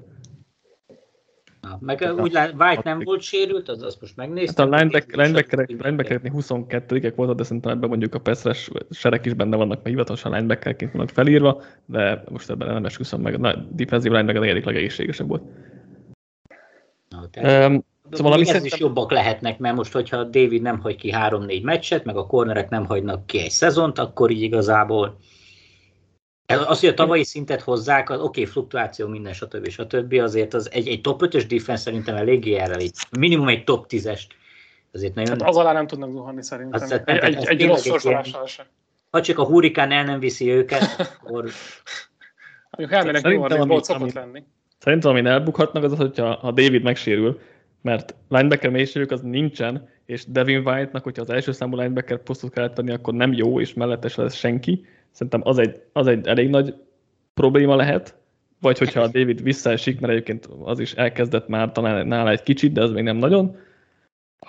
Na, meg hát úgy lát, White nem volt sérült, az azt most megnéztem. Hát a linebackereknél linebacker huszonkettődikek voltak, de szerintem ebben mondjuk a pass serek is benne vannak, mert hivatalosan linebackerként vannak felírva, de most ebben nem esküszöm meg. A defensive linebacker a negyedik legegészségesebb volt. Na, tehát, um, szóval ez szerintem... is jobbak lehetnek, mert most, hogyha David nem hagy ki három-négy meccset, meg a cornerek nem hagynak ki egy szezont, akkor így igazából az, hogy a tavalyi szintet hozzák, az oké, okay, fluktuáció, minden, stb. stb. Azért az egy, egy top ötös defense szerintem eléggé erre így. Minimum egy top tízes. Azért nagyon... Hát az alá nem tudnak zuhanni szerintem. Az, egy egy, egy, egy rossz sorsolással sem. Ha csak a hurrikán el nem viszi őket, akkor... Amikor elmennek New Orleansból szokott lenni. Szerintem, amin elbukhatnak, az az, hogyha a David megsérül, mert linebacker mélységük az nincsen, és Devin White-nak, hogyha az első számú linebacker posztot kellett tenni, akkor nem jó, és mellette se lesz senki. Szerintem az egy, az egy elég nagy probléma lehet, vagy hogyha a David visszaesik, mert egyébként az is elkezdett már talán nála egy kicsit, de az még nem nagyon. A,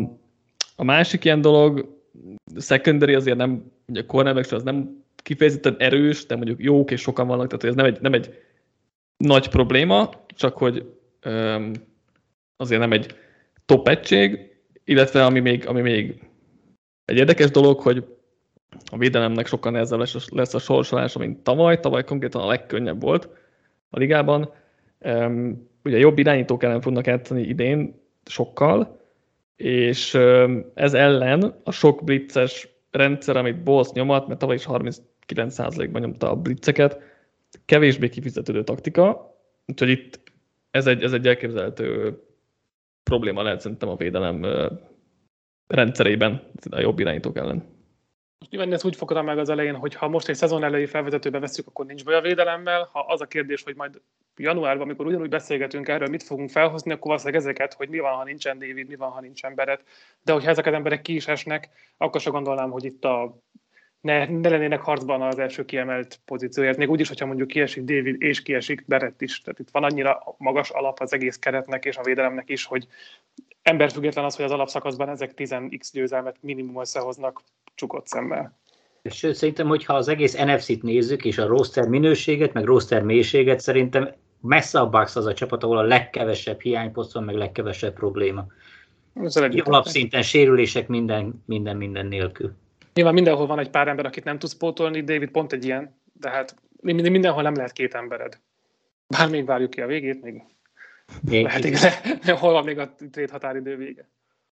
a másik ilyen dolog, secondary azért nem, ugye a cornerback az nem kifejezetten erős, de mondjuk jók és sokan vannak, tehát ez nem egy, nem egy nagy probléma, csak hogy öm, azért nem egy top egység, illetve ami még, ami még egy érdekes dolog, hogy a védelemnek sokkal nehezebb lesz, lesz a sorsolása, mint tavaly. Tavaly konkrétan a legkönnyebb volt a ligában. Um, ugye jobb irányítók ellen fognak játszani idén sokkal, és um, ez ellen a sok blitzes rendszer, amit Bowles nyomat, mert tavaly is harminckilenc százalékban nyomta a blitzeket, kevésbé kifizetődő taktika, úgyhogy itt ez egy, ez egy elképzelhető probléma lehet szerintem a védelem uh, rendszerében a jobb irányítók ellen. Most nyilván ezt úgy fogtam meg az elején, hogy ha most egy szezon elejé felvezetőbe veszük, akkor nincs baj a védelemmel. Ha az a kérdés, hogy majd januárban, amikor ugyanúgy beszélgetünk erről, mit fogunk felhozni, akkor valószínűleg ezeket, hogy mi van, ha nincsen David, mi van, ha nincsen Barrett. De hogyha ezek az emberek ki is esnek, akkor sem gondolnám, hogy itt a ne, ne lennének harcban az első kiemelt pozícióért. Még úgyis, hogyha mondjuk kiesik David és kiesik Barrett is. Tehát itt van annyira magas alap az egész keretnek és a védelemnek is, hogy emberfüggetlen az, hogy az alapszakaszban ezek tíz x győzelmet minimum összehoznak csukott szemmel. Sőt, szerintem, hogyha az egész en ef cét nézzük, és a roster minőséget, meg roster mélységet, szerintem messze a Bucks az a csapat, ahol a legkevesebb hiányposzt van, meg legkevesebb probléma. Alapszinten sérülések minden, minden, minden nélkül. Nyilván mindenhol van egy pár ember, akit nem tudsz pótolni, David pont egy ilyen, de hát mindenhol nem lehet két embered. Bár még várjuk ki a végét, még lehet igaz, hol van még a trade határidő vége.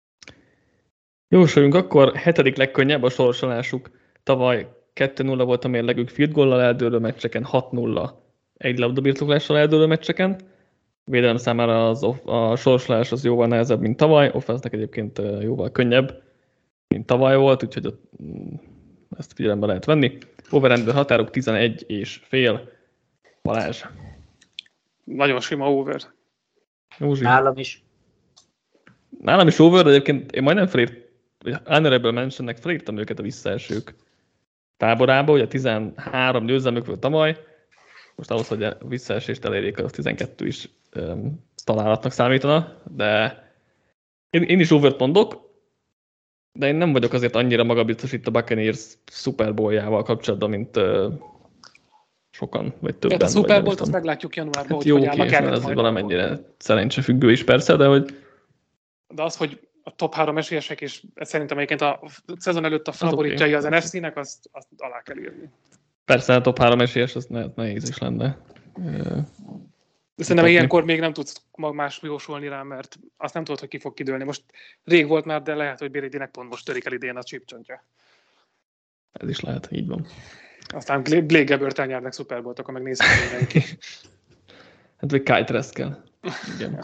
Jósoljunk, akkor hetedik legkönnyebb a sorsolásuk. Tavaly kettő nulla volt a mérlegük field goal-lal eldőlő meccseken, hat nulla egy labdabirtoklással eldőlő meccseken. Védelem számára az, a sorsolás az jóval nehezebb, mint tavaly. Offense-nek egyébként jóval könnyebb, mint tavaly volt, úgyhogy ezt figyelembe lehet venni. Over-under határok tizenegy és fél. Balázs. Nagyon sima over. Józsi. Nálam is. Nálam is over, de egyébként én majdnem felírt, vagy honorable mentionnek felírtam őket a visszaesők táborába, ugye tizenhárom győzelmük volt tavaly, most ahhoz, hogy a visszaesést elérjék, az tizenkettő is um, találatnak számítana, de én, én is overt mondok, de én nem vagyok azért annyira magabiztos itt a Buccaneers Super Bowl-jával kapcsolatban, mint uh, sokan, vagy többen. Hát a Super Bowl-t azt meglátjuk januárban, hát hogy jó, hogy állnak el. Ez valamennyire szerencsefüggő is persze, de hogy... De az, hogy a top három esélyesek, és szerintem egyébként a szezon előtt a favoritjai az, okay. az en ef cé-nek, azt, azt alá kell írni. Persze, a top három esélyes, az nehéz is lenne. De szerintem ilyenkor még nem tudsz más jósolni rá, mert azt nem tudod, hogy ki fog kidőlni. Most rég volt már, de lehet, hogy Bradynek pont most törik el idén a csípcsontja. Ez is lehet, így van. Aztán Blake Gabbert elnyernek Super Bowl-t, akkor meg nézhet mindenki. Hát vagy Kyle Trask-kel. Igen.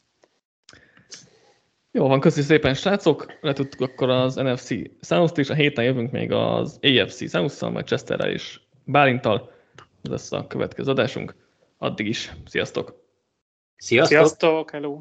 Jó van, köszi szépen, srácok. Letudtuk akkor az en ef cé South-t is. A héten jövünk még az á ef cé South-szal, majd Chesterrel és Bálinttal. Ez lesz a következő adásunk. Addig is. Sziasztok! Sziasztok! Sziasztok! Hello!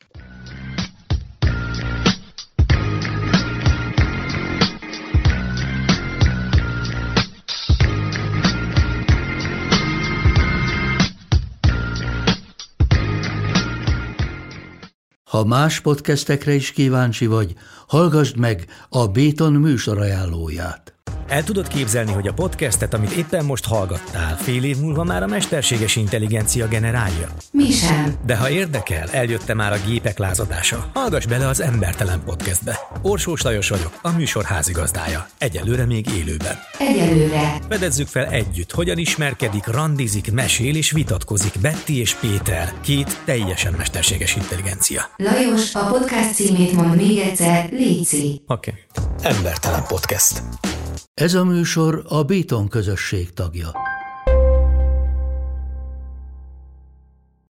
Ha más podcastekre is kíváncsi vagy, hallgassd meg a Béton műsor ajánlóját. El tudod képzelni, hogy a podcastet, amit éppen most hallgattál, fél év múlva már a mesterséges intelligencia generálja? Mi sem. De ha érdekel, eljött már a gépek lázadása. Hallgass bele az Embertelen Podcastbe. Orsós Lajos vagyok, a műsor házigazdája. Egyelőre még élőben. Egyelőre. Fedezzük fel együtt, hogyan ismerkedik, randizik, mesél és vitatkozik Betty és Péter, két teljesen mesterséges intelligencia. Lajos, a podcast címét mond még egyszer, léci. Oké. Okay. Embertelen Podcast. Ez a műsor a Béton közösség tagja.